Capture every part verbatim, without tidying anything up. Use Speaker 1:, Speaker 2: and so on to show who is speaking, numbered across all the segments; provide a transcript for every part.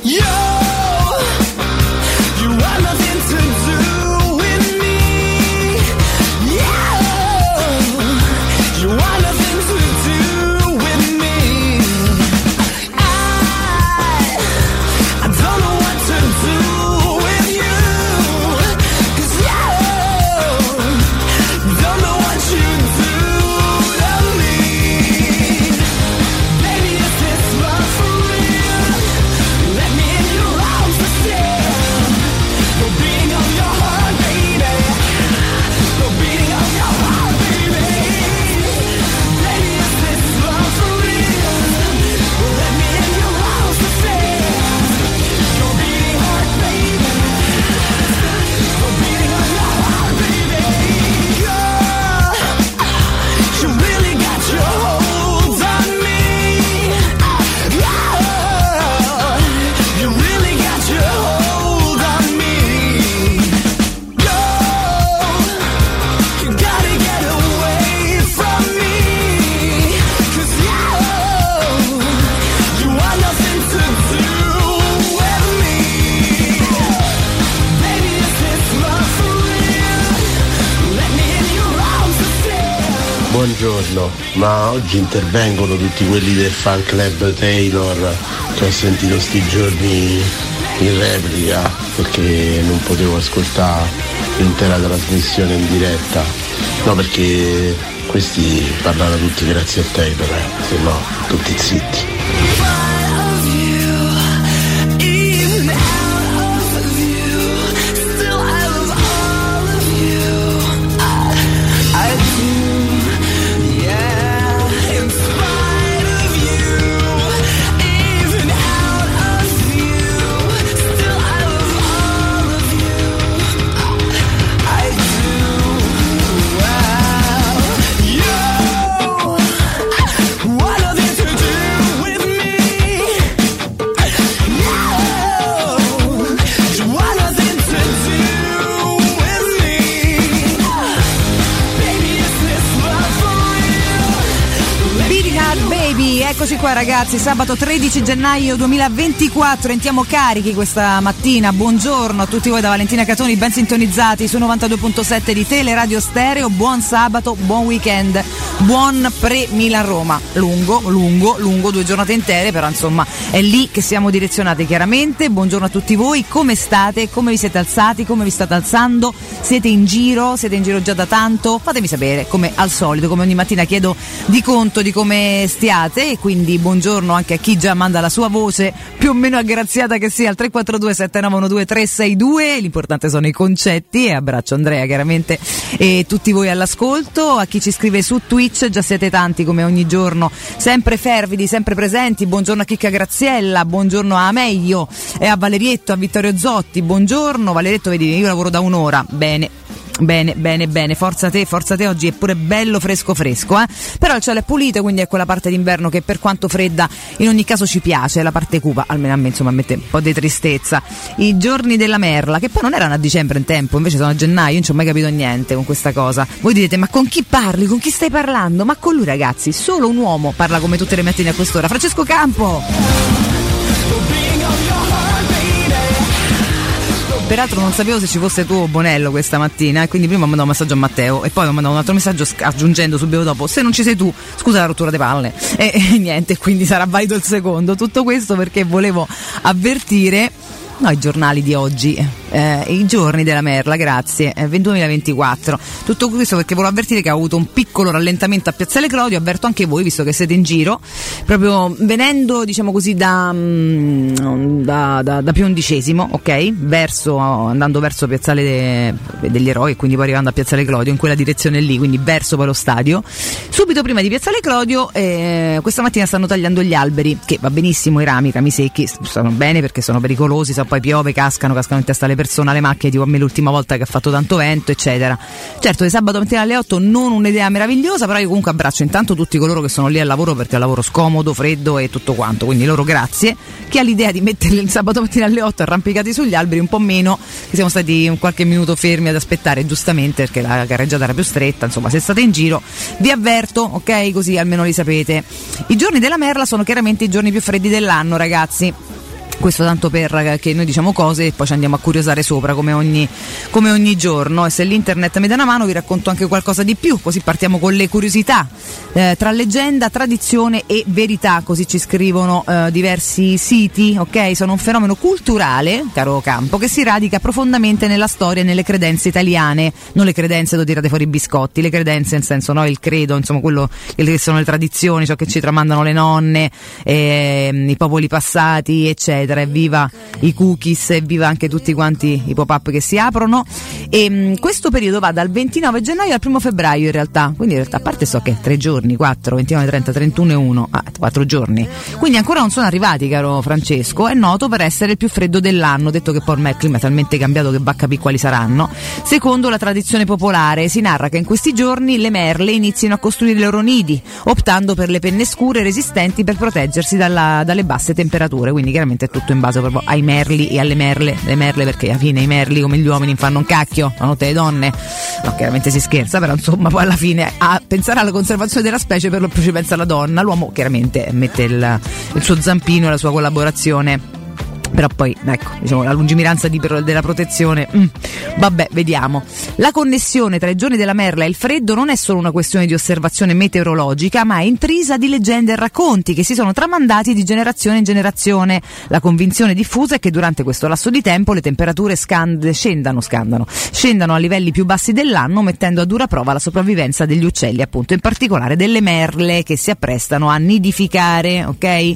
Speaker 1: Buongiorno, ma oggi intervengono tutti quelli del fan club Taylor che ho sentito sti giorni in replica perché non potevo ascoltare l'intera trasmissione in diretta. No, perché questi parlano tutti grazie a Taylor, eh, se no tutti zitti.
Speaker 2: Eccoci qua ragazzi, sabato tredici gennaio duemilaventiquattro, entriamo carichi questa mattina. Buongiorno a tutti voi da Valentina Catoni, ben sintonizzati su novantadue virgola sette di Teleradio Stereo. Buon sabato, buon weekend, buon pre-Milan-Roma, lungo, lungo, lungo, due giornate intere, però insomma è lì che siamo direzionati chiaramente. Buongiorno a tutti voi, come state? Come vi siete alzati? Come vi state alzando? Siete in giro? Siete in giro già da tanto? Fatemi sapere, come al solito, come ogni mattina chiedo di conto di come stiate, e quindi buongiorno anche a chi già manda la sua voce più o meno aggraziata che sia al tre quattro due sette nove uno due tre sei due. L'importante sono i concetti, e abbraccio Andrea chiaramente e tutti voi all'ascolto. A chi ci scrive su Twitch, già siete tanti come ogni giorno, sempre fervidi, sempre presenti. Buongiorno a Chicca Graziella, buongiorno a Meglio e a Valerietto, a Vittorio Zotti. Buongiorno Valerietto, vedi io lavoro da un'ora, bene. Bene, bene, bene, forza te, forza te, oggi è pure bello fresco fresco, eh? Però il cielo è pulito, quindi è quella parte d'inverno che per quanto fredda in ogni caso ci piace, la parte cupa, almeno a me insomma mette un po' di tristezza. I giorni della merla, che poi non erano a dicembre in tempo, invece sono a gennaio, non ci ho mai capito niente con questa cosa. Voi direte, ma con chi parli, con chi stai parlando? Ma con lui ragazzi, solo un uomo parla come tutte le mattine a quest'ora, Francesco Campo! Peraltro non sapevo se ci fosse tuo Bonello questa mattina, e quindi prima ho mandato un messaggio a Matteo e poi ho mandato un altro messaggio aggiungendo subito dopo: se non ci sei tu, scusa la rottura di palle. E, e niente, quindi sarà valido il secondo. Tutto questo perché volevo avvertire no, i giornali di oggi, eh, i giorni della merla, grazie, eh, duemilaventiquattro. Tutto questo perché volevo avvertire che ho avuto un piccolo rallentamento a Piazzale Clodio. Avverto anche voi, visto che siete in giro, proprio venendo, diciamo così, da, da, da, da Pio Undicesimo, ok? Verso, andando verso Piazzale de, degli Eroi, e quindi poi arrivando a Piazzale Clodio, in quella direzione lì, quindi verso poi lo stadio. Subito prima di Piazzale Clodio, eh, questa mattina stanno tagliando gli alberi, che va benissimo, i rami, i rami secchi, stanno bene perché sono pericolosi, poi piove, cascano, cascano in testa alle persone, alle macchine, tipo a me l'ultima volta che ha fatto tanto vento, eccetera. Certo, di sabato mattina alle otto non un'idea meravigliosa, però io comunque abbraccio intanto tutti coloro che sono lì al lavoro, perché è un lavoro scomodo, freddo e tutto quanto, quindi loro grazie. Chi ha l'idea di metterli il sabato mattina alle otto arrampicati sugli alberi, un po' meno, che siamo stati un qualche minuto fermi ad aspettare, giustamente, perché la carreggiata era più stretta. Insomma, se state in giro vi avverto, ok? Così almeno li sapete. I giorni della merla sono chiaramente i giorni più freddi dell'anno, ragazzi. Questo tanto per che noi diciamo cose e poi ci andiamo a curiosare sopra come ogni, come ogni giorno, e se l'internet mi dà una mano vi racconto anche qualcosa di più, così partiamo con le curiosità, eh, tra leggenda, tradizione e verità, così ci scrivono eh, diversi siti, ok? Sono un fenomeno culturale, caro Campo, che si radica profondamente nella storia e nelle credenze italiane, non le credenze do tirate fuori i biscotti, le credenze nel senso, no, il credo, insomma quello che sono le tradizioni, ciò che ci tramandano le nonne, eh, i popoli passati, eccetera. Evviva i cookies, evviva anche tutti quanti i pop-up che si aprono, e mh, questo periodo va dal ventinove gennaio al primo febbraio in realtà, quindi in realtà a parte so che tre giorni, quattro, ventinove, trenta, trentuno e uno, ah, quattro giorni, quindi ancora non sono arrivati, caro Francesco. È noto per essere il più freddo dell'anno, detto che poi ormai il clima è talmente cambiato che va a capire quali saranno. Secondo la tradizione popolare si narra che in questi giorni le merle iniziano a costruire i loro nidi, optando per le penne scure resistenti per proteggersi dalla, dalle basse temperature, quindi chiaramente è tutto in base proprio ai merli e alle merle, le merle perché alla fine i merli come gli uomini fanno un cacchio, la notte le donne, no, chiaramente si scherza, però insomma poi alla fine a pensare alla conservazione della specie per lo più ci pensa la donna, l'uomo chiaramente mette il, il suo zampino e la sua collaborazione. Però poi, ecco, diciamo, la lungimiranza di, della protezione, mm, vabbè, vediamo. La connessione tra i giorni della merla e il freddo non è solo una questione di osservazione meteorologica, ma è intrisa di leggende e racconti che si sono tramandati di generazione in generazione. La convinzione diffusa è che durante questo lasso di tempo le temperature scand- scendano, scandano, scendano a livelli più bassi dell'anno, mettendo a dura prova la sopravvivenza degli uccelli, appunto, in particolare delle merle che si apprestano a nidificare, ok?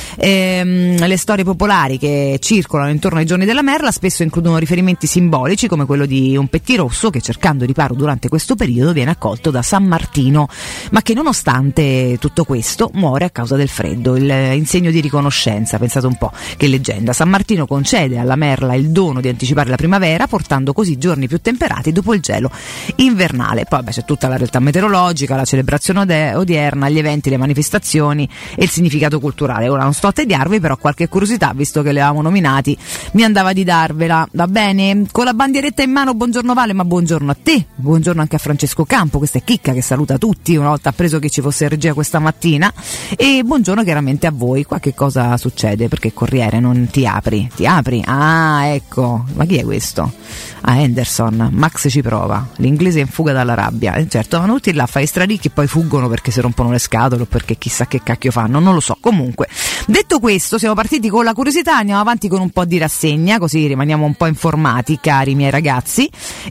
Speaker 2: Ehm, le storie popolari che circolano intorno ai giorni della merla spesso includono riferimenti simbolici come quello di un pettirosso che, cercando riparo durante questo periodo, viene accolto da San Martino, ma che nonostante tutto questo muore a causa del freddo, il, in segno di riconoscenza. Pensate un po' che leggenda. San Martino concede alla merla il dono di anticipare la primavera, portando così giorni più temperati dopo il gelo invernale. Poi vabbè, c'è tutta la realtà meteorologica, la celebrazione ode- odierna, gli eventi, le manifestazioni e il significato culturale. Ora non sto a tediarvi, però qualche curiosità, visto che le nominati, mi andava di darvela, va bene? Con la bandieretta in mano, buongiorno Vale, ma buongiorno a te, buongiorno anche a Francesco Campo, questa è Chicca che saluta tutti una volta appreso che ci fosse regia questa mattina, e buongiorno chiaramente a voi. Qua che cosa succede? Perché Corriere non ti apri? Ti apri? Ah, ecco, ma chi è questo? Ah, Henderson, Max ci prova, l'inglese in fuga dalla rabbia, eh, certo, vanno tutti là a fare i straricchi e poi fuggono perché si rompono le scatole o perché chissà che cacchio fanno, non lo so. Comunque, detto questo, siamo partiti con la curiosità, andiamo avanti con un po' di rassegna, così rimaniamo un po' informati, cari miei ragazzi,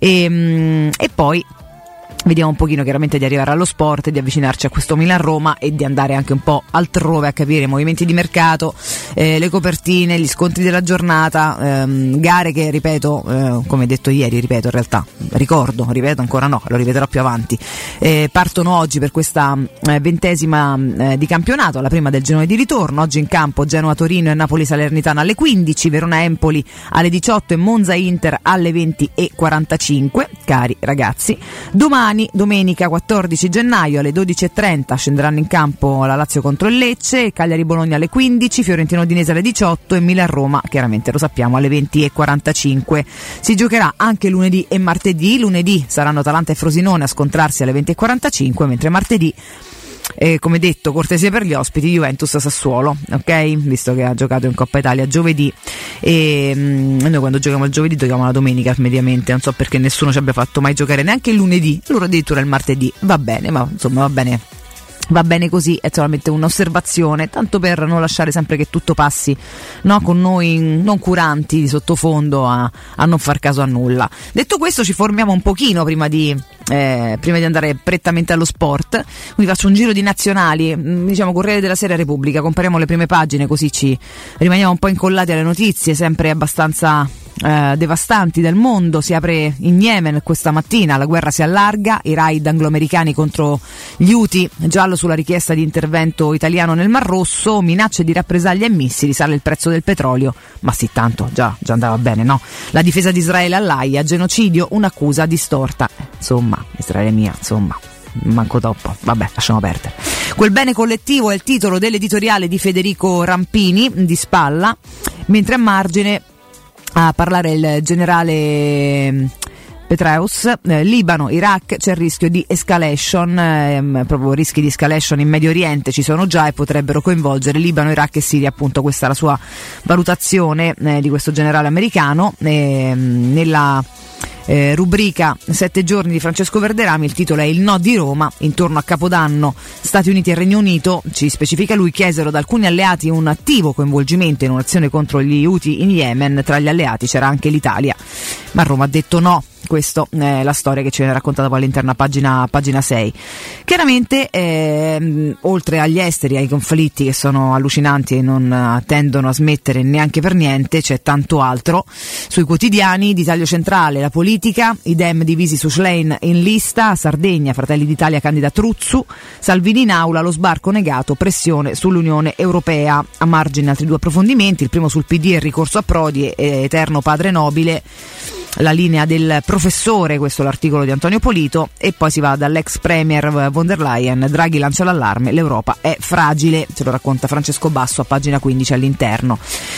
Speaker 2: e, e poi vediamo un pochino chiaramente di arrivare allo sport, di avvicinarci a questo Milan-Roma e di andare anche un po' altrove a capire i movimenti di mercato, eh, le copertine, gli scontri della giornata, ehm, gare che ripeto, eh, come detto ieri, ripeto in realtà, ricordo, ripeto ancora no, lo ripeterò più avanti, eh, partono oggi per questa eh, ventesima eh, di campionato, la prima del girone di ritorno. Oggi in campo Genoa-Torino e Napoli-Salernitana alle quindici, Verona-Empoli alle diciotto e Monza-Inter alle venti e quarantacinque, cari ragazzi. Domani, domenica quattordici gennaio alle dodici e trenta scenderanno in campo la Lazio contro il Lecce, Cagliari-Bologna alle quindici, Fiorentino-Udinese alle diciotto e Milan-Roma, chiaramente lo sappiamo, alle venti e quarantacinque. Si giocherà anche lunedì e martedì. Lunedì saranno Atalanta e Frosinone a scontrarsi alle venti e quarantacinque, mentre martedì, Eh, come detto, cortesia per gli ospiti, Juventus-Sassuolo, ok? Visto che ha giocato in Coppa Italia giovedì, e mh, noi quando giochiamo il giovedì giochiamo la domenica mediamente, non so perché nessuno ci abbia fatto mai giocare neanche il lunedì, loro addirittura il martedì. Va bene, ma insomma va bene. Va bene così, è solamente un'osservazione, tanto per non lasciare sempre che tutto passi, no, con noi non curanti di sottofondo a, a non far caso a nulla. Detto questo, ci formiamo un pochino prima di, eh, prima di andare prettamente allo sport, quindi faccio un giro di nazionali, diciamo Corriere della Sera, Repubblica, compariamo le prime pagine così ci rimaniamo un po' incollati alle notizie, sempre abbastanza Eh, devastanti del mondo. Si apre in Yemen questa mattina, la guerra si allarga, i raid anglo-americani contro gli Houthi, giallo sulla richiesta di intervento italiano nel Mar Rosso, minacce di rappresaglie e missili, sale il prezzo del petrolio, ma sì, tanto già, già andava bene, no? La difesa di Israele all'Aia, genocidio, un'accusa distorta, insomma, Israele mia, insomma, manco troppo, vabbè, lasciamo perdere. Quel bene collettivo è il titolo dell'editoriale di Federico Rampini di Spalla, mentre a margine a parlare il generale Petraeus. Eh, Libano, Iraq, c'è il rischio di escalation, ehm, proprio rischi di escalation in Medio Oriente ci sono già e potrebbero coinvolgere Libano, Iraq e Siria, appunto questa è la sua valutazione eh, di questo generale americano. Eh, nella Eh, rubrica Sette giorni di Francesco Verderami, il titolo è Il no di Roma. Intorno a Capodanno Stati Uniti e Regno Unito, ci specifica lui, chiesero ad alcuni alleati un attivo coinvolgimento in un'azione contro gli Houthi in Yemen. Tra gli alleati c'era anche l'Italia, ma Roma ha detto no. Questa è la storia che ci viene raccontata poi all'interno a pagina, pagina sei. Chiaramente ehm, oltre agli esteri, ai conflitti che sono allucinanti e non tendono a smettere neanche per niente, c'è tanto altro sui quotidiani di taglio centrale. La politica, i Dem divisi su Schlein in lista, Sardegna, Fratelli d'Italia candida Truzzu, Salvini in aula, lo sbarco negato, pressione sull'Unione Europea. A margine altri due approfondimenti, il primo sul P D e il ricorso a Prodi e eterno padre nobile, la linea del professore, questo è l'articolo di Antonio Polito, e poi si va dall'ex premier von der Leyen, Draghi lancia l'allarme, l'Europa è fragile, ce lo racconta Francesco Basso a pagina quindici all'interno.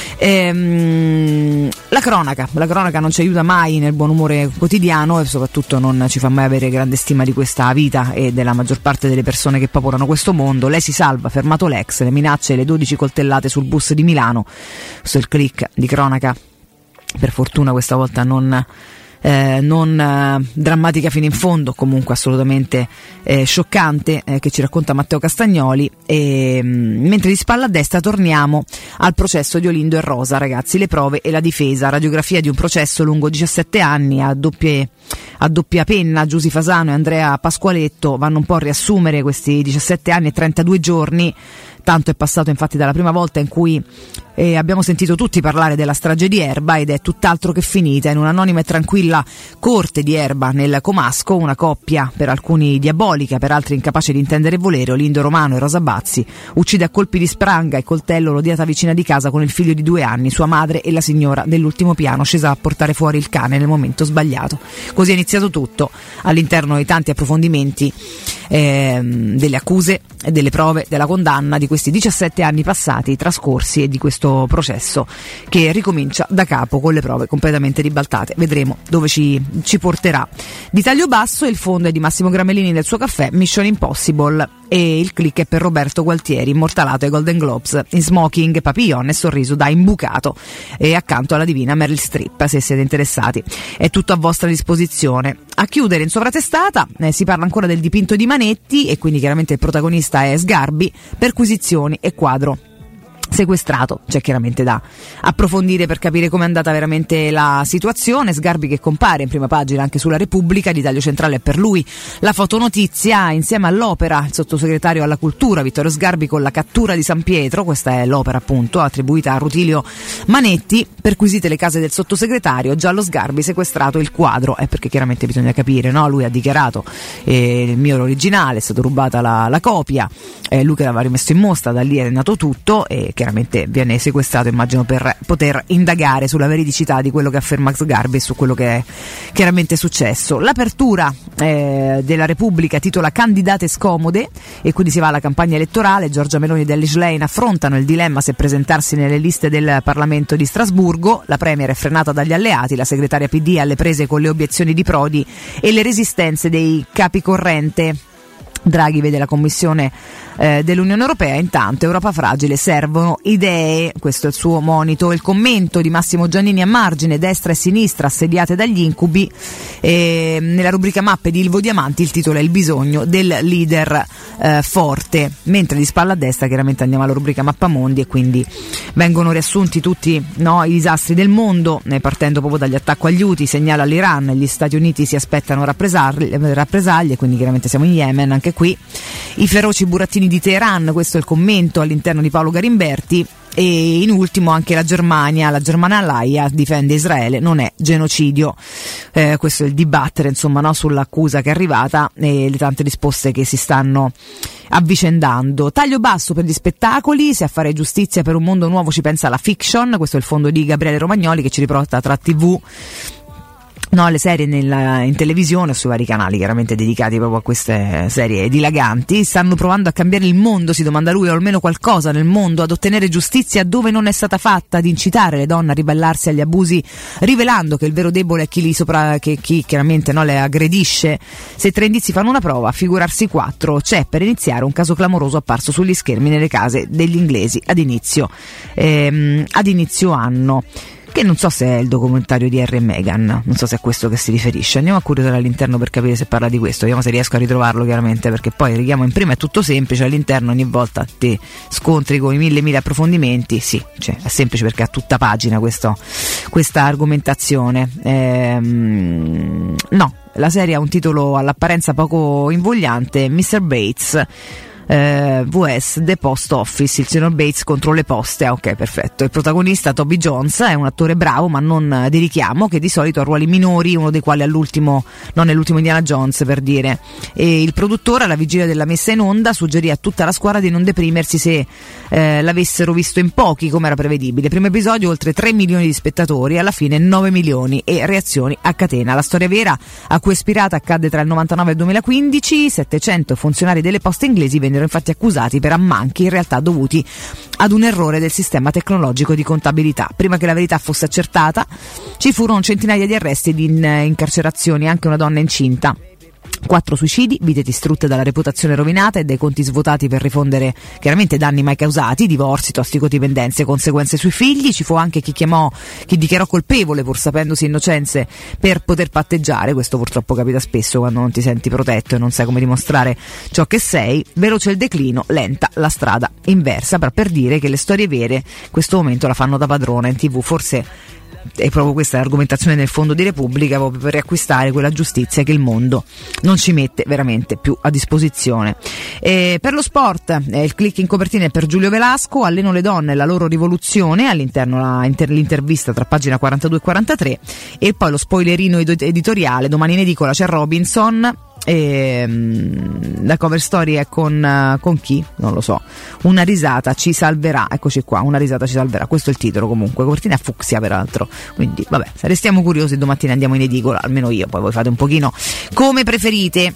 Speaker 2: Ehm, la cronaca, la cronaca non ci aiuta mai nel buon umore quotidiano e soprattutto non ci fa mai avere grande stima di questa vita e della maggior parte delle persone che popolano questo mondo. Lei si salva, fermato l'ex, le minacce e le dodici coltellate sul bus di Milano. Questo è il click di cronaca, per fortuna questa volta non Eh, non eh, drammatica fino in fondo, comunque assolutamente eh, scioccante, eh, che ci racconta Matteo Castagnoli. E, mh, mentre di spalla a destra torniamo al processo di Olindo e Rosa, ragazzi, le prove e la difesa, radiografia di un processo lungo diciassette anni a doppie a doppia penna. Giusy Fasano e Andrea Pasqualetto vanno un po' a riassumere questi diciassette anni e trentadue giorni. Tanto è passato infatti dalla prima volta in cui eh, abbiamo sentito tutti parlare della strage di Erba, ed è tutt'altro che finita. In un'anonima e tranquilla corte di Erba nel Comasco, una coppia per alcuni diabolica, per altri incapace di intendere e volere, Olindo Romano e Rosa Bazzi, uccide a colpi di spranga e coltello l'odiata vicina di casa con il figlio di due anni, sua madre e la signora dell'ultimo piano scesa a portare fuori il cane nel momento sbagliato. Così è iniziato tutto, all'interno di tanti approfondimenti eh, delle accuse e delle prove, della condanna di questi diciassette anni passati, trascorsi, e di questo processo che ricomincia da capo con le prove completamente ribaltate. Vedremo dove ci, ci porterà. Di taglio basso il fondo è di Massimo Gramellini nel suo caffè, Mission Impossible, e il click è per Roberto Gualtieri, immortalato ai Golden Globes in smoking, papillon e sorriso da imbucato, e accanto alla divina Meryl Streep, se siete interessati. È tutto a vostra disposizione. A chiudere in sovratestata eh, si parla ancora del dipinto di Manetti, e quindi chiaramente il protagonista è Sgarbi, perquisizioni e quadro sequestrato. C'è chiaramente da approfondire per capire com'è andata veramente la situazione. Sgarbi che compare in prima pagina anche sulla Repubblica, di taglio centrale è per lui la fotonotizia insieme all'opera, il sottosegretario alla cultura Vittorio Sgarbi con la cattura di San Pietro. Questa è l'opera appunto attribuita a Rutilio Manetti. Perquisite le case del sottosegretario, Giallo Sgarbi sequestrato il quadro, è eh, perché chiaramente bisogna capire, no? Lui ha dichiarato eh, il mio originale, è stata rubata la, la copia, eh, lui che l'aveva rimesso in mostra, da lì è nato tutto, e chiaramente viene sequestrato, immagino, per poter indagare sulla veridicità di quello che afferma Sgarbi e su quello che è chiaramente successo. L'apertura eh, della Repubblica titola Candidate scomode, e quindi si va alla campagna elettorale. Giorgia Meloni e Elly Schlein affrontano il dilemma se presentarsi nelle liste del Parlamento di Strasburgo. La premier è frenata dagli alleati, la segretaria P D alle prese con le obiezioni di Prodi e le resistenze dei capi corrente. Draghi vede la Commissione eh, dell'Unione Europea. Intanto Europa fragile, servono idee, questo è il suo monito. Il commento di Massimo Giannini a margine, destra e sinistra assediate dagli incubi. E nella rubrica mappe di Ilvo Diamanti il titolo è Il bisogno del leader eh, forte, mentre di spalla a destra chiaramente andiamo alla rubrica mappamondi, e quindi vengono riassunti tutti, no, i disastri del mondo, eh, partendo proprio dagli attacchi agli Houthi, segnala all'Iran, gli Stati Uniti si aspettano rappresaglie, rappresaglie quindi chiaramente siamo in Yemen anche qui. I feroci burattini di Teheran, questo è il commento all'interno di Paolo Garimberti. E in ultimo anche la Germania, la Germania Laia difende Israele, non è genocidio. Eh, questo è il dibattere, insomma, no, sull'accusa che è arrivata e le tante risposte che si stanno avvicendando. Taglio basso per gli spettacoli, se a fare giustizia per un mondo nuovo ci pensa la fiction, questo è il fondo di Gabriele Romagnoli che ci riporta tra tivù, No, le serie nella, in televisione, sui vari canali chiaramente dedicati proprio a queste serie dilaganti. Stanno provando a cambiare il mondo, si domanda lui, o almeno qualcosa nel mondo, ad ottenere giustizia dove non è stata fatta, ad incitare le donne a ribellarsi agli abusi, rivelando che il vero debole è chi li sopra, che chi chiaramente no, le aggredisce. Se tre indizi fanno una prova, figurarsi quattro. C'è per iniziare un caso clamoroso apparso sugli schermi nelle case degli inglesi ad inizio ehm, ad inizio anno, che non so se è il documentario di Harry e Meghan, non so se è a questo che si riferisce. Andiamo a curiosare all'interno per capire se parla di questo, vediamo se riesco a ritrovarlo chiaramente, perché poi il richiamo in prima è tutto semplice, all'interno ogni volta ti scontri con i mille mille approfondimenti. Sì, cioè, è semplice perché ha tutta pagina questo, questa argomentazione. Ehm, no, la serie ha un titolo all'apparenza poco invogliante, mister Bates Uh, V S The Post Office, il signor Bates contro le poste. Ah, ok, perfetto. Il protagonista Toby Jones è un attore bravo ma non di richiamo, che di solito ha ruoli minori, uno dei quali all'ultimo, non nell'ultimo Indiana Jones per dire. E il produttore alla vigilia della messa in onda suggerì a tutta la squadra di non deprimersi se eh, l'avessero visto in pochi, come era prevedibile. Primo episodio oltre tre milioni di spettatori, alla fine nove milioni e reazioni a catena. La storia vera a cui è ispirata accadde tra il novantanove e il duemilaquindici. settecento funzionari delle poste inglesi vennero infatti accusati per ammanchi in realtà dovuti ad un errore del sistema tecnologico di contabilità. Prima che la verità fosse accertata ci furono centinaia di arresti e di incarcerazioni, anche una donna incinta. Quattro suicidi, vite distrutte dalla reputazione rovinata e dai conti svuotati per rifondere chiaramente danni mai causati, divorzi, tossicodipendenze, conseguenze sui figli. Ci fu anche chi chiamò, chi dichiarò colpevole pur sapendosi innocenze per poter patteggiare. Questo purtroppo capita spesso quando non ti senti protetto e non sai come dimostrare ciò che sei. Veloce il declino, lenta la strada inversa, però per dire che le storie vere in questo momento la fanno da padrona in tv. Forse è proprio questa l'argomentazione nel fondo di Repubblica, proprio per riacquistare quella giustizia che il mondo non ci mette veramente più a disposizione. E per lo sport, eh, il click in copertina è per Giulio Velasco, alleno le donne, la loro rivoluzione, all'interno la, inter, l'intervista tra pagina quarantadue e quarantatré, e poi lo spoilerino editoriale, domani in edicola c'è Robinson. E, um, la cover story è con, uh, con chi? Non lo so. Una risata ci salverà, eccoci qua, una risata ci salverà, questo è il titolo. Comunque copertina fucsia peraltro, quindi vabbè, se restiamo curiosi domattina andiamo in edicola, almeno io, poi voi fate un pochino come preferite.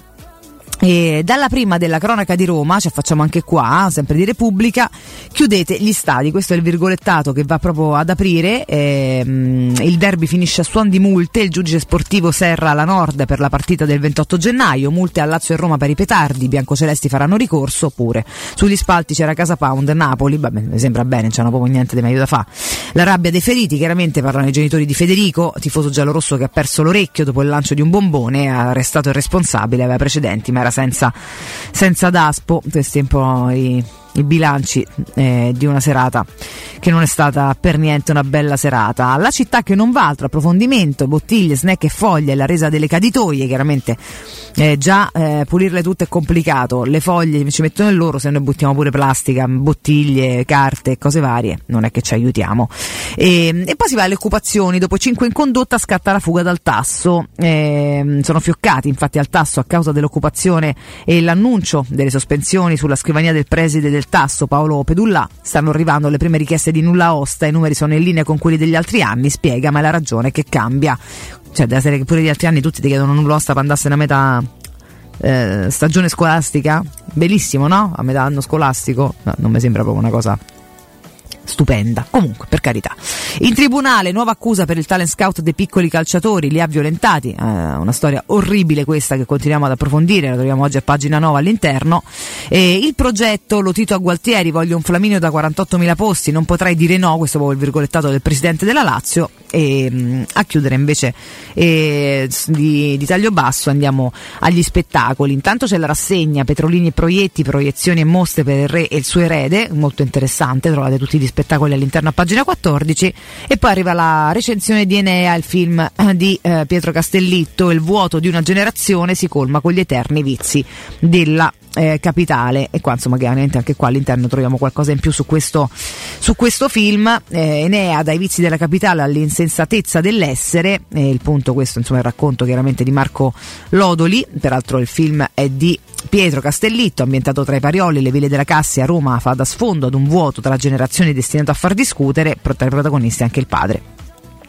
Speaker 2: E dalla prima della cronaca di Roma, ci facciamo anche qua, sempre di Repubblica, chiudete gli stadi, questo è il virgolettato che va proprio ad aprire. ehm, il derby finisce a suon di multe, il giudice sportivo serra la Nord per la partita del ventotto gennaio, multe a Lazio e Roma per i petardi, i biancocelesti faranno ricorso, oppure sugli spalti c'era Casa Pound, Napoli, vabbè, mi sembra bene, non c'hanno proprio niente di meglio da fa. La rabbia dei feriti, chiaramente parlano i genitori di Federico, tifoso giallorosso che ha perso l'orecchio dopo il lancio di un bombone, ha arrestato il responsabile, aveva precedenti ma era senza, senza daspo. Questi un po' i, i bilanci eh, di una serata che non è stata per niente una bella serata. La città che non va, altro approfondimento, bottiglie, snack e foglie, la resa delle caditoie, chiaramente eh, già eh, pulirle tutte è complicato, le foglie ci mettono il loro, se noi buttiamo pure plastica, bottiglie, carte, cose varie, non è che ci aiutiamo. E, e poi si va alle occupazioni, dopo cinque in condotta scatta la fuga dal Tasso, eh, sono fioccati infatti al Tasso a causa dell'occupazione e l'annuncio delle sospensioni sulla scrivania del preside del Tasso Paolo Pedullà. Stanno arrivando le prime richieste di nulla osta, i numeri sono in linea con quelli degli altri anni, spiega, ma è la ragione che cambia, cioè della serie che pure gli altri anni tutti ti chiedono nulla osta per andarsene a metà eh, stagione scolastica, bellissimo, no? A metà anno scolastico, no, non mi sembra proprio una cosa stupenda. Comunque, per carità. In tribunale, nuova accusa per il talent scout dei piccoli calciatori, li ha violentati, eh, una storia orribile questa che continuiamo ad approfondire, la troviamo oggi a pagina nove all'interno. E il progetto Lotito a Gualtieri, voglio un Flaminio da quarantottomila posti, non potrai dire no, questo è proprio il virgolettato del presidente della Lazio. E mh, a chiudere invece eh, di, di taglio basso andiamo agli spettacoli. Intanto c'è la rassegna Petrolini e Proietti, proiezioni e mostre per il re e il suo erede, molto interessante, trovate tutti gli spettacoli all'interno a pagina quattordici. E poi arriva la recensione di Enea, il film di eh, Pietro Castellitto, il vuoto di una generazione si colma con gli eterni vizi della Eh, capitale. E qua insomma chiaramente anche qua all'interno troviamo qualcosa in più su questo su questo film. eh, Enea, dai vizi della capitale all'insensatezza dell'essere, eh, il punto, questo insomma è il racconto chiaramente di Marco Lodoli, peraltro il film è di Pietro Castellitto, ambientato tra i Parioli e le ville della Cassia. Roma fa da sfondo ad un vuoto tra generazioni destinato a far discutere, tra i protagonisti anche il padre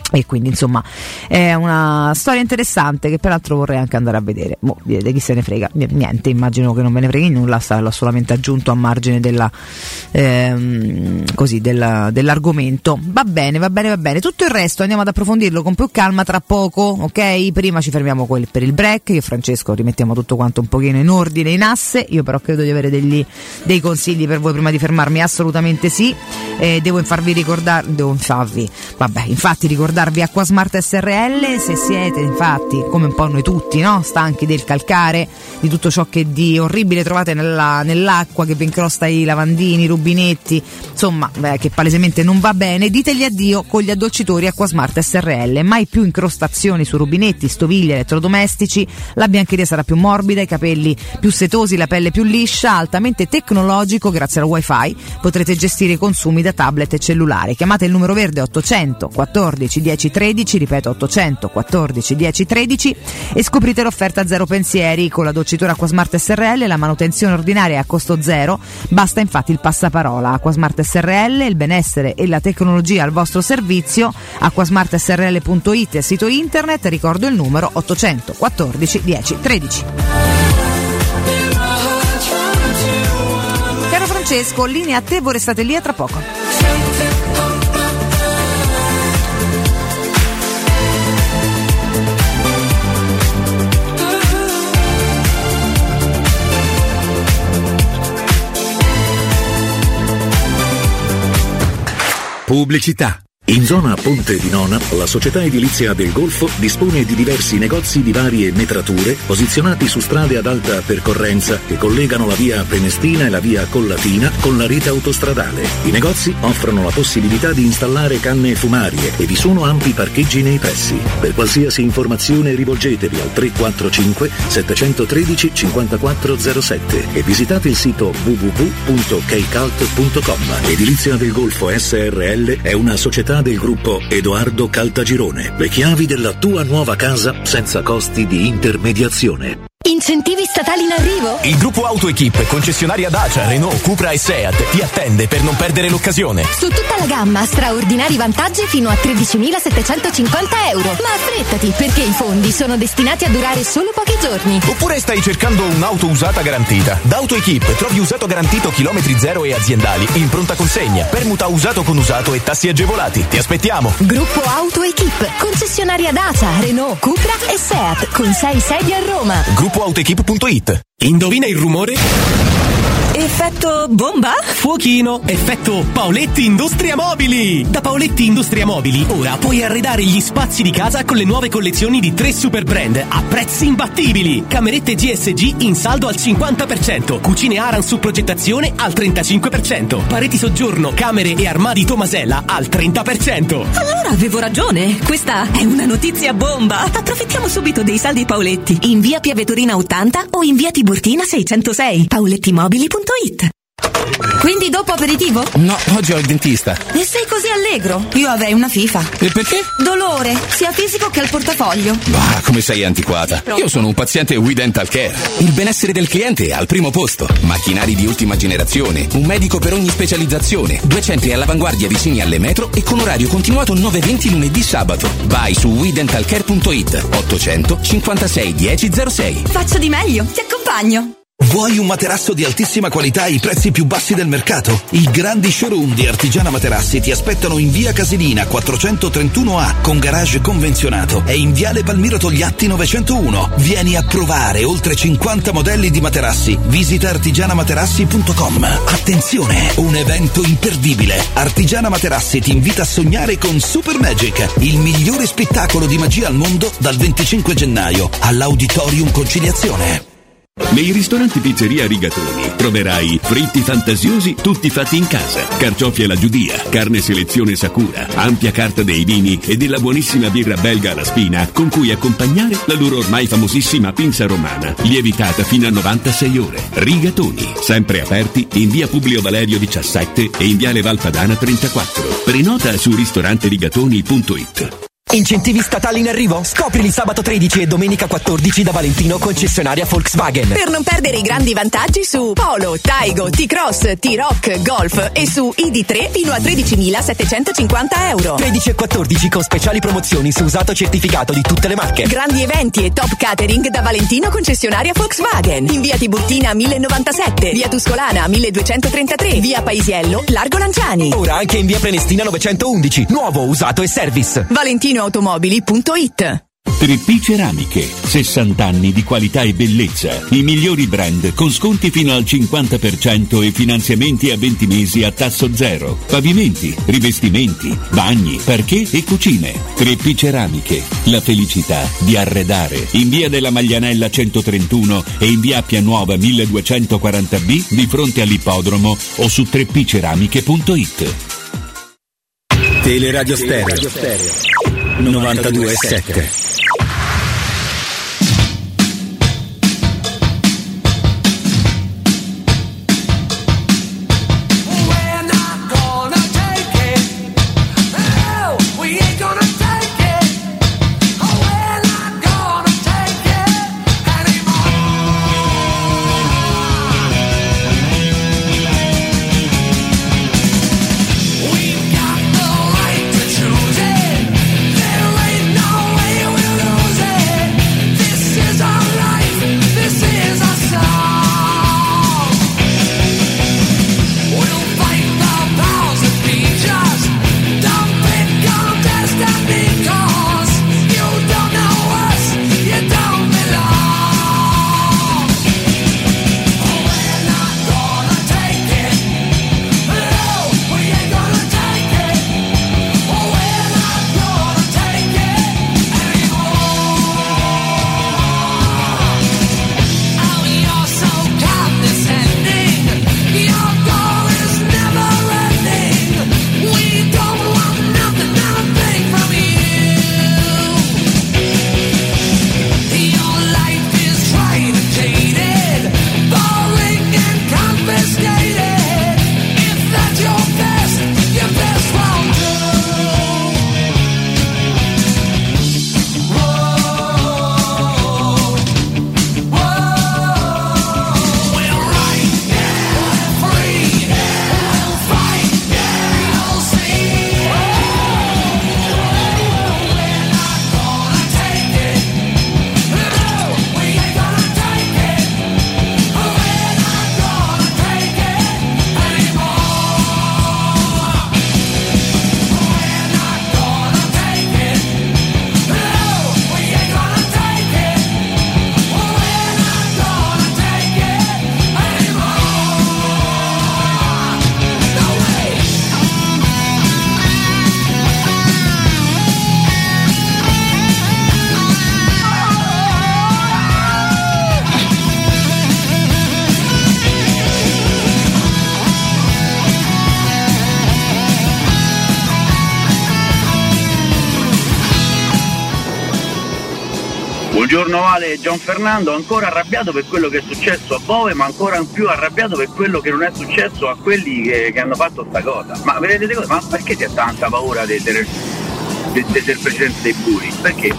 Speaker 2: E quindi insomma è una storia interessante che peraltro vorrei anche andare a vedere. Boh, direte chi se ne frega, niente, immagino che non ve ne freghi nulla, l'ho solamente aggiunto a margine della, ehm, così, della, dell'argomento. Va bene, va bene, va bene. Tutto il resto andiamo ad approfondirlo con più calma tra poco, ok? Prima ci fermiamo per il break, io e Francesco rimettiamo tutto quanto un pochino in ordine, in asse. Io però credo di avere degli, dei consigli per voi prima di fermarmi, assolutamente sì. Eh, devo farvi ricordare, devo farvi, vabbè, infatti ricordare darvi Acquasmart S R L se siete infatti come un po' noi tutti, no? Stanchi del calcare, di tutto ciò che di orribile trovate nella, nell'acqua che vi incrosta i lavandini, i rubinetti, insomma beh, che palesemente non va bene. Ditegli addio con gli addolcitori Acquasmart S R L. Mai più incrostazioni su rubinetti, stoviglie, elettrodomestici, la biancheria sarà più morbida, i capelli più setosi, la pelle più liscia, altamente tecnologico grazie al wifi. Potrete gestire i consumi da tablet e cellulare. Chiamate il numero verde ottocento quattordici dieci tredici, ripeto ottocento quattordici dieci tredici, e scoprite l'offerta zero pensieri con la dolcitura Acquasmart S R L. La manutenzione ordinaria è a costo zero, basta infatti il passaparola. Acquasmart S R L, il benessere e la tecnologia al vostro servizio. acquasmart s r l punto i t, sito internet, ricordo il numero ottocento quattordici dieci tredici. Caro Francesco, linea a te, voi restate lì a tra poco.
Speaker 3: Pubblicità. In zona Ponte di Nona, la società edilizia del Golfo dispone di diversi negozi di varie metrature posizionati su strade ad alta percorrenza che collegano la via Prenestina e la via Collatina con la rete autostradale. I negozi offrono la possibilità di installare canne fumarie e vi sono ampi parcheggi nei pressi. Per qualsiasi informazione rivolgetevi al tre quattro cinque sette uno tre cinque zero zero sette e visitate il sito w w w punto keycult punto com. Edilizia del Golfo S R L è una società del gruppo Edoardo Caltagirone. Le chiavi della tua nuova casa senza costi di intermediazione.
Speaker 4: Incentivi statali in arrivo?
Speaker 5: Il gruppo AutoEquip, concessionaria Dacia, Renault, Cupra e Seat, ti attende per non perdere l'occasione.
Speaker 4: Su tutta la gamma, straordinari vantaggi fino a tredicimilasettecentocinquanta euro. Ma affrettati, perché i fondi sono destinati a durare solo pochi giorni.
Speaker 5: Oppure stai cercando un'auto usata garantita? Da AutoEquip trovi usato garantito chilometri zero e aziendali in pronta consegna, permuta usato con usato e tassi agevolati. Ti aspettiamo.
Speaker 4: Gruppo AutoEquip, concessionaria Dacia, Renault, Cupra e Seat, con sei sedi a Roma.
Speaker 5: gruppo autoequip punto it. Indovina il rumore?
Speaker 6: Effetto bomba?
Speaker 5: Fuochino. Effetto Paoletti Industria Mobili. Da Paoletti Industria Mobili ora puoi arredare gli spazi di casa con le nuove collezioni di tre super brand a prezzi imbattibili. Camerette G S G in saldo al cinquanta per cento, cucine Aran su progettazione al trentacinque per cento, pareti soggiorno, camere e armadi Tomasella al trenta per cento.
Speaker 6: Allora avevo ragione, questa è una notizia bomba. Approfittiamo subito dei saldi Paoletti in via Piave Torina ottanta o in via Tiburtina seicentosei. paolettimobili punto it. Quindi dopo aperitivo?
Speaker 7: No, oggi ho il dentista.
Speaker 6: E sei così allegro? Io avrei una FIFA.
Speaker 7: E perché?
Speaker 6: Dolore, sia fisico che al portafoglio.
Speaker 7: Bah, come sei antiquata. Io sono un paziente We Dental Care. Il benessere del cliente è al primo posto. Macchinari di ultima generazione, un medico per ogni specializzazione, due centri all'avanguardia vicini alle metro e con orario continuato nove venti lunedì sabato. Vai su we dental care punto it. ottocento cinquantasei dieci zero sei.
Speaker 6: Faccio di meglio, ti accompagno.
Speaker 8: Vuoi un materasso di altissima qualità ai prezzi più bassi del mercato? I grandi showroom di Artigiana Materassi ti aspettano in via Casilina quattrocentotrentuno A con garage convenzionato e in viale Palmiro Togliatti novecentouno. Vieni a provare oltre cinquanta modelli di materassi. Visita artigiana materassi punto com. Attenzione, un evento imperdibile. Artigiana Materassi ti invita a sognare con Super Magic, il migliore spettacolo di magia al mondo dal venticinque gennaio all'Auditorium Conciliazione.
Speaker 9: Nei ristoranti Pizzeria Rigatoni troverai fritti fantasiosi tutti fatti in casa, carciofi alla giudia, carne selezione Sakura, ampia carta dei vini e della buonissima birra belga alla spina con cui accompagnare la loro ormai famosissima pinza romana, lievitata fino a novantasei ore. Rigatoni, sempre aperti in via Publio Valerio diciassette e in viale Valpadana trentaquattro. Prenota su ristorante rigatoni punto it.
Speaker 10: Incentivi statali in arrivo? Scoprili sabato tredici e domenica quattordici da Valentino, concessionaria Volkswagen.
Speaker 6: Per non perdere i grandi vantaggi su Polo, Taigo, T-Cross, T-Rock, Golf e su I D tre fino a tredicimilasettecentocinquanta euro.
Speaker 10: tredici e quattordici con speciali promozioni su usato certificato di tutte le marche.
Speaker 6: Grandi eventi e top catering da Valentino, concessionaria Volkswagen. In via Tiburtina millenovantasette, via Tuscolana milleduecentotrentatré, via Paisiello, Largo Lanciani.
Speaker 10: Ora anche in via Prenestina novecentoundici, nuovo, usato e service.
Speaker 6: Valentino automobili punto it.
Speaker 9: tre P Ceramiche, sessanta anni di qualità e bellezza, i migliori brand con sconti fino al cinquanta per cento e finanziamenti a venti mesi a tasso zero. Pavimenti, rivestimenti, bagni, parquet e cucine. tre P Ceramiche, la felicità di arredare. In via della Maglianella centotrentuno e in via Appia Nuova milleduecentoquaranta B di fronte all'ippodromo o su tre P ceramiche punto it.
Speaker 11: Teleradio Stereo novantadue e sette.
Speaker 12: Buongiorno Vale e Gian Fernando, ancora arrabbiato per quello che è successo a Bove, ma ancora più arrabbiato per quello che non è successo a quelli che, che hanno fatto sta cosa. Ma vedete cosa? Ma perché c'è tanta paura di essere il presidente dei Buri? Perché?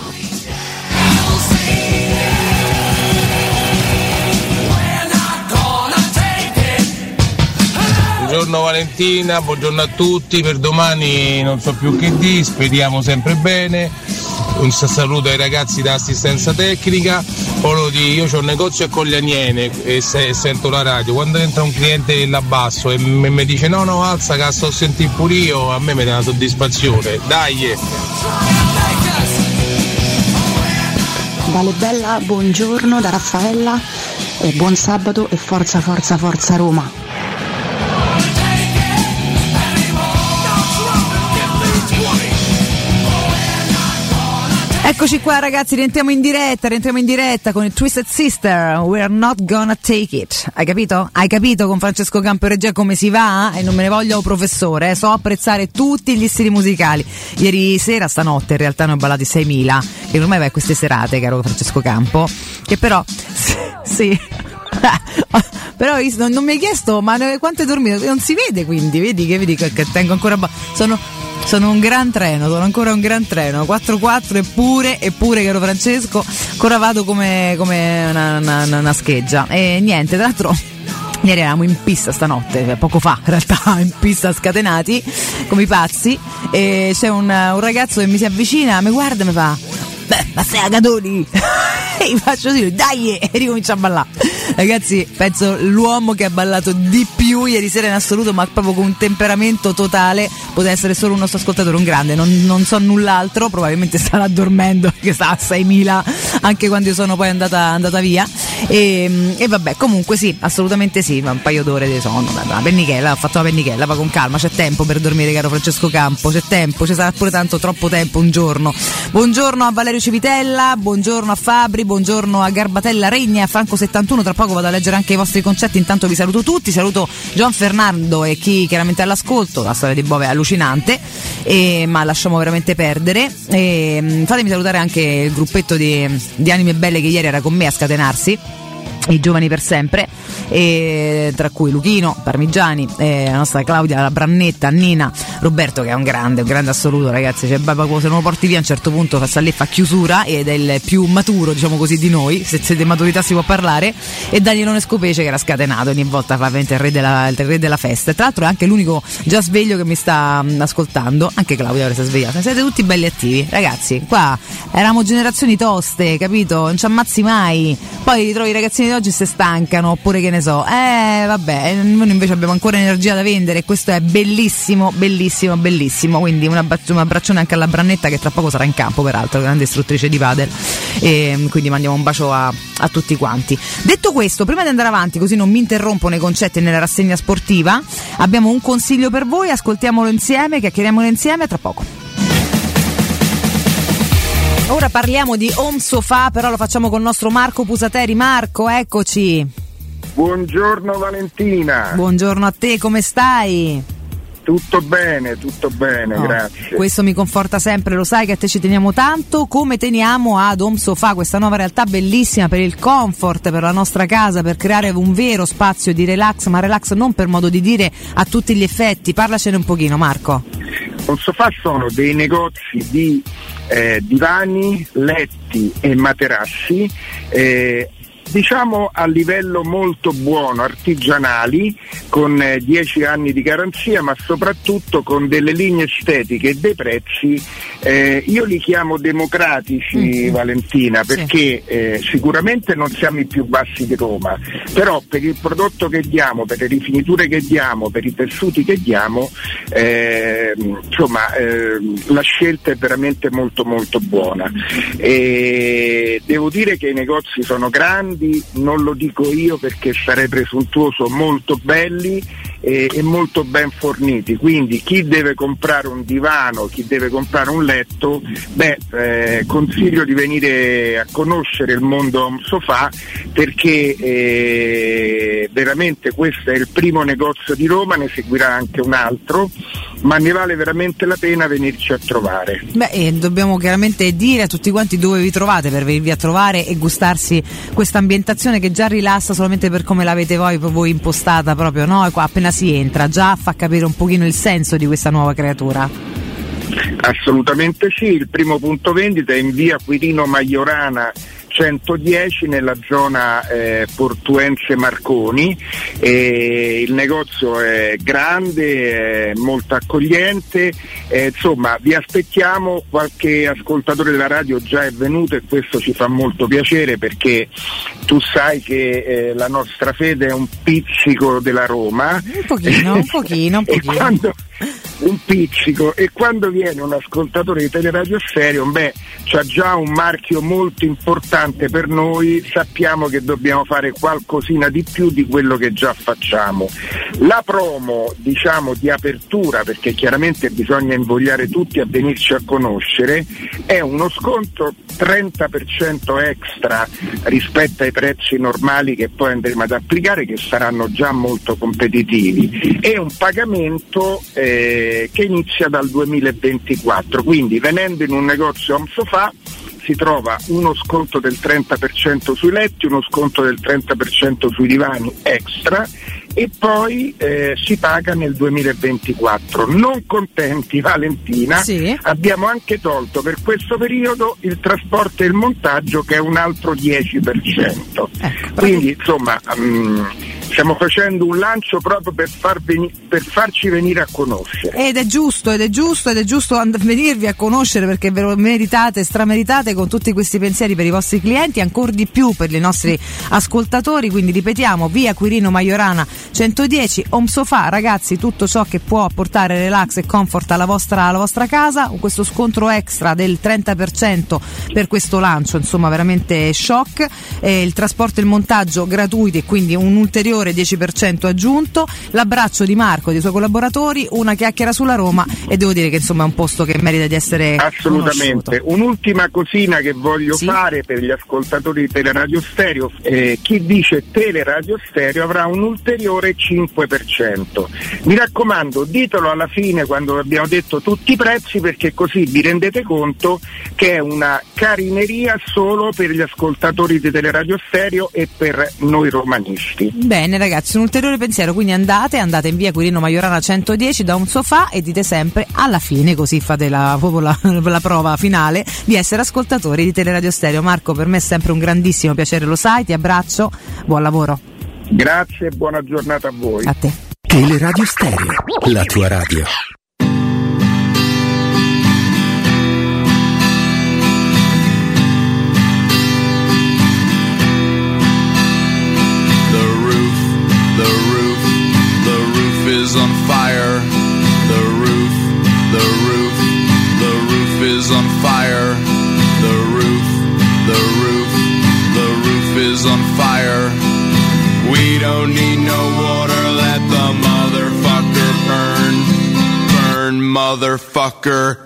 Speaker 13: Buongiorno Valentina, buongiorno a tutti, per domani non so più che dire, speriamo sempre bene. Un saluto ai ragazzi dell'assistenza tecnica. Poi di io c'ho un negozio a Coglianiene e se, sento la radio, quando entra un cliente là basso e mi, mi dice no no alza che sto a sentire pure io, a me mi dà una soddisfazione, dai.
Speaker 14: Vale bella, buongiorno da Raffaella e buon sabato e forza forza forza Roma.
Speaker 2: Eccoci qua ragazzi, rientriamo in diretta, rientriamo in diretta con il Twisted Sister, We're Not Gonna Take It. Hai capito? Hai capito con Francesco Camporegia come si va? E non me ne voglio professore, eh? So apprezzare tutti gli stili musicali. Ieri sera, stanotte in realtà ne ho ballati seimila, che ormai vai a queste serate, caro Francesco Campo, che però, sì... però non, non mi hai chiesto ma quanto hai dormito, non si vede, quindi vedi che vedi che tengo ancora sono Sono un gran treno, sono ancora un gran treno, quattro quattro eppure, eppure caro Francesco, ancora vado come, come una, una, una scheggia. E niente, tra l'altro ieri eravamo in pista stanotte, poco fa in realtà, in pista scatenati come i pazzi, e c'è un, un ragazzo che mi si avvicina, mi guarda e mi fa: beh, ma sei a Catoni? E gli faccio dire dai, e ricomincia a ballare. Ragazzi, penso l'uomo che ha ballato di più ieri sera in assoluto, ma proprio con un temperamento totale, poteva essere solo un nostro ascoltatore, un grande, non, non so null'altro, probabilmente starà dormendo perché sta a seimila anche quando io sono poi andata, andata via, e, e vabbè, comunque sì, assolutamente sì, un paio d'ore di sonno, la pennichella, ho fatto la pennichella, va con calma, c'è tempo per dormire caro Francesco Campo, c'è tempo, ci sarà pure tanto troppo tempo un giorno. Buongiorno a Valerio Civitella, buongiorno a Fabri, buongiorno a Garbatella Regna, a Franco settantuno, tra poco vado a leggere anche i vostri concetti, intanto vi saluto tutti, saluto Gian Fernando e chi chiaramente è all'ascolto, la storia di Bove è allucinante, e, ma lasciamo veramente perdere, e, fatemi salutare anche il gruppetto di, di anime belle che ieri era con me a scatenarsi, i giovani per sempre, e tra cui Luchino, Parmigiani, eh, la nostra Claudia, la Brannetta, Nina, Roberto che è un grande, un grande assoluto, ragazzi, cioè, se non lo porti via a un certo punto sta lì, fa chiusura, ed è il più maturo, diciamo così, di noi, se, se di maturità si può parlare, e Danielone Scopece che era scatenato, ogni volta fa il re della, il re della festa, e tra l'altro è anche l'unico già sveglio che mi sta mh, ascoltando, anche Claudia ora si è svegliata, siete tutti belli attivi, ragazzi, qua eravamo generazioni toste, capito, non ci ammazzi mai, poi ritrovi i ragazzini di oggi si stancano, oppure che ne so, eh vabbè, noi invece abbiamo ancora energia da vendere, e questo è bellissimo, bellissimo, bellissimo, quindi un, abbaccio, un abbraccione anche alla Brannetta che tra poco sarà in campo, peraltro, grande istruttrice di padel, e quindi mandiamo un bacio a, a tutti quanti. Detto questo, prima di andare avanti, così non mi interrompo nei concetti e nella rassegna sportiva, abbiamo un consiglio per voi, ascoltiamolo insieme, chiacchieriamolo insieme, a tra poco. Ora parliamo di home sofa, però lo facciamo con il nostro Marco Pusateri. Marco, eccoci.
Speaker 15: Buongiorno Valentina.
Speaker 2: Buongiorno a te, come stai?
Speaker 15: Tutto bene, tutto bene, oh, grazie.
Speaker 2: Questo mi conforta sempre, lo sai che a te ci teniamo tanto, come teniamo ad Home Sofa, questa nuova realtà bellissima per il comfort, per la nostra casa, per creare un vero spazio di relax, ma relax non per modo di dire a tutti gli effetti. Parlacene un pochino, Marco.
Speaker 15: Home Sofa sono dei negozi di eh, divani, letti e materassi, eh, diciamo a livello molto buono, artigianali, con eh, dieci anni di garanzia, ma soprattutto con delle linee estetiche e dei prezzi, eh, io li chiamo democratici, mm-hmm. Valentina, perché sì. eh, sicuramente non siamo i più bassi di Roma, però per il prodotto che diamo, per le rifiniture che diamo, per i tessuti che diamo, eh, insomma eh, la scelta è veramente molto molto buona, e devo dire che i negozi sono grandi, non lo dico io perché sarei presuntuoso, molto belli e, e molto ben forniti, quindi chi deve comprare un divano, chi deve comprare un letto, beh, eh, consiglio di venire a conoscere il mondo Home Sofa, perché eh, veramente questo è il primo negozio di Roma, ne seguirà anche un altro, ma ne vale veramente la pena venirci a trovare.
Speaker 2: Beh, eh, dobbiamo chiaramente dire a tutti quanti dove vi trovate per venirvi a trovare e gustarsi questa ambientazione che già rilassa solamente per come l'avete voi, voi impostata proprio, no? E qua appena si entra già fa capire un pochino il senso di questa nuova creatura.
Speaker 15: Assolutamente sì, il primo punto vendita è in via Quirino Maiorana centodieci nella zona eh, Portuense Marconi, e il negozio è grande, è molto accogliente, eh, insomma vi aspettiamo, qualche ascoltatore della radio già è venuto e questo ci fa molto piacere, perché tu sai che eh, la nostra fede è un pizzico della Roma,
Speaker 2: un pochino, un pochino, un pochino.
Speaker 15: E quando, un pizzico, e quando viene un ascoltatore di Teleradio Stereo, beh, c'ha già un marchio molto importante per noi, sappiamo che dobbiamo fare qualcosina di più di quello che già facciamo. La promo, diciamo, di apertura, perché chiaramente bisogna invogliare tutti a venirci a conoscere, è uno sconto trenta per cento extra rispetto ai prezzi normali che poi andremo ad applicare, che saranno già molto competitivi, e un pagamento eh, che inizia dal duemilaventiquattro, quindi venendo in un negozio Home Sofa si trova uno sconto del trenta per cento sui letti, uno sconto del trenta per cento sui divani extra, e poi eh, si paga nel duemilaventiquattro. Non contenti, Valentina, sì. Abbiamo anche tolto per questo periodo il trasporto e il montaggio, che è un altro dieci per cento. Ecco, quindi insomma um, stiamo facendo un lancio proprio per, far veni- per farci venire a conoscere.
Speaker 2: Ed è giusto, ed è giusto, ed è giusto and- venirvi a conoscere, perché ve lo meritate, strameritate, con tutti questi pensieri per i vostri clienti, ancora di più per i nostri ascoltatori. Quindi ripetiamo, via Quirino Majorana centodieci, Home Sofa, ragazzi, tutto ciò che può portare relax e comfort alla vostra, alla vostra casa, con questo scontro extra del trenta per cento per questo lancio, insomma veramente shock, eh, il trasporto e il montaggio gratuiti e quindi un ulteriore dieci per cento aggiunto, l'abbraccio di Marco e dei suoi collaboratori, una chiacchiera sulla Roma, e devo dire che insomma è un posto che merita di essere
Speaker 15: assolutamente conosciuto. Un'ultima cosina che voglio sì. fare per gli ascoltatori di Teleradio Stereo, eh, chi dice Teleradio Stereo avrà un ulteriore cinque per cento. Mi raccomando, ditelo alla fine quando abbiamo detto tutti i prezzi, perché così vi rendete conto che è una carineria solo per gli ascoltatori di Teleradio Stereo e per noi romanisti.
Speaker 2: Bene ragazzi, un ulteriore pensiero, quindi andate, andate in via Quirino Majorana centodieci da un sofà e dite sempre alla fine, così fate la, la, la prova finale di essere ascoltatori di Teleradio Stereo. Marco, per me è sempre un grandissimo piacere, lo sai, ti abbraccio, buon lavoro.
Speaker 15: Grazie e buona giornata a voi.
Speaker 2: A te.
Speaker 3: Teleradio Stereo, la tua radio.
Speaker 16: Is on fire. The roof, the roof, the roof is on fire. The roof, the roof, the roof is on fire. We don't need no water, let the motherfucker burn. Burn, motherfucker.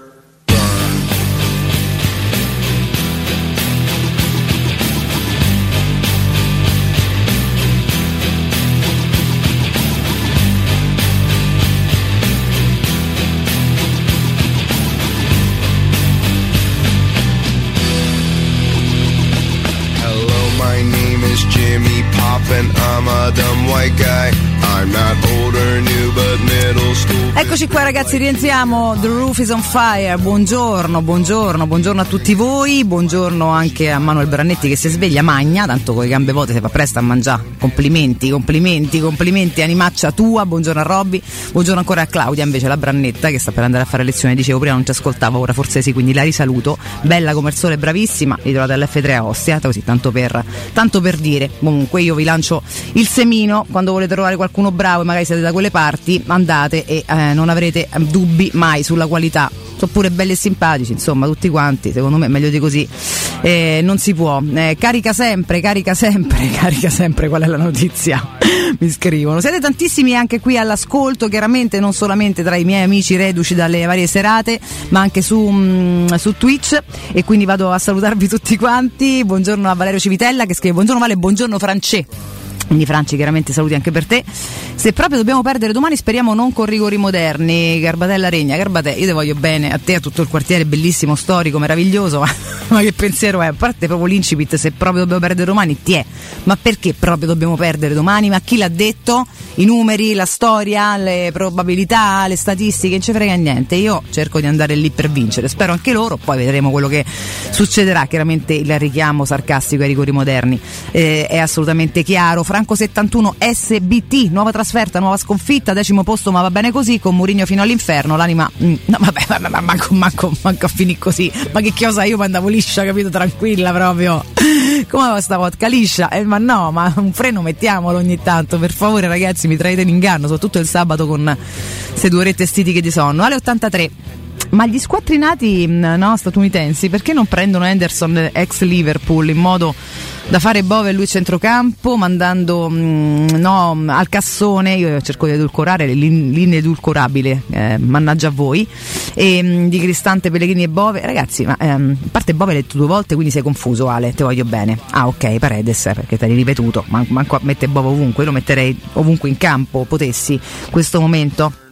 Speaker 17: Jimmy Poppin', I'm a dumb white guy. I'm not old or new, but middle school.
Speaker 2: Eccoci qua ragazzi, rientriamo. The Roof is on Fire. Buongiorno, buongiorno, buongiorno a tutti voi. Buongiorno anche a Manuel Brannetti che si sveglia magna, tanto con le gambe vuote si fa presto a mangiare. Complimenti, complimenti, complimenti, animaccia tua. Buongiorno a Robby. Buongiorno ancora a Claudia, invece la Brannetta che sta per andare a fare lezione. Dicevo prima non ci ascoltavo, ora forse sì, quindi la risaluto. Bella come il sole, bravissima. Vi trovate all'F tre a Ostia, così tanto per, tanto per dire. Comunque io vi lancio il semino, quando volete trovare qualcuno bravo e magari siete da quelle parti, andate e eh, non avrete dubbi mai sulla qualità. Sono pure belli e simpatici, insomma, tutti quanti, secondo me meglio di così eh, non si può. Eh, carica sempre, carica sempre, carica sempre, qual è la notizia? Mi scrivono. Siete tantissimi anche qui all'ascolto, chiaramente non solamente tra i miei amici reduci dalle varie serate, ma anche su, mh, su Twitch, e quindi vado a salutarvi tutti quanti. Buongiorno a Valerio Civitella che scrive buongiorno Vale, buongiorno Francè. Quindi Franci, chiaramente saluti anche per te. Se proprio dobbiamo perdere domani, speriamo non con rigori moderni. Garbatella Regna, Garbatè, io te voglio bene, a te, a tutto il quartiere bellissimo, storico, meraviglioso, ma, ma che pensiero è? A parte proprio l'incipit, se proprio dobbiamo perdere domani, ti è. Ma perché proprio dobbiamo perdere domani? Ma chi l'ha detto? I numeri, la storia, le probabilità, le statistiche, non ci frega niente. Io cerco di andare lì per vincere, spero anche loro, poi vedremo quello che succederà. Chiaramente il richiamo sarcastico ai rigori moderni eh, è assolutamente chiaro. Franco settantuno S B T, nuova trasferta, nuova sconfitta, decimo posto, ma va bene così, con Mourinho fino all'inferno, l'anima mm, no vabbè, vabbè, ma manco, manco, manco a finire così, ma che chiosa, io andavo liscia, capito, tranquilla proprio, come va sta vodka liscia, eh, ma no, ma un freno mettiamolo ogni tanto, per favore ragazzi, mi traete in inganno, soprattutto il sabato con queste due orette stitiche di sonno. Alle ottantatré, ma gli squattrinati no, statunitensi perché non prendono Henderson ex Liverpool in modo da fare Bove e lui centrocampo, mandando mh, no, al cassone? Io cerco di edulcorare l'in- l'inedulcorabile, eh, mannaggia a voi, e, mh, di Cristante, Pellegrini e Bove. Ragazzi, ma ehm, a parte Bove l'hai detto due volte, quindi sei confuso, Ale, te voglio bene. Ah ok, Paredes, eh, perché te l'hai ripetuto, Man- manco a mettere Bove ovunque, io lo metterei ovunque in campo, potessi, questo momento.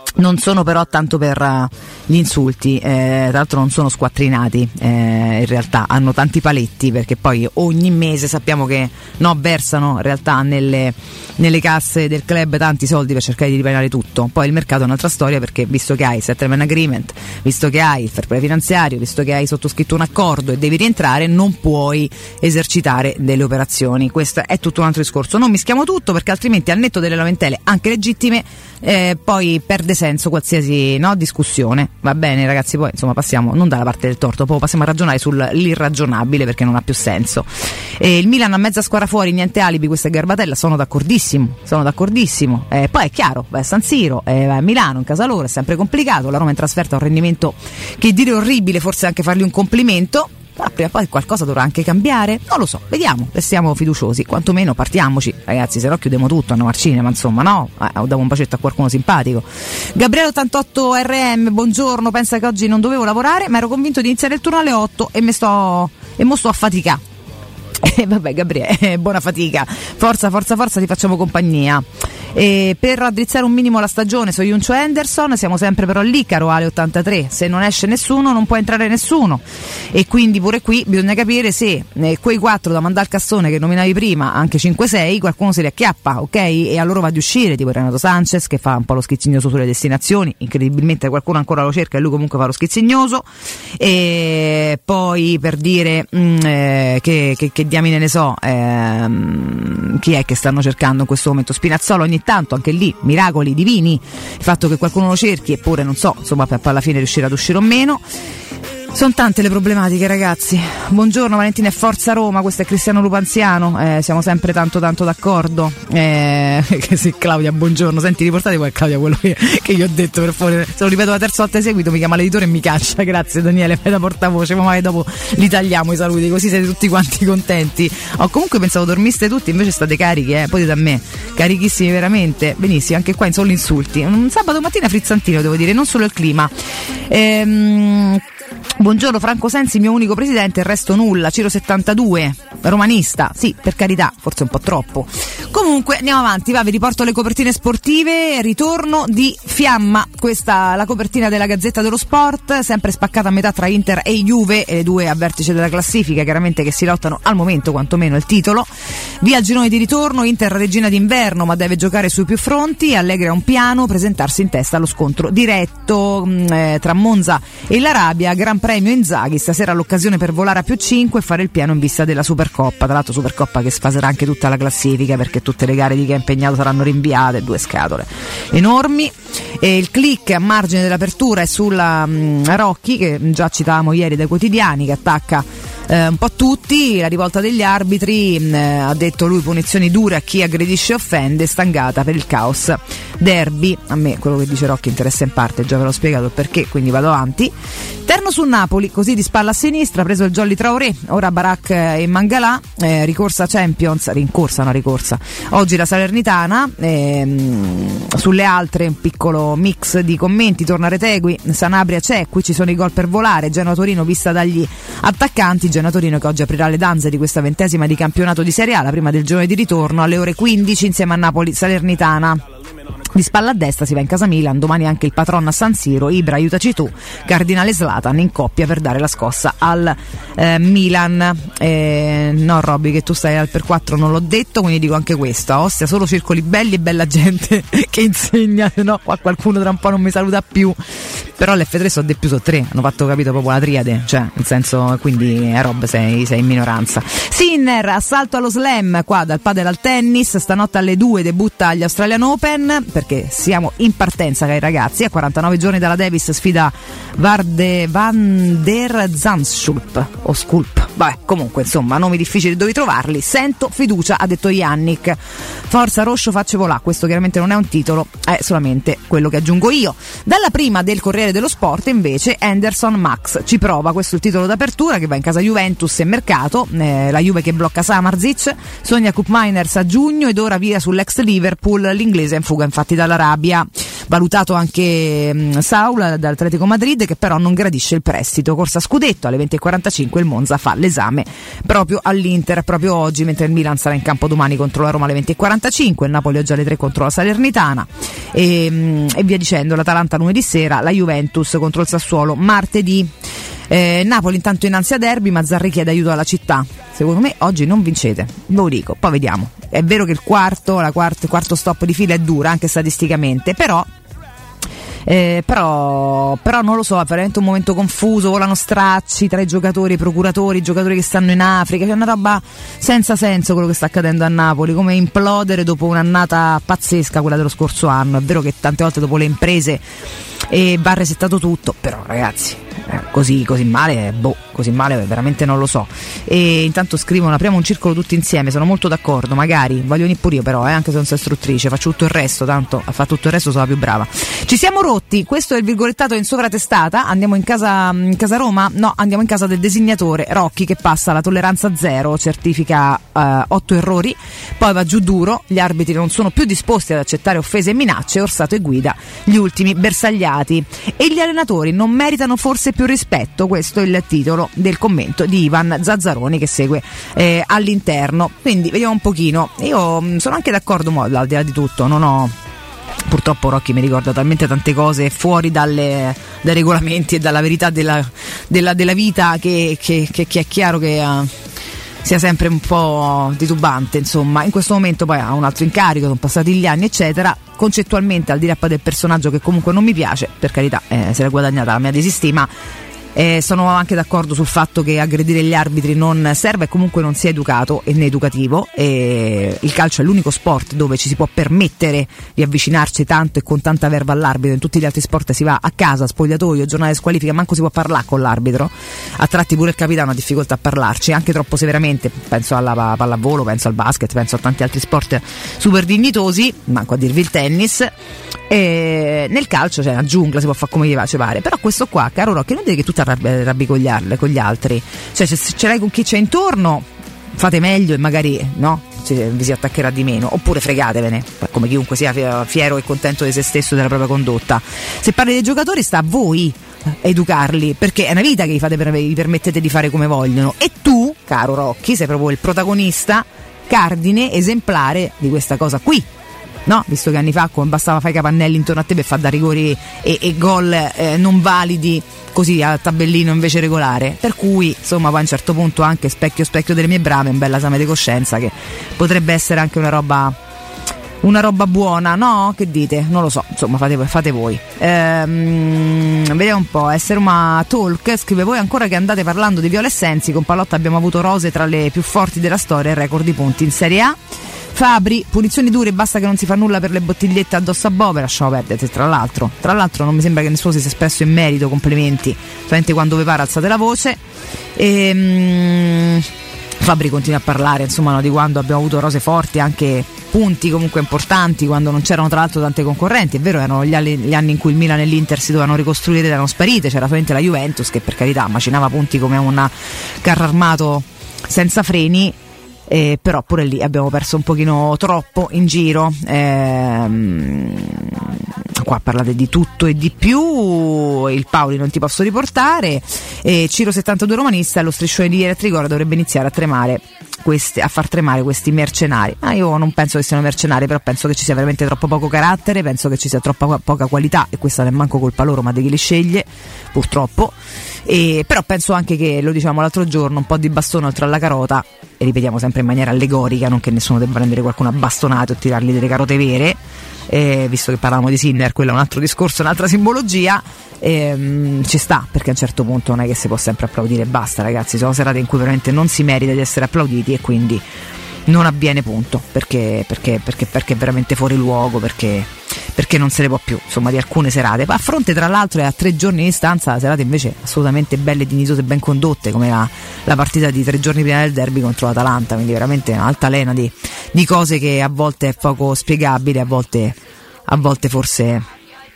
Speaker 2: Non sono però tanto per uh, gli insulti, eh, tra l'altro non sono squattrinati, eh, in realtà hanno tanti paletti, perché poi ogni mese sappiamo che no, versano in realtà nelle, nelle casse del club tanti soldi per cercare di ripianare tutto. Poi il mercato è un'altra storia, perché visto che hai il settlement agreement, visto che hai il fair play finanziario, visto che hai sottoscritto un accordo e devi rientrare, non puoi esercitare delle operazioni. Questo è tutto un altro discorso. Non mischiamo tutto, perché altrimenti, al netto delle lamentele anche legittime, eh, poi perde senso qualsiasi, no, discussione. Va bene ragazzi, poi insomma passiamo non dalla parte del torto, poi passiamo a ragionare sull'irragionabile, perché non ha più senso. E il Milan ha mezza squadra fuori, niente alibi, questa è garbatella, sono d'accordissimo, sono d'accordissimo. Eh, poi è chiaro, vai a San Siro, eh, vai a Milano, in casa loro, è sempre complicato. La Roma in trasferta ha un rendimento che dire orribile, forse anche fargli un complimento. Ma prima o poi qualcosa dovrà anche cambiare, non lo so, vediamo, restiamo fiduciosi, quantomeno partiamoci ragazzi, se no chiudiamo tutto, andiamo al cinema, insomma, no? Eh, ho dato un bacetto a qualcuno simpatico. Gabriele ottantotto R M, buongiorno, pensa che oggi non dovevo lavorare, ma ero convinto di iniziare il turno alle otto e mi sto e mo sto a faticare. E eh, vabbè Gabriele, buona fatica, forza forza forza, ti facciamo compagnia. E per raddrizzare un minimo la stagione su Juncio Henderson siamo sempre però lì, caro Ale ottantatré, se non esce nessuno non può entrare nessuno, e quindi pure qui bisogna capire se eh, quei quattro da mandare al cassone che nominavi prima, anche cinque sei, qualcuno se li acchiappa, ok? E allora va di uscire, tipo Renato Sanchez che fa un po' lo schizzignoso sulle destinazioni, incredibilmente qualcuno ancora lo cerca e lui comunque fa lo schizzignoso. E poi per dire mh, eh, che, che, che diamine ne so, ehm, chi è che stanno cercando in questo momento? Spinazzola ogni tanto, anche lì miracoli divini, il fatto che qualcuno lo cerchi, eppure non so, insomma, per alla fine riuscire ad uscire o meno. Sono tante le problematiche ragazzi. Buongiorno Valentina e Forza Roma, questo è Cristiano Lupanziano, eh, siamo sempre tanto tanto d'accordo. Eh, che sì, Claudia, buongiorno, senti, riportate poi a Claudia quello che, che io ho detto, per favore, se lo ripeto la terza volta di seguito mi chiama l'editore e mi caccia. Grazie Daniele, fai da portavoce, ma magari dopo li tagliamo i saluti, così siete tutti quanti contenti. Ho oh, comunque pensavo dormiste tutti, invece state carichi, eh, poi da me, carichissimi veramente, benissimo, anche qua in solo insulti. Un sabato mattina frizzantino, devo dire, non solo il clima. Ehm Buongiorno Franco Sensi, mio unico presidente, il resto nulla. Ciro settantadue, romanista, sì, per carità, forse un po' troppo. Comunque andiamo avanti, va, vi riporto le copertine sportive. Ritorno di Fiamma, questa la copertina della Gazzetta dello Sport, sempre spaccata a metà tra Inter e Juve, e le due a vertice della classifica, chiaramente, che si lottano al momento quantomeno il titolo. Via il girone di ritorno, Inter regina d'inverno ma deve giocare sui più fronti, Allegri ha un piano, presentarsi in testa allo scontro diretto mh, eh, tra Monza e l'Arabia. Gran premio Inzaghi, stasera l'occasione per volare a più cinque e fare il piano in vista della Supercoppa, tra l'altro Supercoppa che sfaserà anche tutta la classifica, perché tutte le gare di chi è impegnato saranno rinviate, due scatole enormi. E il click a margine dell'apertura è sulla mh, Rocchi, che già citavamo ieri dai quotidiani, che attacca eh, un po' tutti, la rivolta degli arbitri, mh, ha detto lui, punizioni dure a chi aggredisce e offende, stangata per il caos derby. A me quello che dice Rocchi interessa in parte, già ve l'ho spiegato il perché, quindi vado avanti. Terno sul Napoli, così di spalla a sinistra, ha preso il Jolly Traoré, ora Barak e Mangalà, eh, ricorsa Champions, rincorsa una ricorsa, oggi la Salernitana, ehm, sulle altre un piccolo mix di commenti, torna Retegui, Sanabria c'è, qui ci sono i gol per volare, Genoa-Torino vista dagli attaccanti, Genoa-Torino che oggi aprirà le danze di questa ventesima di campionato di Serie A, la prima del giorno di ritorno alle ore quindici insieme a Napoli-Salernitana. Di spalla a destra si va in casa Milan, domani anche il patron a San Siro, Ibra aiutaci tu, Cardinale Zlatan in coppia per dare la scossa al eh, Milan. Eh, no Robby, che tu stai al per quattro non l'ho detto, quindi dico anche questo, a Ostia solo circoli belli e bella gente che insegna, no, qua qualcuno tra un po' non mi saluta più, però l'F tre sono de più so tre, hanno fatto, capito, proprio la triade, cioè nel senso, quindi eh, Rob sei, sei in minoranza. Sinner, assalto allo slam, qua dal padel al tennis, stanotte alle due debutta agli Australian Open, perché siamo in partenza, cari ragazzi, a quarantanove giorni dalla Davis sfida Varde Van der Zandschulp o Sculp, vabbè, comunque insomma nomi difficili dove trovarli, sento fiducia, ha detto Yannick. Forza Roscio facce volà, questo chiaramente non è un titolo, è solamente quello che aggiungo io. Dalla prima del Corriere dello Sport invece Henderson Max ci prova, questo è il titolo d'apertura, che va in casa Juventus e mercato, eh, la Juve che blocca Samardzic, sogna Cup Miners a giugno ed ora via sull'ex Liverpool, l'inglese in fuga infatti dall'Arabia. valutato anche mh, Saul dall'Atletico Madrid, che però non gradisce il prestito. Corsa scudetto, alle venti e quarantacinque il Monza fa l'esame proprio all'Inter, proprio oggi, mentre il Milan sarà in campo domani contro la Roma alle venti e quarantacinque, il Napoli oggi alle tre contro la Salernitana e, mh, e via dicendo. L'Atalanta lunedì sera, la Juventus contro il Sassuolo martedì. Eh, Napoli intanto in ansia derby, Mazzarri chiede aiuto alla città. Secondo me oggi non vincete, ve lo dico, poi vediamo. È vero che il quarto, la quarto, il quarto stop di fila è dura anche statisticamente, però Eh, però, però non lo so, è veramente un momento confuso, volano stracci tra i giocatori, i procuratori, i giocatori che stanno in Africa, c'è una roba senza senso quello che sta accadendo a Napoli, come implodere dopo un'annata pazzesca quella dello scorso anno. È vero che tante volte dopo le imprese e va resettato tutto, però ragazzi eh, così, così male, boh, così male veramente non lo so. E intanto scrivono: apriamo un circolo tutti insieme, sono molto d'accordo, magari voglio venire pure io, però eh, anche se non sono istruttrice, faccio tutto il resto, tanto a fare tutto il resto sono la più brava. Ci siamo rotti, questo è il virgolettato in sovratestata. Andiamo in casa, in casa Roma? No, andiamo in casa del disegnatore Rocchi, che passa la tolleranza zero, certifica eh, otto errori, poi va giù duro, gli arbitri non sono più disposti ad accettare offese e minacce, Orsato e Guida gli ultimi bersagliati, e gli allenatori non meritano forse più rispetto. Questo è il titolo del commento di Ivan Zazzaroni che segue eh, all'interno. Quindi vediamo un pochino. Io mh, sono anche d'accordo, mo, al di là di tutto, non ho purtroppo Rocchi mi ricorda talmente tante cose fuori dalle, dai regolamenti e dalla verità della, della, della vita che, che, che, che è chiaro che uh, sia sempre un po' titubante, insomma. In questo momento poi ha un altro incarico, sono passati gli anni eccetera. Concettualmente, al di là del personaggio che comunque non mi piace, per carità, eh, se l'è guadagnata la mia desistima. Eh, sono anche d'accordo sul fatto che aggredire gli arbitri non serve e comunque non sia educato e né educativo. E il calcio è l'unico sport dove ci si può permettere di avvicinarci tanto e con tanta verba all'arbitro. In tutti gli altri sport si va a casa, spogliatoio, giornata di squalifica, manco si può parlare con l'arbitro. A tratti pure il capitano ha difficoltà a parlarci, anche troppo severamente. Penso alla pallavolo, penso al basket, penso a tanti altri sport super dignitosi, manco a dirvi il tennis. E nel calcio c'è una giungla, si può fare come gli piace pare. Però questo qua, caro Rocchi, non dire che tu ti arrabbi, arrabbi con, gli, con gli altri. Cioè, se ce l'hai con chi c'è intorno, fate meglio e magari no, vi si attaccherà di meno, oppure fregatevene, come chiunque sia fiero e contento di se stesso e della propria condotta. Se parli dei giocatori, sta a voi educarli, perché è una vita che vi, fate, vi permettete di fare come vogliono, e tu, caro Rocchi, sei proprio il protagonista cardine esemplare di questa cosa qui. No, visto che anni fa come bastava fare i capannelli intorno a te per far da rigori e, e gol eh, non validi così a tabellino invece regolare, per cui insomma poi a un certo punto anche specchio specchio delle mie brame, un bel esame di coscienza che potrebbe essere anche una roba una roba buona, no? Che dite? Non lo so, insomma fate, fate voi. Ehm, vediamo un po'. Essere Roma Talk scrive: voi ancora che andate parlando di Viola e Sensi, con Pallotta abbiamo avuto rose tra le più forti della storia e record di punti in Serie A. Fabri, punizioni dure, basta che non si fa nulla per le bottigliette addosso a Bove, lasciamo perdere. Tra l'altro, tra l'altro non mi sembra che nessuno si sia espresso in merito, complimenti, solamente quando vi pare alzate la voce. Ehm, Fabri continua a parlare insomma no, di quando abbiamo avuto rose forti, anche punti comunque importanti, quando non c'erano tra l'altro tante concorrenti. È vero, erano gli anni, gli anni in cui il Milan e l'Inter si dovevano ricostruire ed erano sparite, c'era solamente la Juventus che per carità macinava punti come un carro armato senza freni. Eh, però pure lì abbiamo perso un pochino troppo in giro. Ehm, qua parlate di tutto e di più. Il Paoli non ti posso riportare. eh, Ciro settantadue romanista, lo striscione di ieri a Trigora dovrebbe iniziare a tremare questi, a far tremare questi mercenari. Ah, io non penso che siano mercenari, però penso che ci sia veramente troppo poco carattere, penso che ci sia troppa poca qualità, e questa non è manco colpa loro ma di chi li sceglie, purtroppo. E, però penso anche che, lo diciamo l'altro giorno, un po' di bastone oltre alla carota, e ripetiamo sempre in maniera allegorica, non che nessuno debba prendere qualcuno a bastonate o tirargli delle carote vere, eh, visto che parlavamo di Sinner, quello è un altro discorso, un'altra simbologia. Ehm, ci sta, perché a un certo punto non è che si può sempre applaudire e basta, ragazzi, sono serate in cui veramente non si merita di essere applauditi e quindi non avviene, punto, perché, perché, perché, perché è veramente fuori luogo, perché, perché non se ne può più, insomma, di alcune serate, a fronte tra l'altro è a tre giorni di distanza serate invece assolutamente belle, dignitose e ben condotte, come la, la partita di tre giorni prima del derby contro l'Atalanta, quindi veramente un'altalena di, di cose che a volte è poco spiegabile, a volte, a volte forse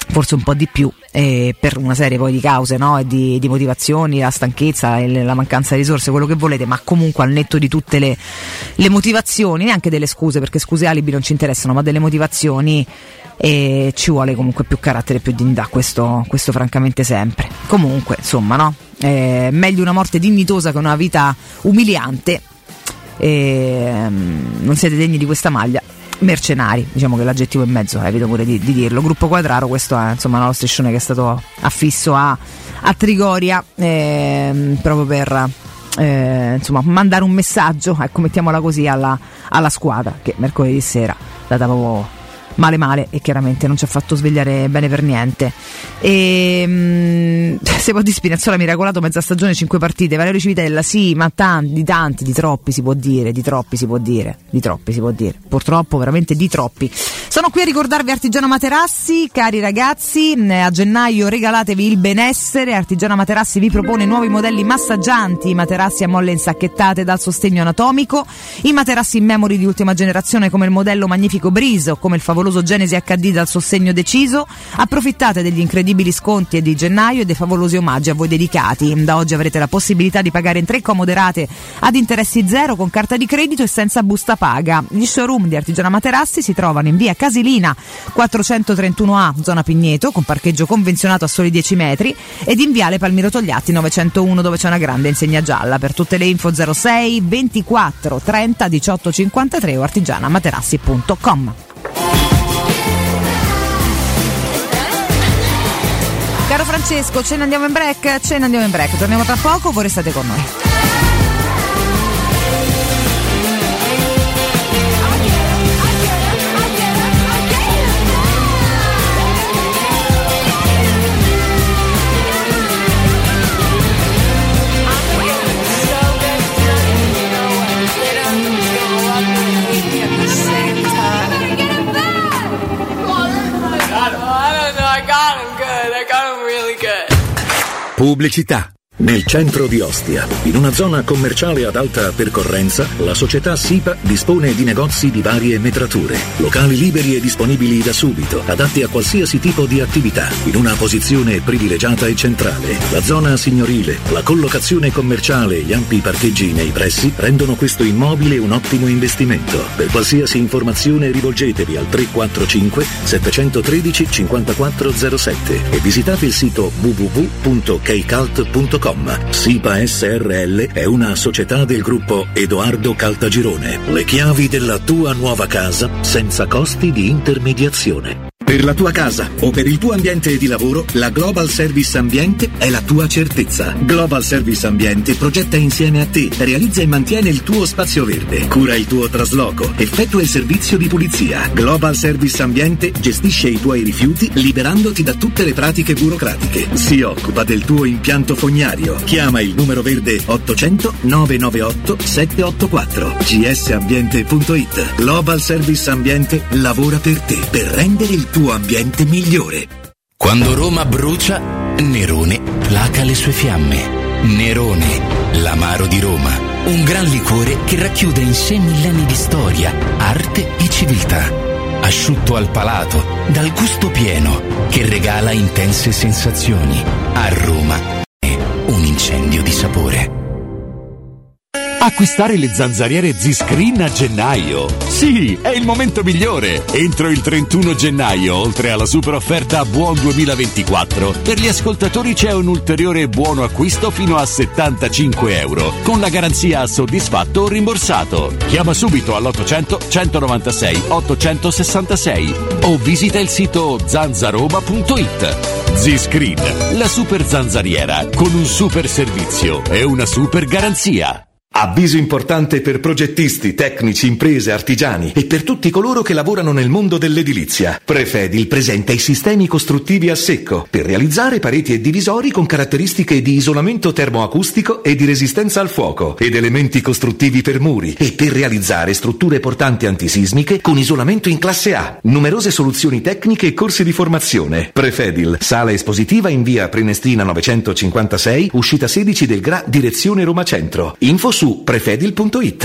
Speaker 2: forse un po' di più, eh, per una serie poi di cause, no? E di, di motivazioni, la stanchezza, e la mancanza di risorse, quello che volete, ma comunque al netto di tutte le, le motivazioni, neanche delle scuse, perché scuse e alibi non ci interessano, ma delle motivazioni, e ci vuole comunque più carattere e più dignità, questo, questo francamente sempre. Comunque, insomma, no? Eh, meglio una morte dignitosa che una vita umiliante. Eh, non siete degni di questa maglia. Mercenari, diciamo che l'aggettivo in mezzo, evito pure di, di dirlo. Gruppo Quadraro, questo è insomma lo striscione che è stato affisso a, a Trigoria, eh, proprio per eh, insomma mandare un messaggio, ecco, mettiamola così, alla, alla squadra, che mercoledì sera data proprio male male e chiaramente non ci ha fatto svegliare bene per niente. E mh, se può di Spinazzola miracolato, mezza stagione, cinque partite. Valerio Civitella, sì, ma tanti, di tanti, di troppi si può dire, di troppi si può dire, di troppi si può dire, purtroppo veramente di troppi. Sono qui a ricordarvi Artigiana Materassi, cari ragazzi, a gennaio regalatevi il benessere. Artigiana Materassi vi propone nuovi modelli massaggianti, materassi a molle insacchettate dal sostegno anatomico, i materassi in memory di ultima generazione come il modello Magnifico Breeze o come il favoloso Genesi acca di dal sostegno deciso. Approfittate degli incredibili sconti di gennaio e dei favolosi omaggi a voi dedicati. Da oggi avrete la possibilità di pagare in tre comode rate ad interessi zero con carta di credito e senza busta paga. Gli showroom di Artigiana Materassi si trovano in via Casilina quattrocentotrentuno A, zona Pigneto, con parcheggio convenzionato a soli dieci metri, ed in viale Palmiro Togliatti novecentouno, dove c'è una grande insegna gialla. Per tutte le info zero sei ventiquattro trenta diciotto cinquantatré o artigianamaterassi punto com. Caro Francesco, ce ne andiamo in break? Ce ne andiamo in break, torniamo tra poco, voi restate con noi.
Speaker 3: Pubblicità. Nel centro di Ostia, in una zona commerciale ad alta percorrenza, la società SIPA dispone di negozi di varie metrature, locali liberi e disponibili da subito, adatti a qualsiasi tipo di attività, in una posizione privilegiata e centrale. La zona signorile, la collocazione commerciale e gli ampi parcheggi nei pressi rendono questo immobile un ottimo investimento. Per qualsiasi informazione rivolgetevi al tre quattro cinque sette uno tre cinque zero sette e visitate il sito w w w punto keicalt punto com. SIPA S R L è una società del gruppo Edoardo Caltagirone. Le chiavi della tua nuova casa senza costi di intermediazione. Per la tua casa o per il tuo ambiente di lavoro, la Global Service Ambiente è la tua certezza. Global Service Ambiente progetta insieme a te, realizza e mantiene il tuo spazio verde, cura il tuo trasloco, effettua il servizio di pulizia. Global Service Ambiente gestisce i tuoi rifiuti liberandoti da tutte le pratiche burocratiche. Si occupa del tuo impianto fognario. Chiama il numero verde ottocento nove nove otto sette otto quattro g s ambiente punto i t. Global Service Ambiente lavora per te, per rendere il tuo ambiente migliore.
Speaker 7: Quando Roma brucia, Nerone placa le sue fiamme. Nerone, l'amaro di Roma, un gran liquore che racchiude in sé millenni di storia, arte e civiltà. Asciutto al palato, dal gusto pieno, che regala intense sensazioni. A Roma è un incendio di sapore.
Speaker 18: Acquistare le zanzariere Z-Screen a gennaio. Sì, è il momento migliore. Entro il trentuno gennaio, oltre alla super offerta Buon duemilaventiquattro, per gli ascoltatori c'è un ulteriore buono acquisto fino a settantacinque euro, con la garanzia soddisfatto o rimborsato. Chiama subito all'ottocento centonovantasei ottocentosessantasei o visita il sito zanzaroma punto i t. Z-Screen, la super zanzariera, con un super servizio e una super garanzia.
Speaker 19: Avviso importante per progettisti, tecnici, imprese, artigiani e per tutti coloro che lavorano nel mondo dell'edilizia. Prefedil presenta i sistemi costruttivi a secco per realizzare pareti e divisori con caratteristiche di isolamento termoacustico e di resistenza al fuoco ed elementi costruttivi per muri e per realizzare strutture portanti antisismiche con isolamento in classe A. Numerose soluzioni tecniche e corsi di formazione. Prefedil, sala espositiva in via Prenestina novecentocinquantasei, uscita sedici del Gra, direzione Roma Centro. Info su prefedil punto i t.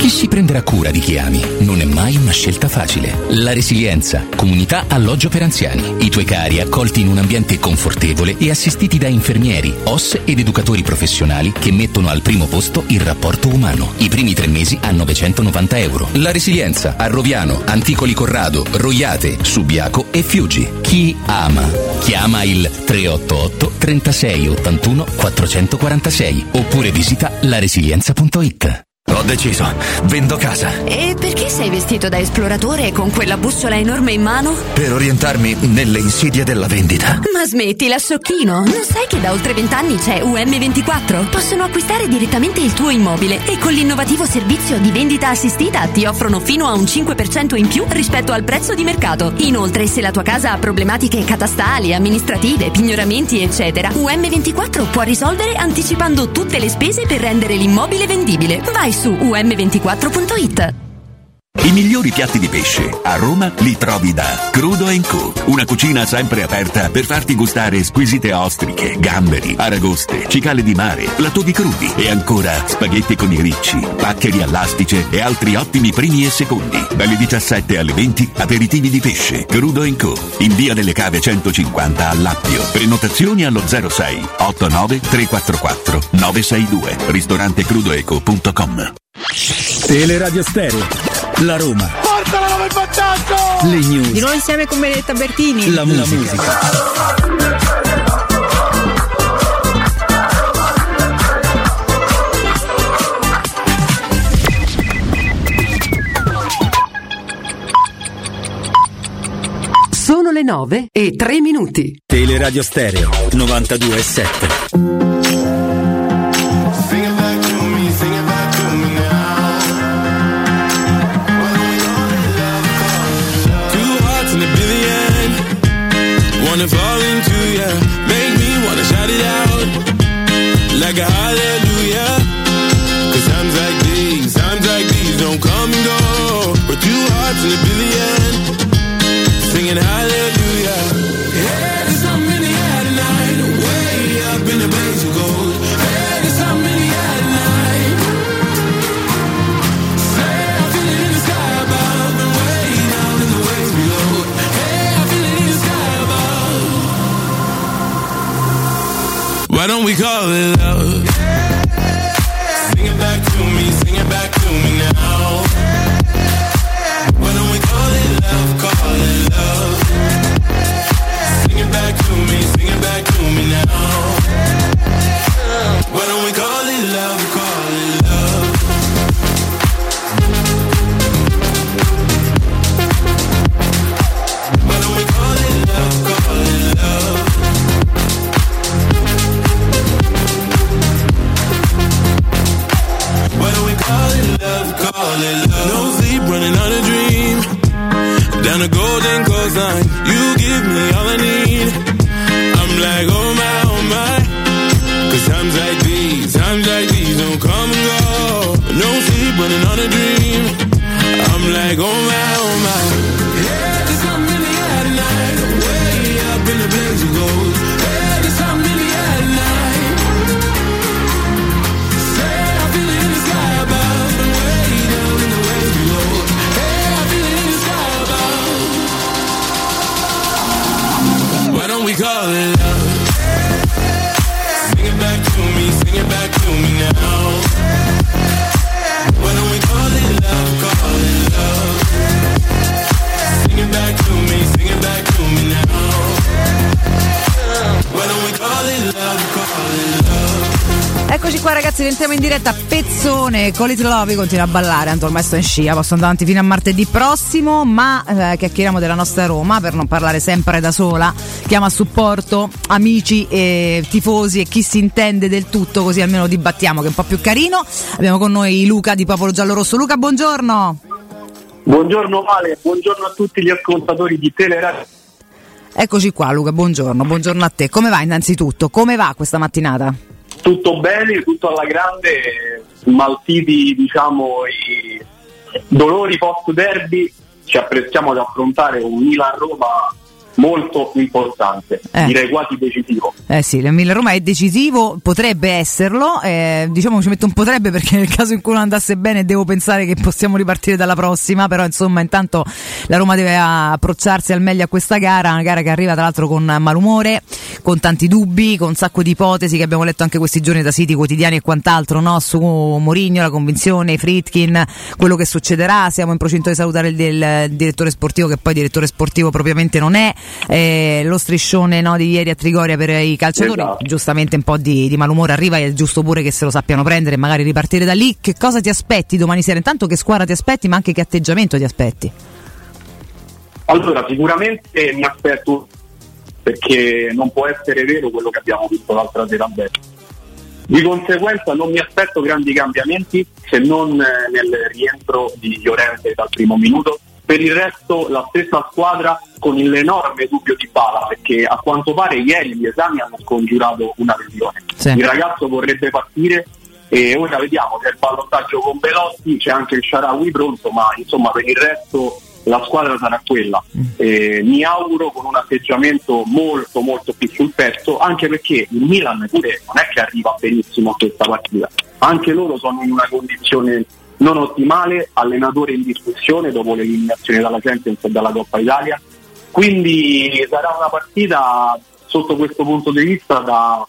Speaker 7: Chi si prenderà cura di chi ami? Non è mai una scelta facile. La Resilienza, comunità alloggio per anziani. I tuoi cari accolti in un ambiente confortevole e assistiti da infermieri, O S ed educatori professionali che mettono al primo posto il rapporto umano. I primi tre mesi a novecentonovanta euro. La Resilienza a Roviano, Anticoli Corrado, Roiate, Subiaco e Fiuggi. Chi ama? Chiama il tre otto otto trentasei ottantuno quattrocentoquarantasei oppure visita laresilienza punto it.
Speaker 10: Ho deciso, vendo casa.
Speaker 6: E perché sei vestito da esploratore con quella bussola enorme in mano?
Speaker 10: Per orientarmi nelle insidie della vendita.
Speaker 6: Ma smettila, sciocchino. Non sai che da oltre vent'anni c'è U M ventiquattro? Possono acquistare direttamente il tuo immobile e con l'innovativo servizio di vendita assistita ti offrono fino a un cinque per cento in più rispetto al prezzo di mercato. Inoltre, se la tua casa ha problematiche catastali, amministrative, pignoramenti, eccetera, U M ventiquattro può risolvere anticipando tutte le spese per rendere l'immobile vendibile. Vai su u m ventiquattro punto it.
Speaker 9: I migliori piatti di pesce a Roma li trovi da Crudo and Co. Una cucina sempre aperta per farti gustare squisite ostriche, gamberi, aragoste, cicale di mare, platò di crudi e ancora spaghetti con i ricci, paccheri all'astice e altri ottimi primi e secondi. Dalle diciassette alle venti aperitivi di pesce. Crudo and Co. In via delle Cave centocinquanta a Lappio. Prenotazioni allo zero sei otto nove tre quattro quattro nove sei due. ristorante crudoeco punto com.
Speaker 11: Teleradio Stereo, la Roma.
Speaker 20: Portala nove vantaggio!
Speaker 11: Le news.
Speaker 2: Di nuovo insieme con Benedetta Bertini.
Speaker 11: La musica. La musica.
Speaker 6: Sono le nove e tre minuti.
Speaker 11: Teleradio Stereo novantadue e sette.
Speaker 20: Wanna fall into ya, make me wanna shout it out like a hallelujah. Cause times like these, times like these don't come and go. We're two hearts in a billion, singing hallelujah. Yeah, there's something in the air tonight, way up in the blaze of gold. Yeah, there's something in the air tonight. Say I feel it in the sky above and way down in the waves below. Hey, I feel it in the sky above. Why don't we call it love? Sing it back to me, sing it back to me now. Why don't we call it love, call it love? Sing it back to me, sing it back to me now. Why don't we call it love, call it love? Why don't we call it love, call it love? Why don't we call it love, call it love? No sleep, running on a dream. Down a golden coastline, you give me all I need. I'm like, oh my, oh my. Cause times like these, times like these don't come and go. No sleep, running on a dream. I'm like, oh my, oh my. Yeah, there's something in the air tonight, way up in the blaze of gold. Yeah, there's something in the air tonight. Why don't we call it love? Sing it back to me, sing it back to me now. Why don't we call it love, call it love? Sing it back to me, sing it back to me now. Why don't we call it love, call it love?
Speaker 2: Eccoci qua ragazzi, rientriamo in diretta. Pezzone, Call It Love continua a ballare, tanto ormai sto in scia, posso andare avanti fino a martedì prossimo, ma eh, chiacchieriamo della nostra Roma per non parlare sempre da sola. Chiama a supporto amici e tifosi e chi si intende del tutto, così almeno dibattiamo che è un po' più carino. Abbiamo con noi Luca di Popolo Giallorosso. Luca, buongiorno.
Speaker 21: Buongiorno Vale, buongiorno a tutti gli ascoltatori di Teleradio.
Speaker 2: Eccoci qua Luca, buongiorno, buongiorno a te. Come va innanzitutto? Come va questa mattinata?
Speaker 21: Tutto bene, tutto alla grande, smaltiti diciamo i dolori post derby, ci apprestiamo ad affrontare un Milan-Roma molto importante,
Speaker 2: Eh.
Speaker 21: direi quasi decisivo.
Speaker 2: Eh sì, l'Emilia Roma è decisivo, potrebbe esserlo, eh, diciamo che ci metto un potrebbe perché nel caso in cui non andasse bene devo pensare che possiamo ripartire dalla prossima, però insomma intanto la Roma deve approcciarsi al meglio a questa gara, una gara che arriva tra l'altro con malumore, con tanti dubbi, con un sacco di ipotesi che abbiamo letto anche questi giorni da siti quotidiani e quant'altro, no? Su Mourinho, la convinzione, Friedkin, quello che succederà, siamo in procinto di salutare il, il direttore sportivo che poi direttore sportivo propriamente non è, eh, lo striscione, no, di ieri a Trigoria per i calciatori,
Speaker 21: Esatto.
Speaker 2: giustamente un po' di, di malumore arriva, è giusto pure che se lo sappiano prendere e magari ripartire da lì. Che cosa ti aspetti domani sera? Intanto che squadra ti aspetti, ma anche che atteggiamento ti aspetti?
Speaker 21: Allora, sicuramente mi aspetto, perché non può essere vero quello che abbiamo visto l'altra sera a Bergamo. Di conseguenza non mi aspetto grandi cambiamenti, se non eh, nel rientro di Llorente dal primo minuto. Per il resto la stessa squadra con l'enorme dubbio di Bala, perché a quanto pare ieri gli esami hanno scongiurato una lesione.
Speaker 2: Sì.
Speaker 21: Il ragazzo vorrebbe partire e ora vediamo, c'è il ballottaggio con Belotti, c'è anche il Shaarawy pronto, ma insomma per il resto la squadra sarà quella. Eh, mi auguro con un atteggiamento molto molto più sul pezzo, anche perché il Milan pure non è che arriva benissimo a questa partita, anche loro sono in una condizione non ottimale, allenatore in discussione dopo l'eliminazione dalla Champions e dalla Coppa Italia, quindi sarà una partita sotto questo punto di vista da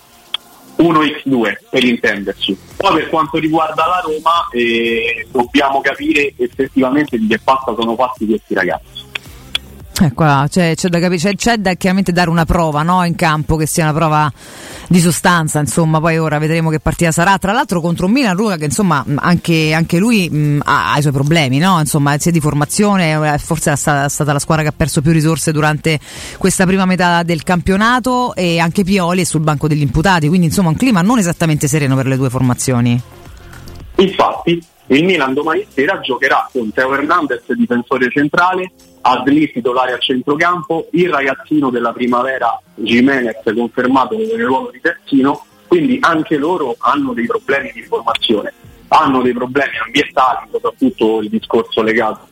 Speaker 21: uno a due per intenderci. Poi per quanto riguarda la Roma eh, dobbiamo capire effettivamente di che pasta sono fatti questi ragazzi.
Speaker 2: Eh, qua c'è, c'è da capire, c'è, c'è da chiaramente dare una prova, no, in campo, che sia una prova di sostanza, insomma. Poi ora vedremo che partita sarà, tra l'altro contro un Milan Luca che insomma anche, anche lui mh, ha, ha i suoi problemi, no, insomma, sia di formazione, forse è stata, è stata la squadra che ha perso più risorse durante questa prima metà del campionato, e anche Pioli è sul banco degli imputati, quindi insomma un clima non esattamente sereno per le due formazioni.
Speaker 21: Infatti il Milan domani sera giocherà con Teo Hernandez difensore centrale, Adli titolare a centrocampo, il ragazzino della primavera Gimenez confermato nel ruolo di terzino, quindi anche loro hanno dei problemi di formazione, hanno dei problemi ambientali, soprattutto il discorso legato.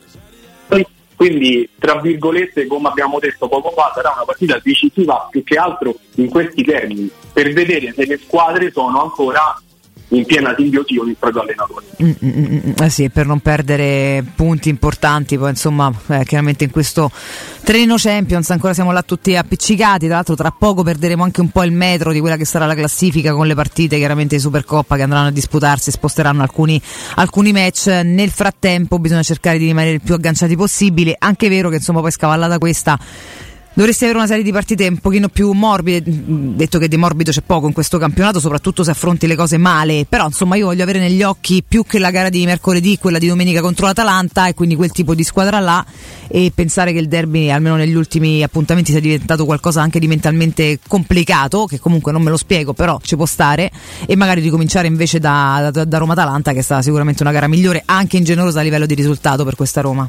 Speaker 21: Quindi tra virgolette, come abbiamo detto poco fa, sarà una partita decisiva più che altro in questi termini, per vedere se le squadre sono ancora in piena simbiosi con il proprio allenatore.
Speaker 2: Mm, mm, mm, eh sì, per non perdere punti importanti, poi insomma eh, chiaramente in questo treno Champions ancora siamo là tutti appiccicati. Tra l'altro tra poco perderemo anche un po' il metro di quella che sarà la classifica, con le partite chiaramente di Supercoppa che andranno a disputarsi, sposteranno alcuni, alcuni match. Nel frattempo bisogna cercare di rimanere il più agganciati possibile. Anche è vero che insomma poi scavallata questa dovresti avere una serie di partite un pochino più morbide, detto che di morbido c'è poco in questo campionato, soprattutto se affronti le cose male, però insomma io voglio avere negli occhi più che la gara di mercoledì quella di domenica contro l'Atalanta, e quindi quel tipo di squadra là, e pensare che il derby almeno negli ultimi appuntamenti sia diventato qualcosa anche di mentalmente complicato, che comunque non me lo spiego, però ci può stare, e magari ricominciare invece da, da, da Roma-Atalanta, che è stata sicuramente una gara migliore, anche ingenerosa a livello di risultato per questa Roma.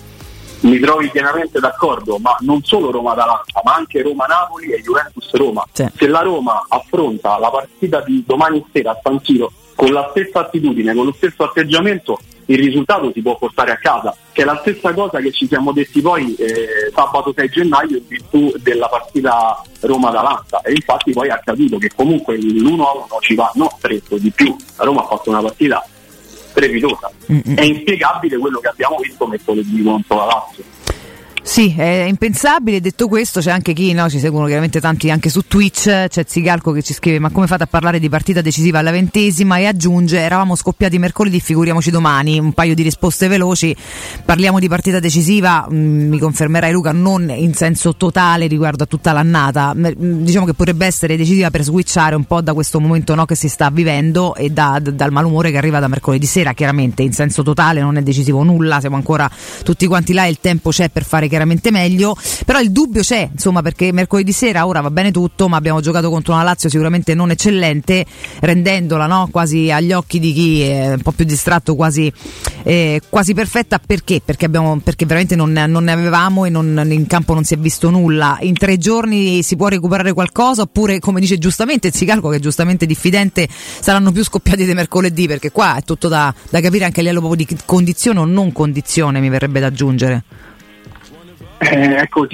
Speaker 21: Mi trovi pienamente d'accordo, ma non solo Roma-Atalanta, ma anche Roma-Napoli e Juventus-Roma.
Speaker 2: Sì.
Speaker 21: Se la Roma affronta la partita di domani sera a San Siro con la stessa attitudine, con lo stesso atteggiamento, il risultato si può portare a casa, che è la stessa cosa che ci siamo detti poi eh, sabato sei gennaio in virtù della partita Roma-Atalanta, e infatti poi è accaduto che comunque l'uno a uno ci va, no stretto, di più. La Roma ha fatto una partita strepitosa. Mm-hmm. È inspiegabile quello che abbiamo visto mercoledì contro la Lazio.
Speaker 2: Sì, è impensabile. Detto questo, c'è anche chi, no, ci seguono chiaramente tanti anche su Twitch, c'è Zigalco che ci scrive: ma come fate a parlare di partita decisiva alla ventesima? E aggiunge: eravamo scoppiati mercoledì, figuriamoci domani. Un paio di risposte veloci. Parliamo di partita decisiva, mh, mi confermerai Luca, non in senso totale riguardo a tutta l'annata, M- diciamo che potrebbe essere decisiva per switchare un po' da questo momento, no, che si sta vivendo, e da, d- dal malumore che arriva da mercoledì sera. Chiaramente in senso totale non è decisivo nulla, siamo ancora tutti quanti là e il tempo c'è per fare chiaramente meglio, però il dubbio c'è, insomma, perché mercoledì sera ora va bene tutto, ma abbiamo giocato contro una Lazio sicuramente non eccellente, rendendola, no, quasi agli occhi di chi è un po' più distratto, quasi, eh, quasi perfetta. Perché? Perché abbiamo, perché veramente non, non ne avevamo, e non, in campo non si è visto nulla. In tre giorni si può recuperare qualcosa, oppure, come dice giustamente Zicalco, che è giustamente diffidente, saranno più scoppiati di mercoledì, perché qua è tutto da, da capire anche a livello proprio di condizione o non condizione, mi verrebbe da aggiungere.
Speaker 21: Eh, è così,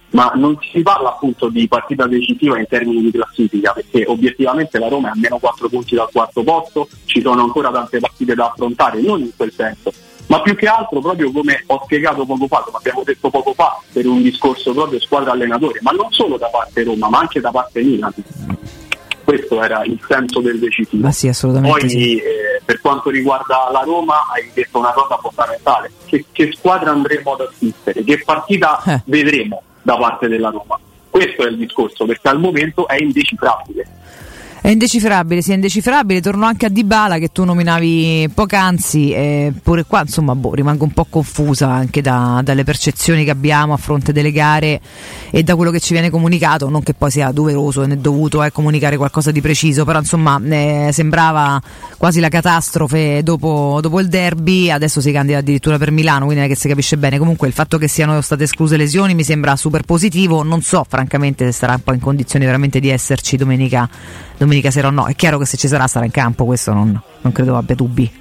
Speaker 21: ma non si parla appunto di partita decisiva in termini di classifica, perché obiettivamente la Roma è a meno quattro punti dal quarto posto, ci sono ancora tante partite da affrontare, non in quel senso, ma più che altro proprio come ho spiegato poco fa, come abbiamo detto poco fa, per un discorso proprio squadra-allenatore, ma non solo da parte Roma, ma anche da parte Milan. Questo era il senso del decisivo.
Speaker 2: Ma sì, assolutamente.
Speaker 21: Poi
Speaker 2: sì.
Speaker 21: eh, per quanto riguarda la Roma hai detto una cosa fondamentale, che, che squadra andremo ad assistere, che partita eh. vedremo da parte della Roma. Questo è il discorso, perché al momento è indecifrabile.
Speaker 2: È indecifrabile, sì, è indecifrabile. Torno anche a Dybala che tu nominavi poc'anzi, eh, pure qua insomma boh, rimango un po' confusa anche da, dalle percezioni che abbiamo a fronte delle gare e da quello che ci viene comunicato, non che poi sia doveroso né dovuto eh, comunicare qualcosa di preciso, però insomma eh, sembrava quasi la catastrofe dopo, dopo il derby, adesso si candida addirittura per Milano, quindi non è che si capisce bene. Comunque il fatto che siano state escluse lesioni mi sembra super positivo, non so francamente se sarà poi in condizioni veramente di esserci domenica domenica sera o no. È chiaro che se ci sarà sarà in campo, questo non, non credo abbia dubbi.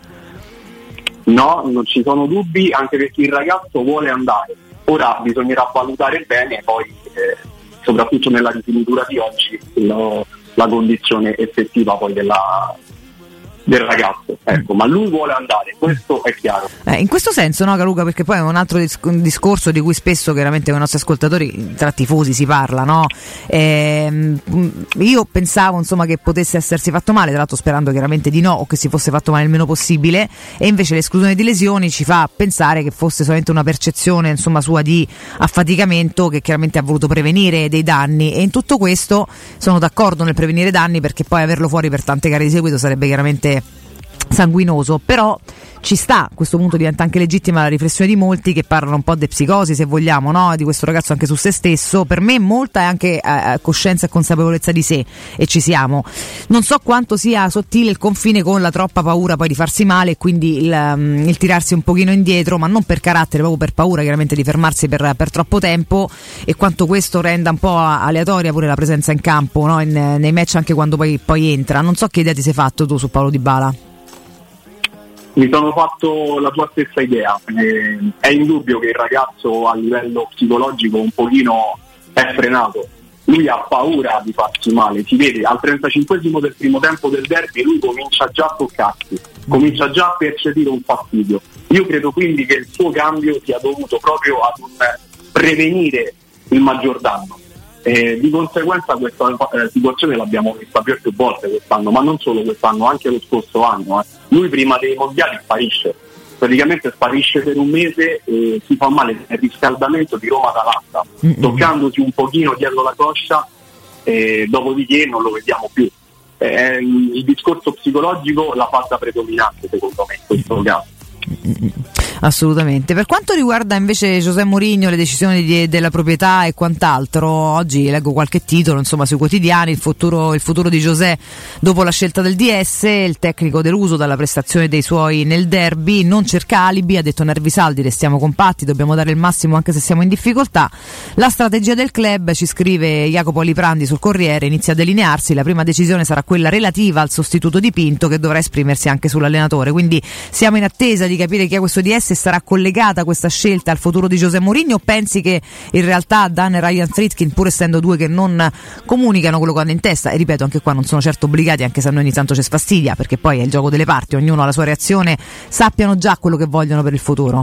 Speaker 21: No, non ci sono dubbi, anche perché il ragazzo vuole andare. Ora bisognerà valutare bene poi eh, soprattutto nella rifinitura di oggi lo, la condizione effettiva poi della, del ragazzo, ecco, ma lui vuole andare, questo è chiaro.
Speaker 2: Eh, in questo senso, no, Caruca, perché poi è un altro dis- un discorso di cui spesso chiaramente con i nostri ascoltatori, tra tifosi, si parla, no? Eh, io pensavo insomma che potesse essersi fatto male, tra l'altro sperando chiaramente di no, o che si fosse fatto male il meno possibile, e invece l'esclusione di lesioni ci fa pensare che fosse solamente una percezione insomma sua di affaticamento, che chiaramente ha voluto prevenire dei danni, e in tutto questo sono d'accordo nel prevenire danni, perché poi averlo fuori per tante gare di seguito sarebbe chiaramente sanguinoso, però ci sta, a questo punto diventa anche legittima la riflessione di molti che parlano un po' di psicosi, se vogliamo, no? Di questo ragazzo anche su se stesso. Per me molta è anche eh, coscienza e consapevolezza di sé, e ci siamo. Non so quanto sia sottile il confine con la troppa paura poi di farsi male, e quindi il, um, il tirarsi un pochino indietro, ma non per carattere, proprio per paura chiaramente di fermarsi per, per troppo tempo, e quanto questo renda un po' aleatoria pure la presenza in campo, no? In, nei match anche quando poi, poi entra. Non so che idea ti sei fatto tu su Paulo Dybala.
Speaker 21: Mi sono fatto la tua stessa idea, eh, è indubbio che il ragazzo a livello psicologico un pochino è frenato, lui ha paura di farsi male, si vede al trentacinquesimo del primo tempo del derby lui comincia già a toccarsi, comincia già a percepire un fastidio. Io credo quindi che il suo cambio sia dovuto proprio ad un prevenire il maggior danno. Eh, di conseguenza questa eh, situazione l'abbiamo vista più e più volte quest'anno, ma non solo quest'anno, anche lo scorso anno. Eh. Lui prima dei mondiali sparisce, praticamente sparisce per un mese e si fa male nel riscaldamento di Roma-Atalanta, mm-hmm. toccandosi un pochino dietro la coscia, e dopodiché non lo vediamo più. Eh, il discorso psicologico l'ha fatta predominante secondo me in questo caso.
Speaker 2: Assolutamente. Per quanto riguarda invece José Mourinho, le decisioni di, della proprietà e quant'altro, oggi leggo qualche titolo insomma sui quotidiani, il futuro, il futuro di José dopo la scelta del D S, il tecnico deluso dalla prestazione dei suoi nel derby, non cerca alibi, ha detto nervi saldi, restiamo compatti, dobbiamo dare il massimo anche se siamo in difficoltà. La strategia del club, ci scrive Jacopo Liprandi sul Corriere, inizia a delinearsi, la prima decisione sarà quella relativa al sostituto di Pinto, che dovrà esprimersi anche sull'allenatore, quindi siamo in attesa di capire chi è questo D S, se sarà collegata questa scelta al futuro di José Mourinho, o pensi che in realtà Dan e Ryan Friedkin, pur essendo due che non comunicano quello che hanno in testa, e ripeto anche qua non sono certo obbligati, anche se a noi ogni tanto ci sfastidia perché poi è il gioco delle parti, ognuno ha la sua reazione, sappiano già quello che vogliono per il futuro?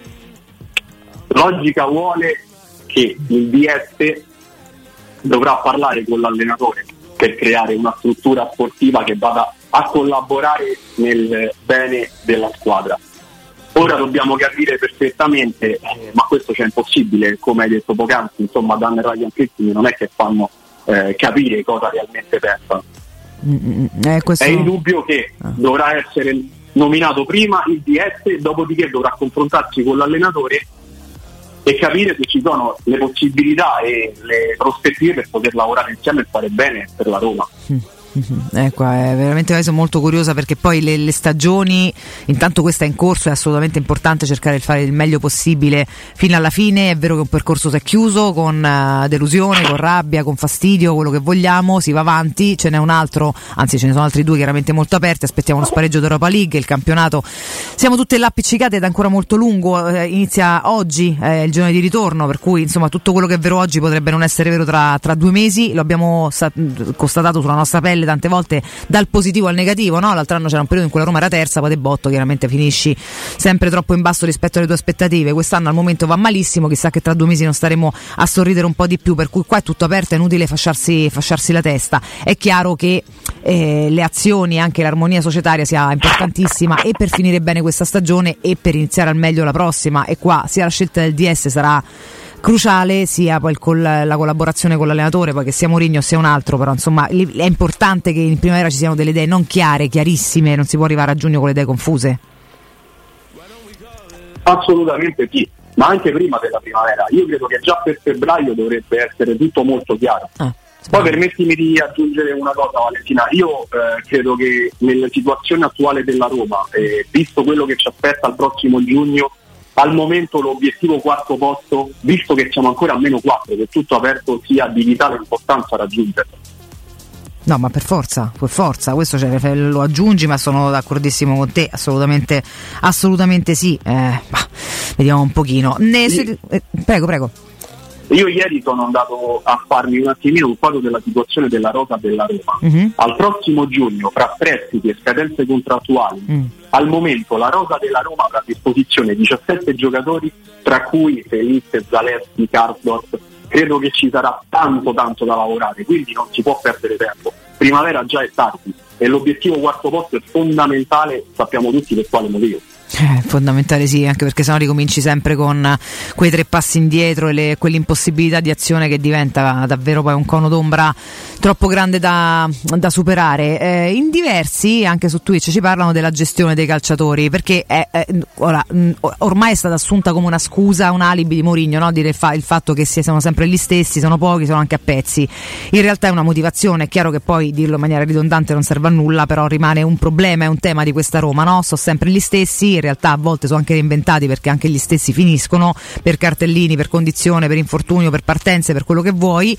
Speaker 21: Logica vuole che il D S dovrà parlare con l'allenatore per creare una struttura sportiva che vada a collaborare nel bene della squadra. Ora dobbiamo capire perfettamente, eh, ma questo c'è impossibile, come hai detto poc'anzi, insomma Dan e Ryan Friedkin non è che fanno eh, capire cosa realmente pensano.
Speaker 2: Mm, eh, questo...
Speaker 21: È indubbio che ah. dovrà essere nominato prima il D S, dopodiché dovrà confrontarsi con l'allenatore e capire se ci sono le possibilità e le prospettive per poter lavorare insieme e fare bene per la Roma.
Speaker 2: Mm. Mm-hmm. Ecco, è veramente sono molto curiosa perché poi le, le stagioni, intanto questa è in corso, è assolutamente importante cercare di fare il meglio possibile fino alla fine. È vero che un percorso si è chiuso con uh, delusione, con rabbia, con fastidio, quello che vogliamo, si va avanti, ce n'è un altro, anzi ce ne sono altri due chiaramente molto aperti, aspettiamo lo spareggio d'Europa League, il campionato siamo tutte là appiccicate ed è ancora molto lungo, eh, inizia oggi, è eh, il giorno di ritorno, per cui insomma tutto quello che è vero oggi potrebbe non essere vero tra, tra due mesi, lo abbiamo sa- constatato sulla nostra pelle tante volte dal positivo al negativo, no? L'altro anno c'era un periodo in cui la Roma era terza, poi de botto chiaramente finisci sempre troppo in basso rispetto alle tue aspettative. Quest'anno al momento va malissimo, chissà che tra due mesi non staremo a sorridere un po' di più, per cui qua è tutto aperto, è inutile fasciarsi, fasciarsi la testa. È chiaro che eh, le azioni, anche l'armonia societaria sia importantissima e per finire bene questa stagione e per iniziare al meglio la prossima, e qua sia la scelta del D S sarà cruciale, sia poi col, la collaborazione con l'allenatore, poi che sia Mourinho o sia un altro, però insomma è importante che in primavera ci siano delle idee non chiare, chiarissime, non si può arrivare a giugno con le idee confuse.
Speaker 21: Assolutamente sì, ma anche prima della primavera. Io credo che già per febbraio dovrebbe essere tutto molto chiaro. Ah, poi permettimi di aggiungere una cosa, Valentina, io eh, credo che nella situazione attuale della Roma, eh, visto quello che ci aspetta al prossimo giugno, al momento l'obiettivo quarto posto, visto che siamo ancora a meno quattro, che tutto aperto, sia di vitale importanza raggiungerlo.
Speaker 2: No, ma per forza, per forza, questo cioè, lo aggiungi, ma sono d'accordissimo con te, assolutamente, assolutamente sì. Eh, bah, vediamo un pochino. Ne, se, eh, prego, prego.
Speaker 21: Io ieri sono andato a farmi un attimino un quadro della situazione della rosa della Roma.
Speaker 2: Mm-hmm.
Speaker 21: Al prossimo giugno, fra prestiti e scadenze contrattuali, mm. al momento la rosa della Roma avrà a disposizione diciassette giocatori, tra cui Felice, Zaleschi, Karsdorp. Credo che ci sarà tanto tanto da lavorare, quindi non si può perdere tempo. Primavera già è tardi e l'obiettivo quarto posto è fondamentale, sappiamo tutti per quale motivo.
Speaker 2: Eh, fondamentale sì, anche perché sennò ricominci sempre con quei tre passi indietro e le, quell'impossibilità di azione che diventa davvero poi un cono d'ombra troppo grande da, da superare. Eh, in diversi, anche su Twitch, ci parlano della gestione dei calciatori, perché è, è, ora, mh, ormai è stata assunta come una scusa, un alibi di Mourinho, no? Dire il, fa, il fatto che siano sempre gli stessi, sono pochi, sono anche a pezzi. In realtà è una motivazione, è chiaro che poi dirlo in maniera ridondante non serve a nulla, però rimane un problema, è un tema di questa Roma, no? Sono sempre gli stessi, in realtà a volte sono anche reinventati perché anche gli stessi finiscono per cartellini, per condizione, per infortunio, per partenze, per quello che vuoi.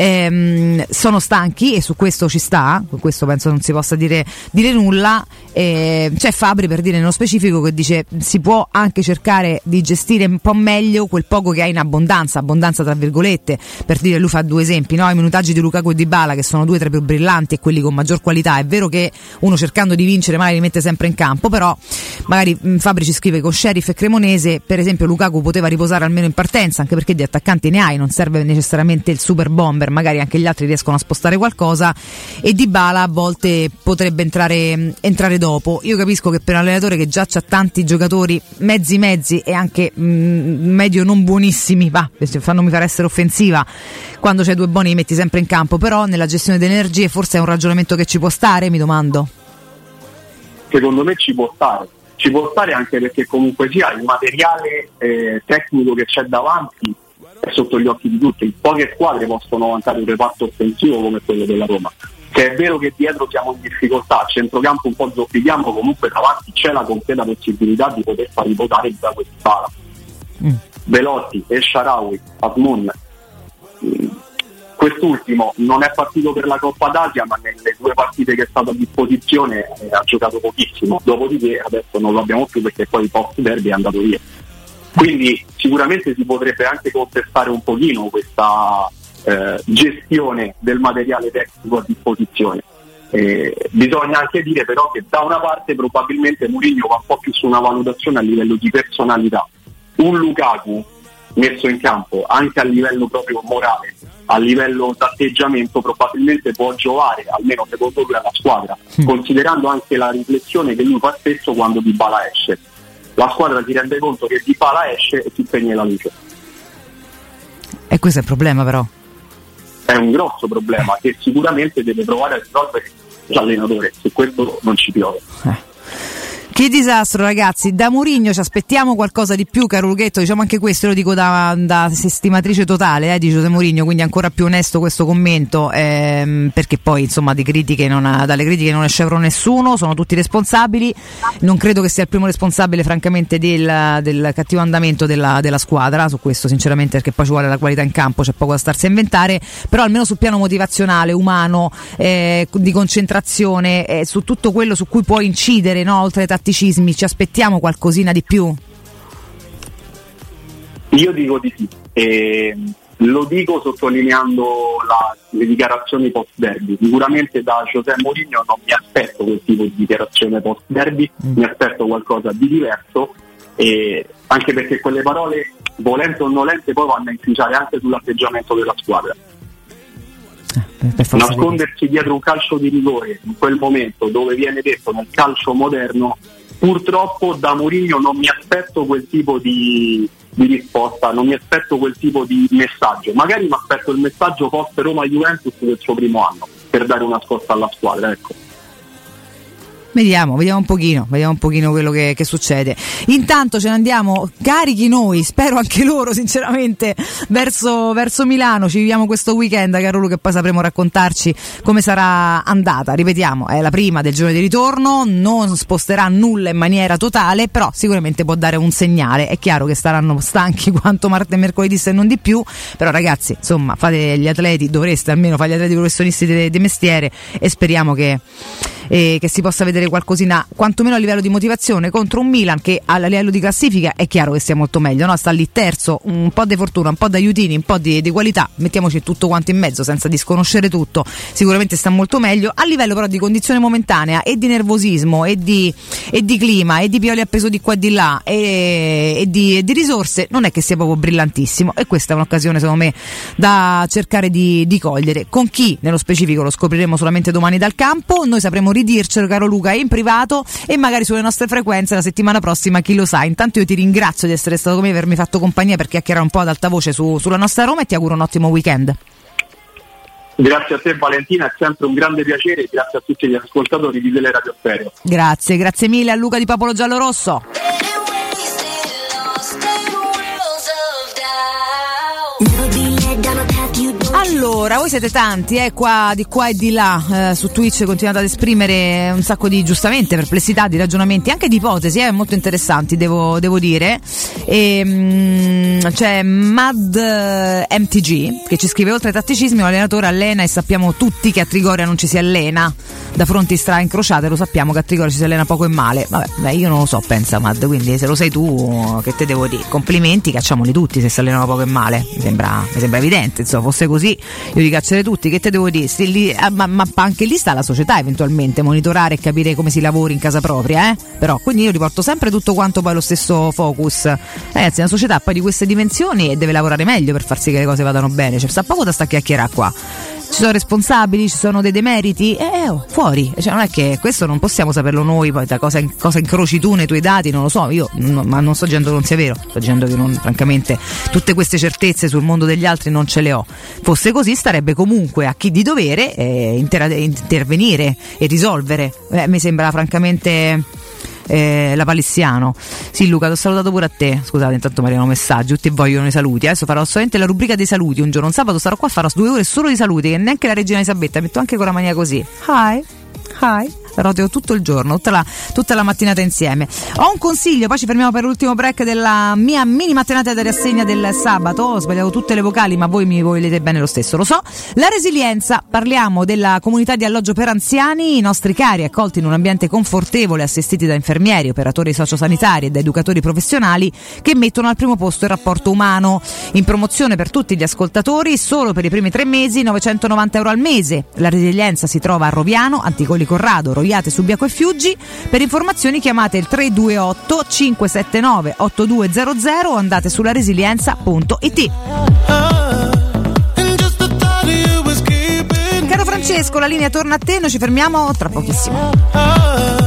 Speaker 2: Ehm, sono stanchi e su questo ci sta, su questo penso non si possa dire, dire nulla. Ehm, c'è Fabri, per dire nello specifico, che dice si può anche cercare di gestire un po' meglio quel poco che hai in abbondanza, abbondanza tra virgolette, per dire, lui fa due esempi, no? I minutaggi di Lukaku e Dybala, che sono due tra i più brillanti e quelli con maggior qualità. È vero che uno cercando di vincere magari li mette sempre in campo, però magari mh, Fabri ci scrive con Sheriff e Cremonese, per esempio Lukaku poteva riposare almeno in partenza, anche perché di attaccanti ne hai, non serve necessariamente il super bomber, magari anche gli altri riescono a spostare qualcosa, e Dybala a volte potrebbe entrare, entrare dopo. Io capisco che per un allenatore che già c'ha tanti giocatori mezzi mezzi e anche mh, medio non buonissimi, va, fanno fare essere offensiva, quando c'hai due buoni li metti sempre in campo, però nella gestione delle energie forse è un ragionamento che ci può stare, mi domando.
Speaker 21: Secondo me ci può stare. Ci può stare anche perché comunque sia il materiale eh, tecnico che c'è davanti è sotto gli occhi di tutti. Poche squadre possono vantare un reparto offensivo come quello della Roma. Se è vero che dietro siamo in difficoltà, a centrocampo un po' zoppichiamo, comunque davanti c'è la completa possibilità di poter far riposare da quest'ala. Mm. Velotti, El Shaarawy, Asmoun. Mm. Quest'ultimo non è partito per la Coppa d'Asia, ma nelle due partite che è stato a disposizione eh, ha giocato pochissimo, dopodiché adesso non lo abbiamo più perché poi post derby è andato via. Quindi sicuramente si potrebbe anche contestare un pochino questa eh, gestione del materiale tecnico a disposizione. Eh, bisogna anche dire però che da una parte probabilmente Mourinho va un po' più su una valutazione a livello di personalità. Un Lukaku messo in campo anche a livello proprio morale, a livello d'atteggiamento, probabilmente può giovare, almeno secondo lui, alla squadra, mm. considerando anche la riflessione che lui fa spesso quando Dybala esce. La squadra si rende conto che Dybala esce e si spegne la luce.
Speaker 2: E questo è il problema, però.
Speaker 21: È un grosso problema che sicuramente deve provare a risolvere l'allenatore, su questo non ci piove.
Speaker 2: Eh. Che disastro, ragazzi. Da Mourinho ci aspettiamo qualcosa di più, caro Lughetto, diciamo anche questo, lo dico da, da estimatrice totale eh, di José Mourinho, quindi ancora più onesto questo commento, ehm, perché poi insomma di critiche non ha, dalle critiche non esce nessuno, sono tutti responsabili. Non credo che sia il primo responsabile francamente del, del cattivo andamento della, della squadra, su questo sinceramente, perché poi ci vuole la qualità in campo, c'è poco da starsi a inventare, però almeno sul piano motivazionale, umano, eh, di concentrazione, eh, su tutto quello su cui può incidere, no, oltre ai tatticismi, ci aspettiamo qualcosina di più?
Speaker 21: Io dico di sì, e lo dico sottolineando la, le dichiarazioni post derby. Sicuramente da José Mourinho non mi aspetto quel tipo di dichiarazione post derby, mm. mi aspetto qualcosa di diverso, e anche perché quelle parole, volente o nolente, poi vanno a inficiare anche sull'atteggiamento della squadra. Nascondersi dietro un calcio di rigore in quel momento, dove viene detto nel calcio moderno, purtroppo da Mourinho non mi aspetto quel tipo di, di risposta, non mi aspetto quel tipo di messaggio. Magari mi aspetto il messaggio post Roma-Juventus del suo primo anno, per dare una scossa alla squadra, ecco.
Speaker 2: Vediamo, vediamo un pochino, vediamo un pochino quello che, che succede. Intanto ce ne andiamo carichi noi, spero anche loro sinceramente, verso, verso Milano. Ci viviamo questo weekend, caro Lu, che poi sapremo raccontarci come sarà andata. Ripetiamo, è la prima del giorno di ritorno, non sposterà nulla in maniera totale, però sicuramente può dare un segnale. È chiaro che saranno stanchi quanto martedì e mercoledì, se non di più, però ragazzi, insomma, fate gli atleti, dovreste almeno fare gli atleti professionisti di, di mestiere, e speriamo che E che si possa vedere qualcosina quantomeno a livello di motivazione contro un Milan che a livello di classifica è chiaro che sia molto meglio, no? Sta lì terzo, un po' di fortuna, un po' di aiutini, un po' di, di qualità, mettiamoci tutto quanto in mezzo senza disconoscere tutto, sicuramente sta molto meglio. A livello però di condizione momentanea e di nervosismo e di, e di clima e di Pioli appeso di qua e di là e, e, di, e di risorse, non è che sia proprio brillantissimo, e questa è un'occasione secondo me da cercare di, di cogliere. Con chi nello specifico lo scopriremo solamente domani dal campo, noi sapremo ridircelo, caro Luca, in privato e magari sulle nostre frequenze la settimana prossima, chi lo sa. Intanto io ti ringrazio di essere stato con me, avermi fatto compagnia per chiacchierare un po' ad alta voce su, sulla nostra Roma, e ti auguro un ottimo weekend.
Speaker 21: Grazie a te Valentina, è sempre un grande piacere, e grazie a tutti gli ascoltatori di Teleradio Stereo.
Speaker 2: Grazie, grazie mille a Luca di Popolo Giallo Rosso. Allora, voi siete tanti, eh, qua, di qua e di là, eh, su Twitch continuate ad esprimere un sacco di, giustamente, perplessità, di ragionamenti, anche di ipotesi, eh, molto interessanti, devo, devo dire. E, mh, c'è Mad M T G che ci scrive: oltre ai tatticismi, l'allenatore allena, e sappiamo tutti che a Trigoria non ci si allena da fronti stra incrociate, lo sappiamo che a Trigoria ci si allena poco e male. Vabbè, beh, io non lo so, pensa Mad, quindi se lo sai tu, che te devo dire? Complimenti, cacciamoli tutti se si allenano poco e male, mi sembra, mi sembra evidente, insomma, fosse così io li caccerei tutti, che te devo dire? Lì, ma, ma anche lì sta la società, eventualmente monitorare e capire come si lavori in casa propria, eh? Però quindi io riporto sempre tutto quanto poi lo stesso focus. Ragazzi, una società poi di queste dimensioni deve lavorare meglio per far sì che le cose vadano bene, cioè sta poco da sta chiacchierare qua. Ci sono responsabili, ci sono dei demeriti, eh, oh, fuori, cioè non è che questo non possiamo saperlo noi, poi da cosa, cosa incroci tu nei tuoi dati, non lo so, io no, ma non sto dicendo che non sia vero, sto dicendo che non, francamente tutte queste certezze sul mondo degli altri non ce le ho. Fosse così starebbe comunque a chi di dovere eh, inter- intervenire e risolvere, eh, mi sembra francamente... Eh, la Palissiano. Sì Luca, ti ho salutato pure a te, scusate, intanto mi arrivano messaggi, tutti vogliono i saluti. Adesso farò solamente la rubrica dei saluti un giorno, un sabato sarò qua, farò due ore solo di saluti, che neanche la regina Elisabetta, metto anche con la mania così, hi, hi, roteo tutto il giorno, tutta la, tutta la mattinata insieme. Ho un consiglio, poi ci fermiamo per l'ultimo break della mia mini mattinata di rassegna del sabato. Ho sbagliato tutte le vocali, ma voi mi volete bene lo stesso, lo so. La resilienza, parliamo della comunità di alloggio per anziani, i nostri cari accolti in un ambiente confortevole, assistiti da infermieri, operatori sociosanitari e da educatori professionali che mettono al primo posto il rapporto umano. In promozione per tutti gli ascoltatori, solo per i primi tre mesi, novecentonovanta euro al mese. La resilienza si trova a Roviano, Anticoli Corrado, Roiate, Subiaco e Fiuggi. Per informazioni chiamate il tre due otto cinque sette nove otto due zero zero o andate sulla resilienza punto it. Caro Francesco, la linea torna a te, noi ci fermiamo tra pochissimo.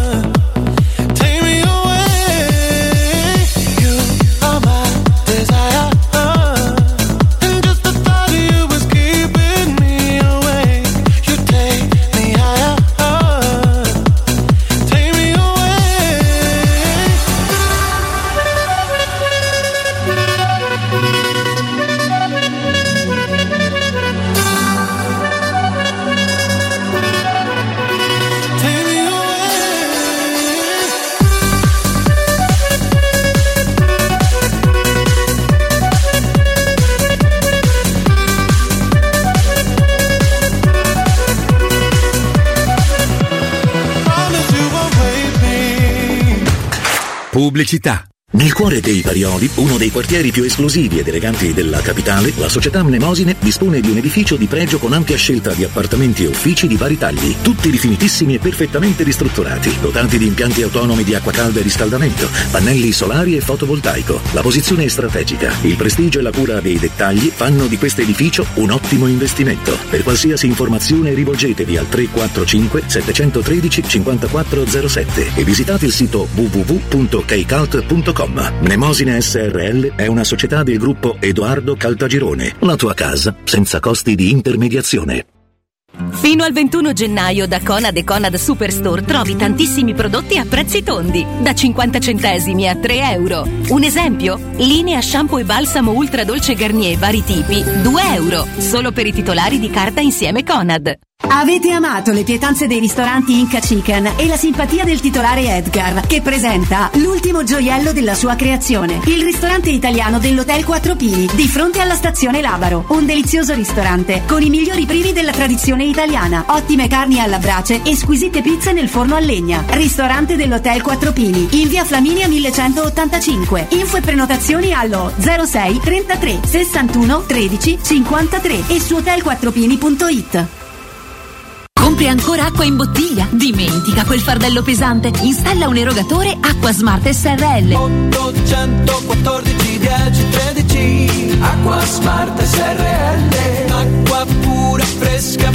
Speaker 18: Pubblicità.
Speaker 3: Nel cuore dei Parioli, uno dei quartieri più esclusivi ed eleganti della capitale, la società Mnemosine dispone di un edificio di pregio con ampia scelta di appartamenti e uffici di vari tagli, tutti rifinitissimi e perfettamente ristrutturati, dotati di impianti autonomi di acqua calda e riscaldamento, pannelli solari e fotovoltaico. La posizione è strategica, il prestigio e la cura dei dettagli fanno di questo edificio un ottimo investimento. Per qualsiasi informazione rivolgetevi al tre quattro cinque sette uno tre cinque quattro zero sette e visitate il sito w w w punto keycult punto com. Mnemosine S R L è una società del gruppo Edoardo Caltagirone. La tua casa senza costi di intermediazione.
Speaker 6: Fino al ventuno gennaio da Conad e Conad Superstore trovi tantissimi prodotti a prezzi tondi, da cinquanta centesimi a tre euro. Un esempio? Linea shampoo e balsamo ultra dolce Garnier vari tipi, due euro, solo per i titolari di carta Insieme Conad.
Speaker 1: Avete amato le pietanze dei ristoranti Inca Chicken e la simpatia del titolare Edgar, che presenta l'ultimo gioiello della sua creazione, il ristorante italiano dell'Hotel Quattro Pini, di fronte alla stazione Labaro. Un delizioso ristorante con i migliori primi della tradizione italiana, ottime carni alla brace e squisite pizze nel forno a legna. Ristorante dell'Hotel Quattro Pini, in via Flaminia millecentottantacinque. Info e prenotazioni allo zero sei trentatré sessantuno tredici cinquantatré e su hotel quattro pini punto it.
Speaker 6: Compri ancora acqua in bottiglia? Dimentica quel fardello pesante. Installa un erogatore Acqua Smart S R L.
Speaker 22: ottocentoquattordici dieci tredici Acqua Smart S R L. Acqua pura, fresca,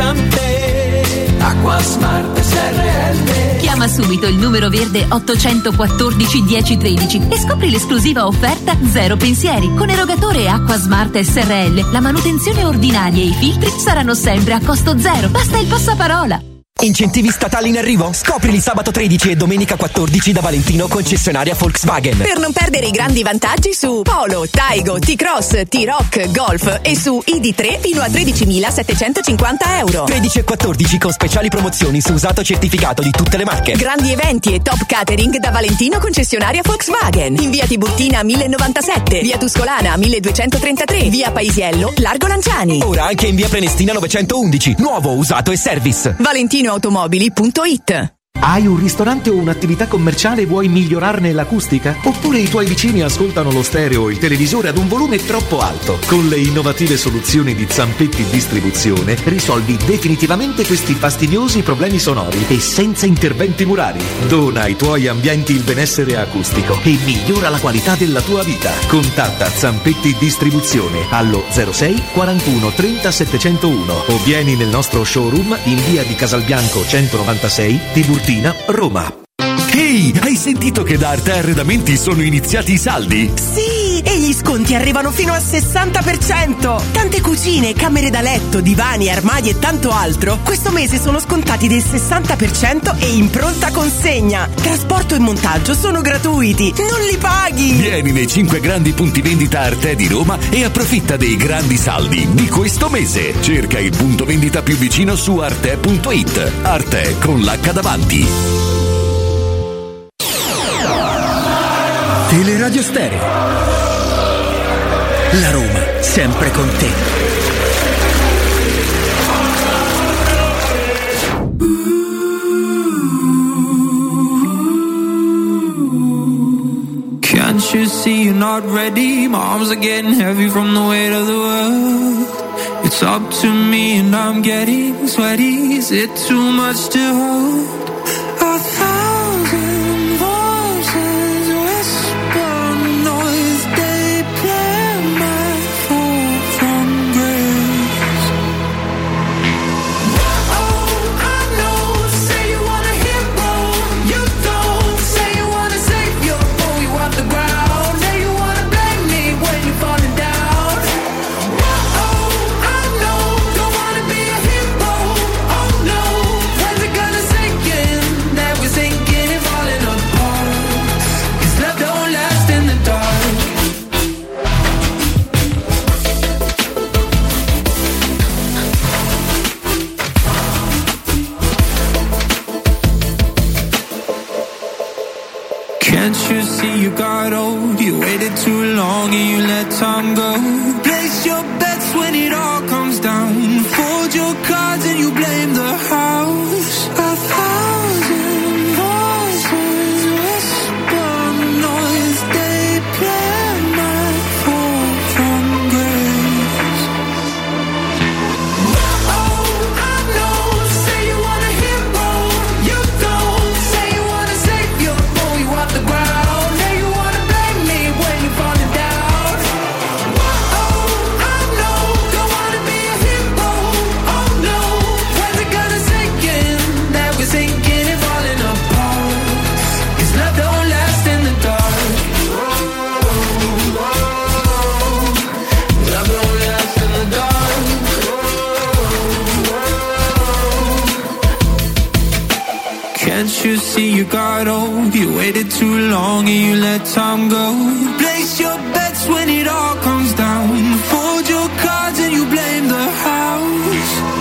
Speaker 22: frizzante. Acqua Smart S R L.
Speaker 6: Chiama subito il numero verde ottocentoquattordici dieci tredici e scopri l'esclusiva offerta Zero Pensieri. Con erogatore Acqua Smart S R L la manutenzione ordinaria e i filtri saranno sempre a costo zero. Basta il passaparola.
Speaker 10: Incentivi statali in arrivo? Scoprili sabato tredici e domenica quattordici da Valentino, concessionaria Volkswagen.
Speaker 4: Per non perdere i grandi vantaggi su Polo, Taigo, T-Cross, T-Rock, Golf e su I D tre fino a tredicimilasettecentocinquanta euro.
Speaker 10: tredici e quattordici con speciali promozioni su usato certificato di tutte le marche.
Speaker 4: Grandi eventi e top catering da Valentino, concessionaria Volkswagen. In via Tiburtina mille novantasette, via Tuscolana milleduecentotrentatré, via Paisiello, Largo Lanciani.
Speaker 10: Ora anche in via Prenestina novecentoundici. Nuovo, usato e service.
Speaker 4: Valentino automobili punto it.
Speaker 19: Hai un ristorante o un'attività commerciale e vuoi migliorarne l'acustica? Oppure i tuoi vicini ascoltano lo stereo o il televisore ad un volume troppo alto? Con le innovative soluzioni di Zampetti Distribuzione risolvi definitivamente questi fastidiosi problemi sonori e senza interventi murari. Dona ai tuoi ambienti il benessere acustico e migliora la qualità della tua vita. Contatta Zampetti Distribuzione allo zero sei quarantuno trenta settecentouno o vieni nel nostro showroom in via di Casalbianco centonovantasei, Tiburtina, Roma.
Speaker 18: Ehi, hey, hai sentito che da Arte Arredamenti sono iniziati i saldi?
Speaker 23: Sì, e gli sconti arrivano fino al sessanta per cento. Tante cucine, camere da letto, divani, armadi e tanto altro questo mese sono scontati del sessanta per cento e in pronta consegna. Trasporto e montaggio sono gratuiti, non li paghi.
Speaker 18: Vieni nei cinque grandi punti vendita Arte di Roma e approfitta dei grandi saldi di questo mese. Cerca il punto vendita più vicino su arte punto it. Arte con l'H davanti.
Speaker 11: Teleradio Stereo. La Roma, sempre con te.
Speaker 22: Can't you see you're not ready? My arms are getting heavy from the weight of the world. It's up to me and I'm getting sweaty. Is it too much to hold? A thousand voices whisper noise. They plan my fall from grace. Oh, I know. Say you want a hero. You don't. Say you want a savior. Pull you off the ground. Say you wanna blame me when you're falling down. Oh, I know. Don't wanna be a hero. Oh no. When's it gonna sink in that we're sinking and falling apart? 'Cause love don't last in the dark. Can't you see you got old? You waited too long and you let time go. Place your bets when it all comes down. Fold your cards and you blame the house. A thousand voices whisper see you got old. You waited too long and you let time go. Place your bets when it all comes down. Fold your cards and you blame the house.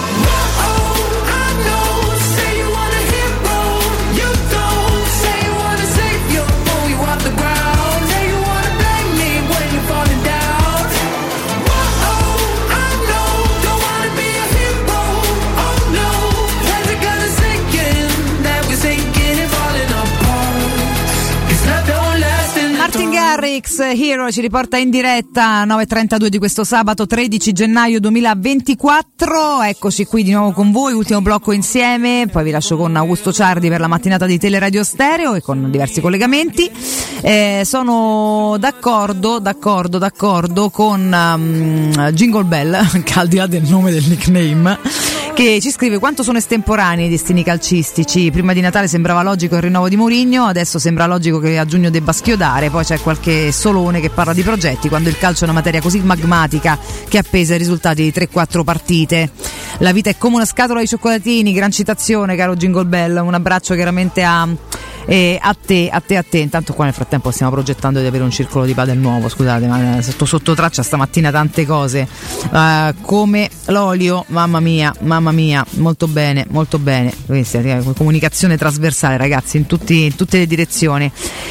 Speaker 2: Martin Garrix, Hero, ci riporta in diretta nove e trentadue di questo sabato tredici gennaio duemilaventiquattro. Eccoci qui di nuovo con voi, ultimo blocco insieme, poi vi lascio con Augusto Ciardi per la mattinata di Teleradio Stereo e con diversi collegamenti. Eh, sono d'accordo, d'accordo, d'accordo con um, Jingle Bell, che al di là del nome del nickname, che ci scrive: quanto sono estemporanei i destini calcistici. Prima di Natale sembrava logico il rinnovo di Mourinho, adesso sembra logico che a giugno debba schiodare. Poi c'è qualche solone che parla di progetti, quando il calcio è una materia così magmatica che appesa i risultati di tre quattro partite. La vita è come una scatola di cioccolatini. Gran citazione, caro Jingle Bell, un abbraccio chiaramente a E a te, a te, a te. Intanto qua nel frattempo stiamo progettando di avere un circolo di padel nuovo, scusate, ma sotto, sotto traccia stamattina tante cose, uh, come l'olio, mamma mia, mamma mia, molto bene, molto bene. Comunicazione trasversale, ragazzi, in, tutti, in tutte le direzioni.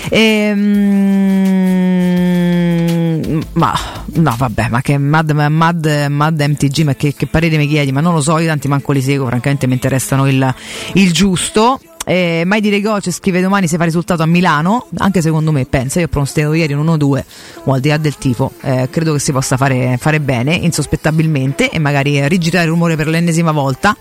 Speaker 2: Ehm, ma no, vabbè, ma che Mad, Mad, Mad M T G, ma che, che parere mi chiedi? Ma non lo so, io tanti manco li seguo, francamente mi interessano il, il giusto. Eh, mai dire gol, ci scrive: domani si fa risultato a Milano, anche secondo me, pensa, io ho pronosticato ieri un uno due, o al di là del tifo, eh, credo che si possa fare, fare bene, insospettabilmente, e magari rigirare il rumore per l'ennesima volta,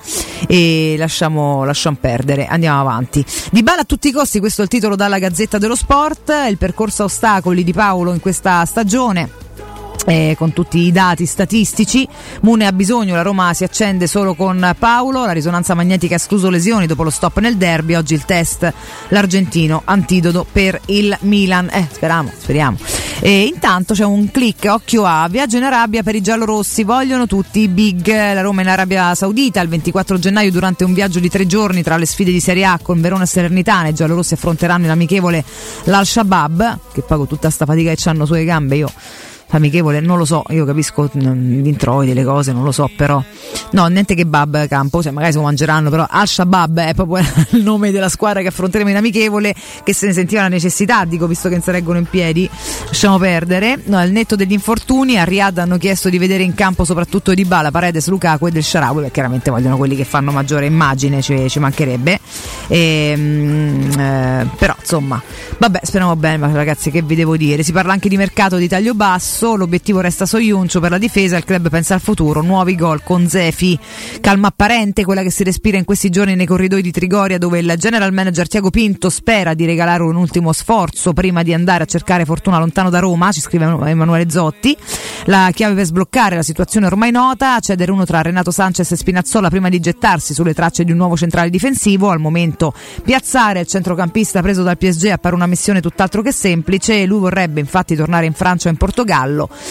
Speaker 2: e lasciamo, lasciamo perdere, andiamo avanti. Dybala a tutti i costi, questo è il titolo dalla Gazzetta dello Sport, il percorso a ostacoli di Paolo in questa stagione. Eh, con tutti i dati statistici, Mune ha bisogno, la Roma si accende solo con Paolo, la risonanza magnetica ha escluso lesioni dopo lo stop nel derby, oggi il test, l'argentino, antidoto per il Milan, eh, speriamo, speriamo. E intanto c'è un click, occhio a, viaggio in Arabia per i giallorossi, vogliono tutti i big, la Roma in Arabia Saudita il ventiquattro gennaio durante un viaggio di tre giorni tra le sfide di Serie A con Verona e Salernitana. I giallorossi affronteranno in amichevole l'Al-Shabaab, che poi con tutta sta fatica che hanno sulle gambe, io amichevole non lo so, io capisco gli introiti, le cose, non lo so, però no, niente che Bab Campo, cioè magari se lo mangeranno, però Al-Shabaab è proprio il nome della squadra che affronteremo in amichevole, che se ne sentiva la necessità, dico, visto che non si reggono in piedi, lasciamo perdere. No, al netto degli infortuni a Riyadh hanno chiesto di vedere in campo soprattutto Dybala, Paredes, Lukaku e Del Shaarawy, perché chiaramente vogliono quelli che fanno maggiore immagine, ci, ci mancherebbe, e, mm, eh, però insomma vabbè, speriamo bene, ma ragazzi, che vi devo dire, si parla anche di mercato di taglio basso. L'obiettivo resta Soyuncu per la difesa, il club pensa al futuro, nuovi gol con Zefi, calma apparente quella che si respira in questi giorni nei corridoi di Trigoria, dove il general manager Tiago Pinto spera di regalare un ultimo sforzo prima di andare a cercare fortuna lontano da Roma, ci scrive Emanuele Zotti. La chiave per sbloccare la situazione ormai nota, cedere uno tra Renato Sanchez e Spinazzola prima di gettarsi sulle tracce di un nuovo centrale difensivo. Al momento piazzare il centrocampista preso dal P S G appare una missione tutt'altro che semplice, lui vorrebbe infatti tornare in Francia o in Portogallo,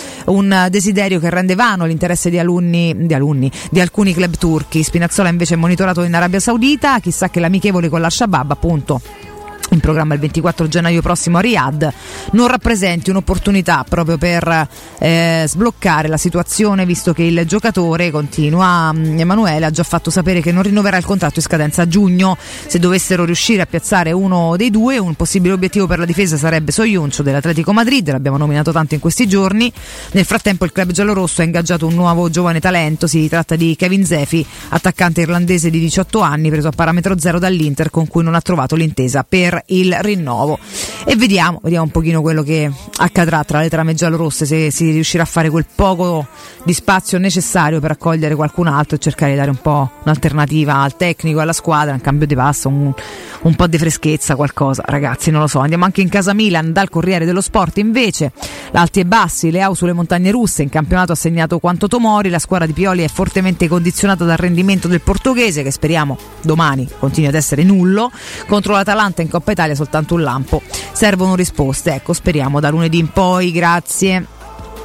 Speaker 2: un desiderio che rende vano l'interesse di alunni, di alunni di alcuni club turchi. Spinazzola invece è monitorato in Arabia Saudita, chissà che l'amichevole con l'Al-Shabaab, appunto in programma il ventiquattro gennaio prossimo a Riyadh, non rappresenti un'opportunità proprio per eh, sbloccare la situazione, visto che il giocatore, continua Emanuele, ha già fatto sapere che non rinnoverà il contratto in scadenza a giugno. Se dovessero riuscire a piazzare uno dei due, un possibile obiettivo per la difesa sarebbe Soyuncu dell'Atletico Madrid, l'abbiamo nominato tanto in questi giorni. Nel frattempo il club giallorosso ha ingaggiato un nuovo giovane talento, si tratta di Kevin Zefi, attaccante irlandese di diciotto anni, preso a parametro zero dall'Inter, con cui non ha trovato l'intesa per il rinnovo. E vediamo, vediamo un pochino quello che accadrà tra le trame giallorosse, se si riuscirà a fare quel poco di spazio necessario per accogliere qualcun altro e cercare di dare un po' un'alternativa al tecnico, alla squadra, un cambio di passo, un, un po' di freschezza, qualcosa, ragazzi, non lo so. Andiamo anche in casa Milan dal Corriere dello Sport, invece l'alti e bassi, Leao sulle montagne russe, in campionato ha segnato quanto Tomori, la squadra di Pioli è fortemente condizionata dal rendimento del portoghese, che speriamo domani continui ad essere nullo, contro l'Atalanta in Coppa Italia soltanto un lampo, servono risposte, ecco, speriamo da lunedì in poi, grazie.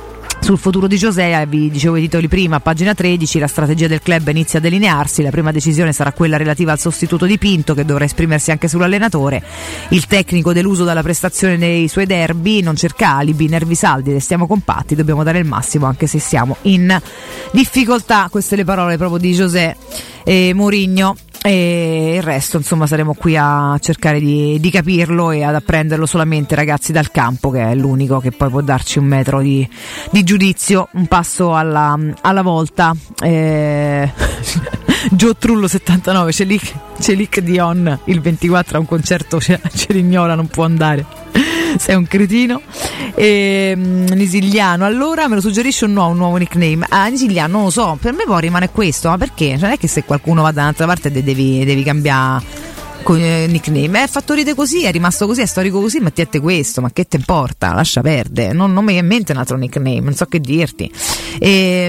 Speaker 2: Sul futuro di José, vi dicevo i titoli prima, a pagina tredici, la strategia del club inizia a delinearsi, la prima decisione sarà quella relativa al sostituto di Pinto, che dovrà esprimersi anche sull'allenatore. Il tecnico deluso dalla prestazione nei suoi derby non cerca alibi, nervi saldi, restiamo compatti, dobbiamo dare il massimo anche se siamo in difficoltà. Queste le parole proprio di José e Mourinho. E il resto insomma saremo qui a cercare di, di capirlo e ad apprenderlo solamente, ragazzi, dal campo, che è l'unico che poi può darci un metro di, di giudizio, un passo alla, alla volta. eh... Gio Trullo settantanove, Celic, Celic Dion il ventiquattro a un concerto Cerignola, non può andare, sei un cretino. E, um, Nisigliano, allora me lo suggerisce un nuovo, un nuovo nickname? Ah, Nisigliano, non lo so, per me poi rimane questo, ma perché? Cioè, non è che se qualcuno va da un'altra parte devi, devi cambiare eh, nickname, è fatto ride così, è rimasto così, è storico così, mettete questo, ma che te importa, lascia perdere, non, non mi viene in mente un altro nickname, non so che dirti. E,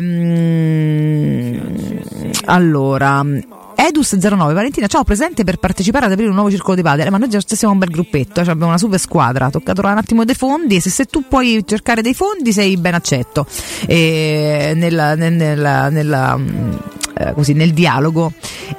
Speaker 2: um, allora Edus zero nove, Valentina, ciao, presente per partecipare ad aprire un nuovo circolo di padel, ma noi già siamo un bel gruppetto, cioè abbiamo una super squadra, tocca trovare un attimo dei fondi, e se, se tu puoi cercare dei fondi sei ben accetto e nella, nella, nella eh, così nel dialogo.